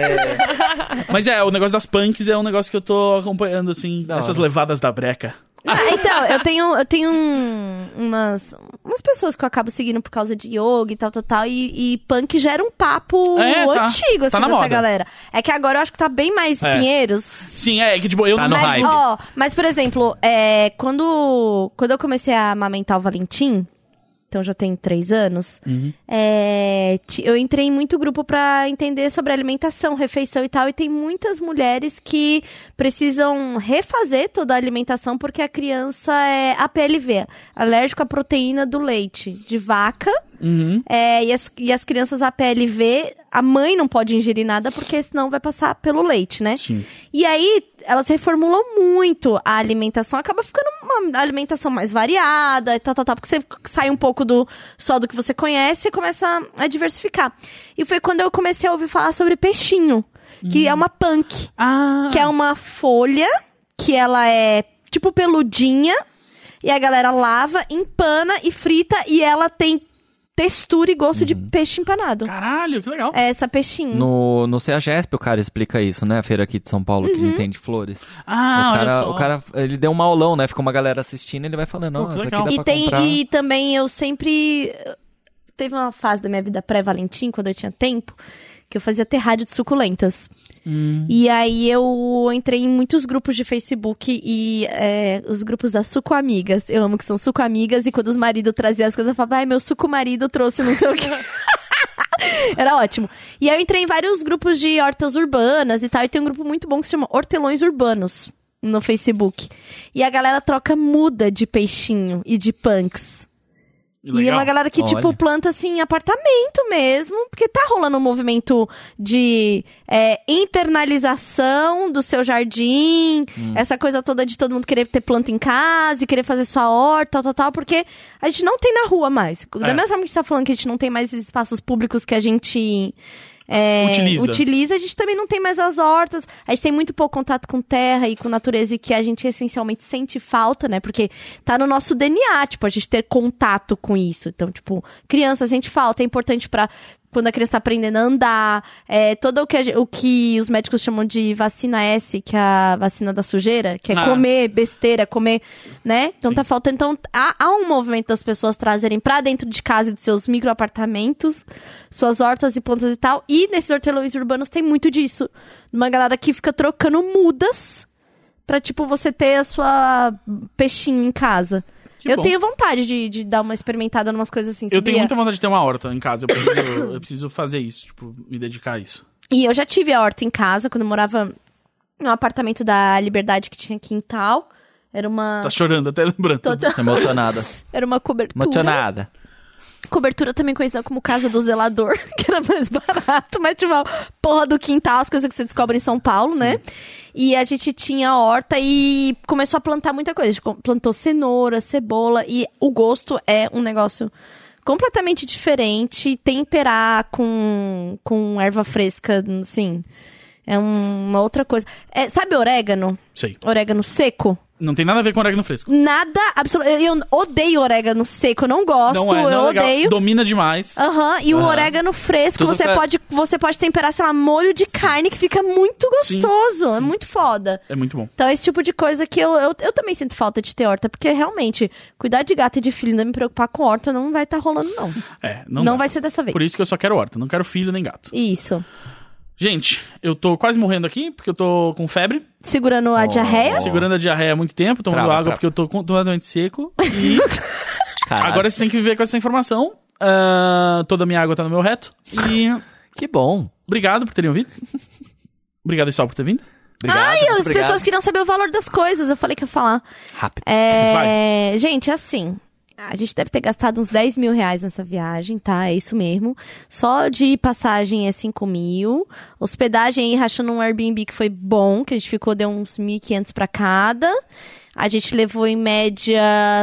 É... Mas é, o negócio das punks é um negócio que eu tô acompanhando, assim, Da essas hora. levadas da breca. Ah, então, eu tenho, eu tenho um- umas, umas pessoas que eu acabo seguindo por causa de yoga e tal, tal, tal, e, e punk gera um papo É, tá. antigo, assim, Tá na dessa moda. galera. É que agora eu acho que tá bem mais É. Pinheiros. Sim, é, que tipo, eu Tá não... no Mas, hype. ó, mas, por exemplo, é, quando, quando eu comecei a amamentar o Valentim, então já tem três anos, Uhum. é, ti- eu entrei em muito grupo pra entender sobre alimentação, refeição e tal, e tem muitas mulheres que precisam refazer toda a alimentação porque a criança é A P L V, alérgico à proteína do leite de vaca. Uhum. É, e, as, e as crianças A P L V, a mãe não pode ingerir nada porque senão vai passar pelo leite, né? Sim. E aí, elas reformulam muito a alimentação, acaba ficando uma alimentação mais variada e tal, tal, tal, porque você sai um pouco do só do que você conhece e começa a diversificar. E foi quando eu comecei a ouvir falar sobre peixinho, que é uma punk, Ah... que é uma folha que ela é tipo peludinha, e a galera lava, empana e frita, e ela tem textura e gosto de peixe empanado. Caralho, que legal. É essa peixinho. No, no C A G E S P o cara explica isso, né? A feira aqui de São Paulo que entende flores. Ah, o, olha cara, só. o cara, ele deu um aulão, né? Fica uma galera assistindo e ele vai falando, Pô, não, que isso aqui legal. dá E, pra tem, comprar. e também eu sempre... Teve uma fase da minha vida pré-Valentim, quando eu tinha tempo, que eu fazia terrário de suculentas. Hum. E aí eu entrei em muitos grupos de Facebook e é, os grupos das suco amigas. Eu amo que são suco amigas, e quando os maridos traziam as coisas, eu falava, ai, meu suco marido trouxe não sei o quê. Era ótimo. E aí eu entrei em vários grupos de hortas urbanas e tal, e tem um grupo muito bom que se chama Hortelões Urbanos no Facebook. E a galera troca muda de peixinho e de punks. E é Legal. uma galera que, Olha. tipo, planta, assim, em apartamento mesmo, porque tá rolando um movimento de é, internalização do seu jardim, essa coisa toda de todo mundo querer ter planta em casa e querer fazer sua horta, tal, tal, tal, porque a gente não tem na rua mais. Da É. mesma forma que a gente tá falando que a gente não tem mais esses espaços públicos que a gente... é, Utiliza. utiliza, a gente também não tem mais as hortas, a gente tem muito pouco contato com terra e com natureza, e que a gente essencialmente sente falta, né, porque tá no nosso D N A, tipo, a gente ter contato com isso. Então, tipo, criança sente falta, é importante pra quando a criança tá aprendendo a andar, é, todo o que, a gen- o que os médicos chamam de vacina S, que é a vacina da sujeira, que é Ah. comer besteira, comer, né? Então Sim. tá faltando. Então há, há um movimento das pessoas trazerem pra dentro de casa e de seus microapartamentos suas hortas e plantas e tal. E nesses hortelões urbanos tem muito disso. Uma galera que fica trocando mudas pra, tipo, você ter a sua peixinho em casa. Que eu bom. tenho vontade de, de dar uma experimentada em umas coisas assim, Eu sabia? tenho muita vontade de ter uma horta em casa. Eu preciso, eu preciso fazer isso, tipo, me dedicar a isso. E eu já tive a horta em casa, quando eu morava no apartamento da Liberdade, que tinha quintal. Era uma... Tá chorando, até lembrando. toda- Emocionada. Era uma cobertura. Emocionada. Cobertura também conhecida como casa do zelador, que era mais barato, mas tinha uma porra do quintal, as coisas que você descobre em São Paulo, né? E a gente tinha horta e começou a plantar muita coisa. A gente plantou cenoura, cebola, e o gosto é um negócio completamente diferente. Temperar com, com erva fresca, assim, é um- uma outra coisa. É, sabe orégano? Sei. Orégano seco? Não tem nada a ver com orégano fresco. Nada, absolutamente. Eu odeio orégano seco, eu não gosto, Não é, não eu é legal. odeio. Domina demais. Aham, e Aham. o orégano fresco, Tudo você pra- pode, você pode temperar, sei lá, molho de carne que fica muito gostoso. É muito foda. É muito bom. Então, esse tipo de coisa que eu, eu, eu também sinto falta de ter horta, porque realmente, cuidar de gato e de filho, ainda me preocupar com horta, não vai estar rolando, não. É, não Não dá. vai ser dessa vez. Por isso que eu só quero horta. Não quero filho nem gato. Isso. Gente, eu tô quase morrendo aqui, porque eu tô com febre. Segurando a Oh. diarreia. Segurando a diarreia há muito tempo, tomando Trava, água trava. porque eu tô completamente seco. E Caralho. agora você tem que viver com essa informação. Ah, toda a minha água tá no meu reto. E Que bom. obrigado por terem ouvido. Obrigado, Isol, por ter vindo. Obrigado. Ai, muito as obrigado. pessoas queriam saber o valor das coisas. Eu falei que ia falar. Rápido. É, gente, assim, a gente deve ter gastado uns dez mil reais nessa viagem, tá? É isso mesmo. Só de passagem é cinco mil. Hospedagem aí, rachando um Airbnb que foi bom, que a gente ficou, deu uns mil e quinhentos pra cada. A gente levou em média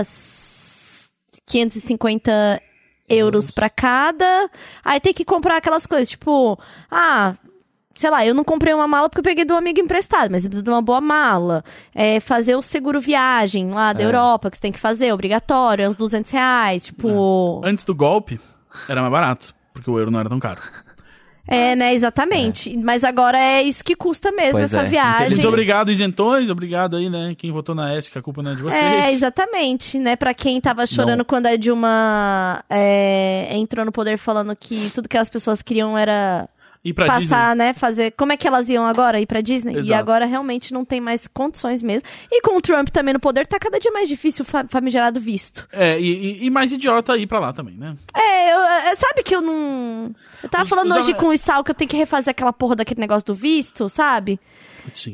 s- quinhentos e cinquenta euros pra cada. Aí tem que comprar aquelas coisas, tipo, ah... Sei lá, eu não comprei uma mala porque eu peguei de um amigo emprestado, mas você precisa de uma boa mala. É, fazer o seguro viagem lá da É. Europa, que você tem que fazer, obrigatório, é uns duzentos reais, tipo... Antes do golpe, era mais barato, porque o euro não era tão caro. É, né, exatamente. Mas agora é isso que custa mesmo, Pois essa é, viagem. Muito obrigado, isentões. Obrigado aí, né? Quem votou na S, que a culpa não é de vocês. É, exatamente, né? Pra quem tava chorando Não. quando a Dilma é, entrou no poder falando que tudo que as pessoas queriam era... E pra passar, né, fazer... Como é que elas iam agora ir pra Disney? E Exato. agora realmente não tem mais condições mesmo. E com o Trump também no poder, tá cada dia mais difícil o fa- famigerado visto. Disney. É, e, e- e mais idiota ir pra lá também, né? É, eu, é, sabe que eu não... Eu tava Os- falando os hoje ama- com o Isal que eu tenho que refazer aquela porra daquele negócio do visto, sabe? Sim.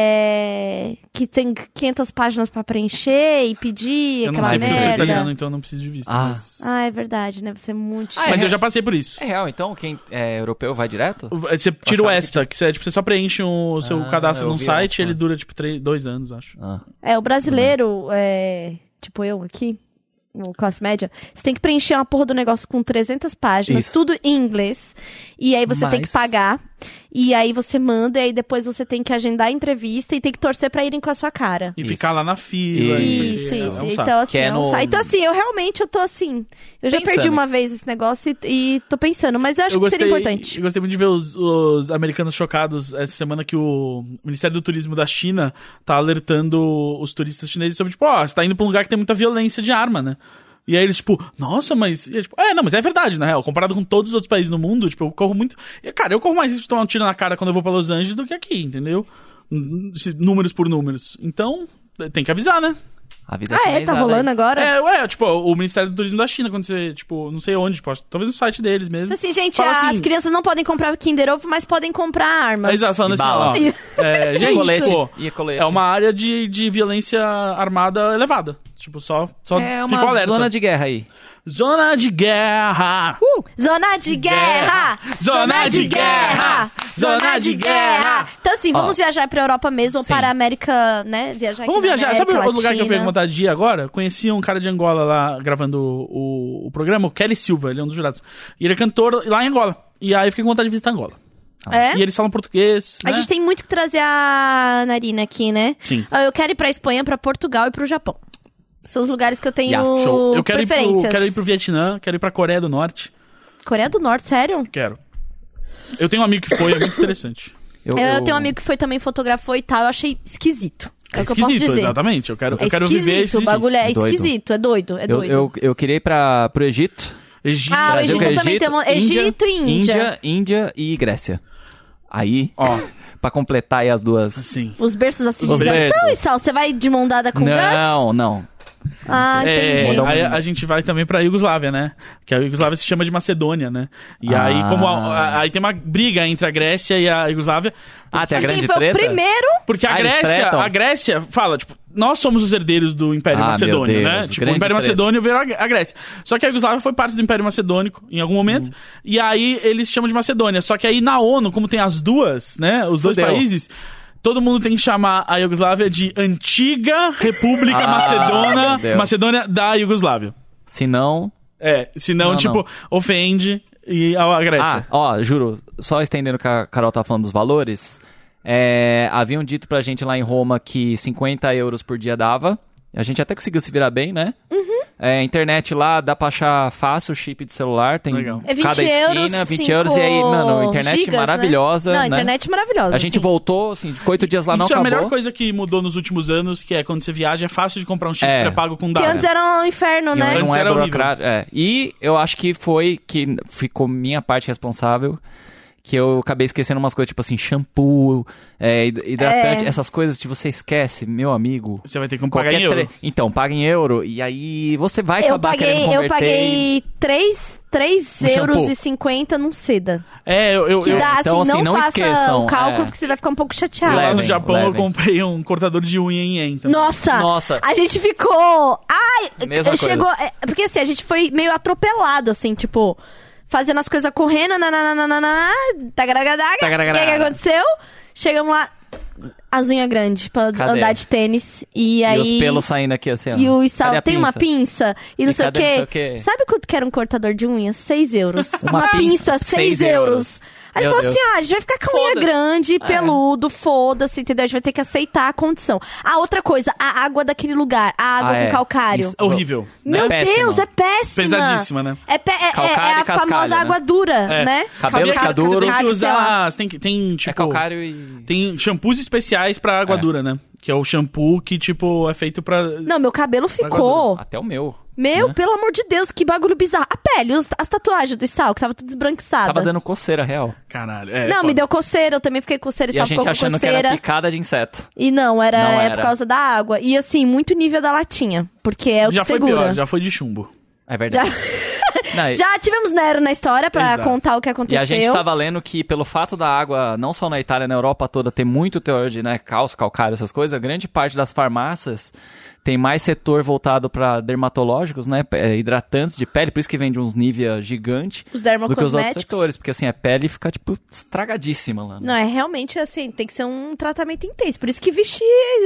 É... Que tem quinhentas páginas pra preencher e pedir, eu não aquela sei porque eu sou merda. italiano, então eu não preciso de visto. Ah. Mas, Ah, é verdade, né? Você é muito... Ah, mas é. eu já passei por isso. É real, então? Quem é europeu vai direto? Você tira o achava que ESTA, que você, tipo, você só preenche o seu Ah, cadastro eu num vi site e alguma ele dura, tipo, três, dois anos, acho. Ah. É, o brasileiro, é, tipo eu aqui, o classe média, você tem que preencher uma porra do negócio com trezentas páginas, Isso. tudo em inglês, e aí você tem que Mas- pagar, e aí você manda, e aí depois você tem que agendar a entrevista e tem que torcer pra irem com a sua cara. E Isso. ficar lá na fila. Isso, e- isso. É um saco. Então, assim, Que é é um no- sa- então, assim, eu realmente, eu tô assim, eu já Pensando. perdi uma vez esse negócio e, e tô pensando, mas eu acho Eu que gostei, seria importante. eu gostei muito de ver os, os americanos chocados essa semana que o Ministério do Turismo da China tá alertando os turistas chineses sobre, tipo, ó, você tá indo pra um lugar que tem muita violência de arma, né? E aí eles, tipo, nossa, mas... E é, tipo, é, não, mas é verdade, na real. Comparado com todos os outros países no mundo, tipo, eu corro muito... E, cara, eu corro mais risco de tomar um tiro na cara quando eu vou pra Los Angeles do que aqui, entendeu? N- se- Números por números. Então, tem que avisar, né? A vida Ah, é? chinesa, Tá rolando velho. agora? É, ué, tipo, o Ministério do Turismo da China, quando você, tipo, não sei onde, tipo, talvez no site deles mesmo. Tipo assim, gente, Fala as assim- crianças não podem comprar Kinder Ovo, mas podem comprar armas. É, exato, falando E assim, bala. ó, é, E gente, colete. tipo, E colete. é uma área de, de violência armada elevada. Tipo, só, só É fica uma alerta. zona de guerra aí. Zona de guerra! Zona de guerra! Zona de guerra! Zona de guerra! Então, assim, vamos Ó. viajar pra Europa mesmo, ou Sim. para a América, né? Viajar aqui Vamos na viajar. América Sabe outro lugar que eu Latina. fiquei com vontade de ir agora? Conheci um cara de Angola lá gravando o, o, o programa, o Kelly Silva, ele é um dos jurados. E ele é cantor lá em Angola. E aí eu fiquei com vontade de visitar Angola. É? E eles falam português. A né? gente tem muito que trazer a Narina aqui, né? Sim. Ah, Eu quero ir pra Espanha, pra Portugal e pro Japão. São os lugares que eu tenho Yeah, Show. Eu quero ir, preferências. pro, quero ir pro Vietnã, quero ir pra Coreia do Norte. Coreia do Norte, sério? Quero. Eu tenho um amigo que foi, é muito interessante. Eu, eu tenho um amigo que foi também, fotografou e tal, eu achei esquisito. É, É o que eu posso esquisito, dizer. exatamente. Eu quero, É eu quero esquisito, viver esse o bagulho é Doido. esquisito, é doido, é Eu, doido. eu, eu queria ir pra, pro Egito. Egito. Ah, o Brasil, Egito que é também tem uma- Egito e Índia. Índia, Índia e Grécia. Aí, Ó, pra completar aí as duas. assim. Os berços da civilização. berços. E Sal, você vai de mão dada com Gus? Não, não. Ah, É, entendi. aí a gente vai também pra Iugoslávia, né? Que a Iugoslávia se chama de Macedônia, né? E Ah. aí, como a- a- aí tem uma briga entre a Grécia e a Iugoslávia. Ah, tem a Quem grande foi treta? o primeiro? Porque a Ah, eles Grécia, tretam? a Grécia fala, tipo, nós somos os herdeiros do Império Ah, Macedônio, meu né? Deus, Tipo, o grande Império treta. Macedônio virou a a Grécia. Só que a Iugoslávia foi parte do Império Macedônico em algum momento. E aí eles chamam de Macedônia. Só que aí na ONU, como tem as duas, né? Os dois Fudeu. países. Todo mundo tem que chamar a Iugoslávia de Antiga República Ah, Macedônia, meu Deus. Macedônia da Iugoslávia. Se não... É, senão, Não, tipo, não. ofende e a, a Grécia. Ah, ó, juro, só estendendo o que a Carol tá falando dos valores, É, haviam dito pra gente lá em Roma que cinquenta euros por dia dava. A gente até conseguiu se virar bem, né? Uhum. É, internet lá, dá pra achar fácil o chip de celular. Tem Legal. É vinte cada euros, esquina, vinte cinco euros. E aí, mano, internet gigas, maravilhosa, né? Não, né? internet maravilhosa. A gente assim. voltou, assim, ficou oito dias lá, não Isso é a acabou. melhor coisa que mudou nos últimos anos, que é quando você viaja, é fácil de comprar um chip É. pré-pago com Que dados. antes era um inferno, E né? Antes não é era horrível. burocrático. É. E eu acho que foi que ficou minha parte responsável, que eu acabei esquecendo umas coisas, tipo assim, shampoo, é, hid- hidratante, É. essas coisas que você esquece, meu amigo. Você vai ter que pagar Qualquer em euro. tre- Então, paga em euro, e aí você vai Eu acabar querendo paguei, converter. eu paguei três Um euros shampoo. e cinquenta num seda. É, eu... eu, Que eu dá, então, assim, assim, não, não faça esqueçam, o cálculo, é. porque você vai ficar um pouco chateado. lá no Levem, Japão eu levem. comprei um cortador de unha em ien também. Nossa, Nossa. a gente ficou... Ai, Mesma coisa. chegou... é, Porque assim, a gente foi meio atropelado, assim, tipo... Fazendo as coisas correndo, nananana, tagaragadaga. O que Tagaragadaga. que aconteceu? Chegamos lá, as unhas grandes pra Cadê? andar de tênis. E, E aí... os pelos saindo aqui assim, ó. E o sal Cadê a tem uma pinça? pinça e não E sei o cadê não sei quê. o quê? Sabe quanto que era um cortador de unha? seis euros. Uma Uma, pinça, pinça, seis seis euros. A gente Meu falou Deus. assim, ah, a gente vai ficar com a unha Foda-se. grande, É. peludo, foda-se, entendeu? A gente vai ter que aceitar a condição. A outra coisa, a água daquele lugar, a água Ah, com é. calcário. Isso- Horrível. Meu É péssimo. Deus, é péssima. Pesadíssima, né? É, pe- é- é- Calcário é e a cascalho, famosa né? água dura, É. né? Cabelo Sabia fica que duro. Você tem que Calcário, sei lá. usar... Você tem, que- tem, tipo... É calcário e... Tem shampoos especiais pra água É. dura, né? Que é o shampoo que, tipo, é feito pra... Não, meu cabelo ficou... Até o meu. Meu, né? pelo amor de Deus, que bagulho bizarro. A pele, os- as tatuagens do sal, que tava tudo esbranquiçada. Tava dando coceira real. Caralho, é. Não, foda. me deu coceira, eu também fiquei com coceira, E só a ficou gente com achando que coceira. era picada de inseto. E não, era, Não é era. por causa da água. E assim, muito nível da latinha, porque é o Já que foi segura. pior, já foi de chumbo. É Já, verdade. Não, e- já tivemos Nero na história pra Exato. contar o que E aconteceu. a gente tava lendo que pelo fato da água, não só na Itália, na Europa toda, ter muito teor de né, cálcio, calcário, essas coisas, grande parte das farmácias tem mais setor voltado pra dermatológicos, né, é, hidratantes de pele, por isso que vende uns Nivea gigante Os do que os outros dermocosméticos. setores, porque assim, a pele fica, tipo, estragadíssima lá, né? Não, é realmente assim, tem que ser um tratamento intenso. Por isso que vestir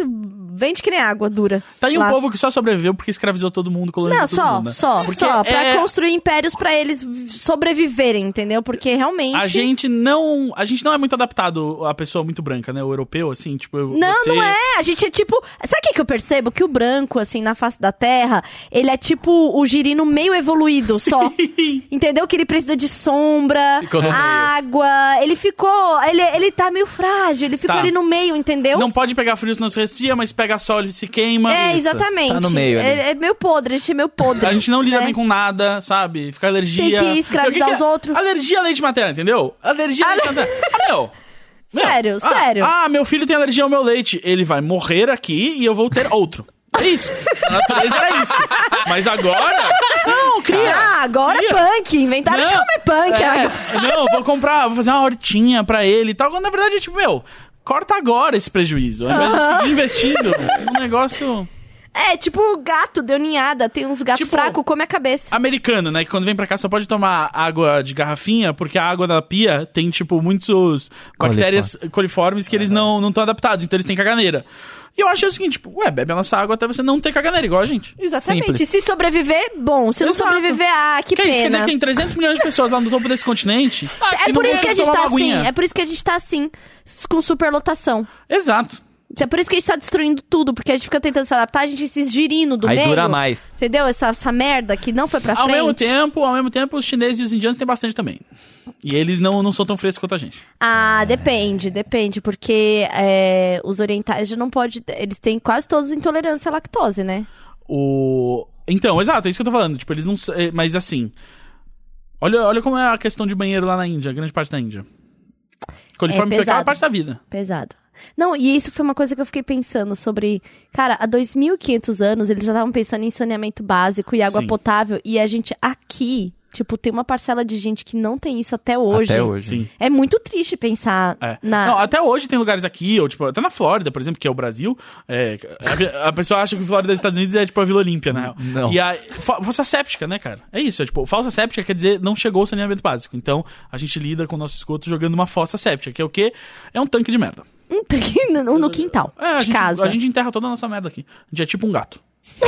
vende que nem água dura. Tá aí um lá. povo que só sobreviveu porque escravizou todo mundo, colonizou Não, todo só, mundo, né? só, Porque só. Pra é- construir impérios pra eles sobreviverem, entendeu? Porque realmente... A gente não... A gente não é muito adaptado a pessoa muito branca, né? O europeu, assim, tipo... eu- Não, você... não é. A gente é tipo... Sabe o que, que eu percebo? Que o branco, assim, na face da terra, ele é tipo o girino meio evoluído só. Entendeu? Que ele precisa de sombra, Ficou no meio. água. Ele ficou... Ele, ele tá meio frágil, ele ficou Tá. ali no meio, entendeu? Não pode pegar frio senão se resfria, mas pega sol ele se queima. É, Isso. exatamente. Tá no meio ali. É, é meio podre, a gente é meio podre. A gente não lida né? bem com nada, sabe? Fica alergia. Tem que escravizar O que que os é? outros. Alergia a leite materno, entendeu? Alergia a leite materno. Ah, meu. Meu. Sério, Ah, sério. Ah, meu filho tem alergia ao meu leite. Ele vai morrer aqui e eu vou ter outro. É isso. A natureza era isso. Mas agora... Não, cria. Ah, agora Cria. é punk. Inventaram de Não, comer punk. é, agora. não, vou comprar, vou fazer uma hortinha pra ele e tal. Quando na verdade é tipo, meu, corta agora esse prejuízo. Ao invés de seguir investindo um negócio É, tipo o gato, deu ninhada. Tem uns gatos Tipo- fracos, come a cabeça. americano, né? Que quando vem pra cá só pode tomar água de garrafinha, porque a água da pia tem, tipo, muitos bactérias coliformes que eles não estão adaptados, então eles têm caganeira. E eu achei o seguinte, tipo, ué, bebe a nossa água até você não ter caganeira, igual a gente. Exatamente. Simples. Se sobreviver, bom. Se não Exato. sobreviver, ah, que, Que é isso? Quer dizer pena. que tem trezentos milhões de pessoas lá no topo desse continente. É que por não isso que a conseguem gente tomar tá uma aguinha. assim. É por isso que a gente tá assim, s- com superlotação. Exato. É por isso que a gente tá destruindo tudo, porque a gente fica tentando se adaptar, a gente se girino do Aí meio. dura mais. Entendeu? Essa, essa merda que não foi pra Ao frente. mesmo tempo, ao mesmo tempo, os chineses e os indianos têm bastante também. E eles não, não são tão frescos quanto a gente. Ah, depende, depende, porque é, os orientais já não pode. Eles têm quase todos intolerância à lactose, né? O... Então, exato, é isso que eu tô falando. Tipo, eles não... s- é, Mas assim... Olha, olha como é a questão de banheiro lá na Índia, grande parte da Índia. Coliforme É foi aquela pesado. parte da vida. Pesado. Não, e isso foi uma coisa que eu fiquei pensando sobre... Cara, há dois mil e quinhentos anos eles já estavam pensando em saneamento básico e água Sim. potável. E a gente aqui, tipo, tem uma parcela de gente que não tem isso até hoje. Até hoje. Sim. É muito triste pensar É. na... Não, até hoje tem lugares aqui, ou tipo, até na Flórida, por exemplo, que é o Brasil, é, a, a pessoa acha que a Flórida dos Estados Unidos é tipo a Vila Olímpia, na real. Não. E a fa- fossa séptica, né, cara? É isso, é tipo, falsa séptica quer dizer não chegou o saneamento básico. Então, a gente lida com o nosso esgoto jogando uma fossa séptica, que é o quê? É um tanque de merda. Um tanque no, no quintal É, a de gente, casa. a gente enterra toda a nossa merda aqui. A gente é tipo um gato.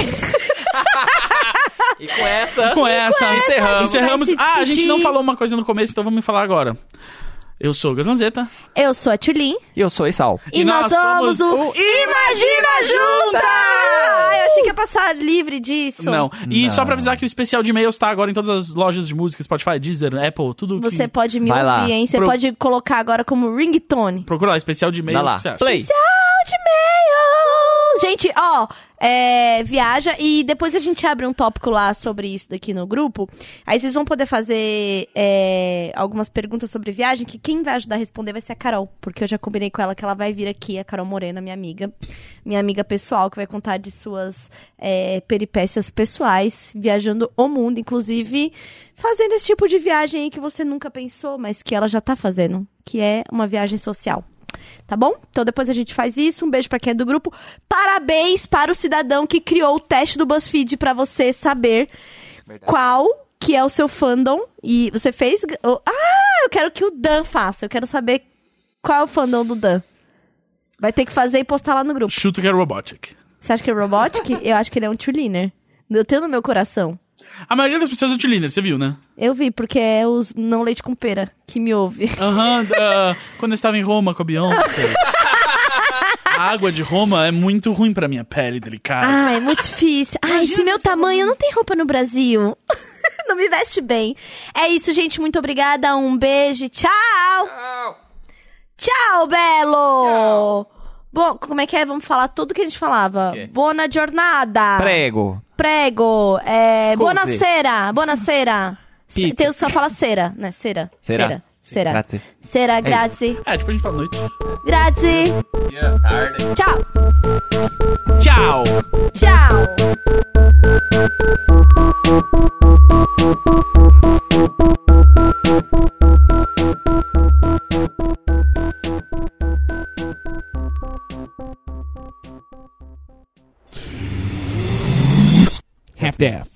E com essa... Com essa, encerramos. encerramos. vai se Ah, a gente despedir. não falou uma coisa no começo, então vamos falar agora. Eu sou o Gazanzeta. Eu sou a Tulin. E eu sou o Isal. E, e nós, nós somos o Imagina Junta! Ai, eu achei que ia passar livre disso. Não. E Não. só pra avisar que o especial de e-mails tá agora em todas as lojas de música, Spotify, Deezer, Apple, tudo que... Você pode me Vai ouvir, lá. hein? Você Pro... pode colocar agora como ringtone. Procura lá, especial de e-mails. Dá lá. Play. Especial de e-mails! Gente, ó, é, viaja e depois a gente abre um tópico lá sobre isso daqui no grupo. Aí vocês vão poder fazer é, algumas perguntas sobre viagem, que quem vai ajudar a responder vai ser a Carol. Porque eu já combinei com ela que ela vai vir aqui, a Carol Morena, minha amiga. Minha amiga pessoal, que vai contar de suas é, peripécias pessoais, viajando o mundo, inclusive fazendo esse tipo de viagem aí que você nunca pensou, mas que ela já tá fazendo, que é uma viagem social. Tá bom? Então depois a gente faz isso. Um beijo pra quem é do grupo. Parabéns para o cidadão que criou o teste do BuzzFeed pra você saber Verdade. Qual que é o seu fandom. E você fez... Ah, eu quero que o Dan faça. Eu quero saber qual é o fandom do Dan. Vai ter que fazer e postar lá no grupo. Chuto que é Robotic. Você acha que é Robotic? Eu acho que ele é um Tuliner. Eu tenho no meu coração. A maioria das pessoas é o Tuliner, você viu, né? Eu vi, porque é os não leite com pera que me ouve. Aham, uhum, uh, quando eu estava em Roma com a Beyoncé. A água de Roma é muito ruim pra minha pele delicada. Ah, é muito difícil. Ai, esse meu tamanho não tem roupa no Brasil. Não me veste bem. É isso, gente. Muito obrigada. Um beijo. Tchau. Tchau, Tchau Belo. Tchau. Bom, como é que é? Vamos falar tudo que a gente falava. Buona giornata. Prego. Prego. É, buonasera. Buonasera. Pizza. Tem, só fala cera, né? Cera. Cera. Cera. Cera. Grazie. Cera, grazie. É, tipo a gente fala noite. Grazie. Yeah, tarde. Tchau. Tchau. Tchau. Half-Deaf.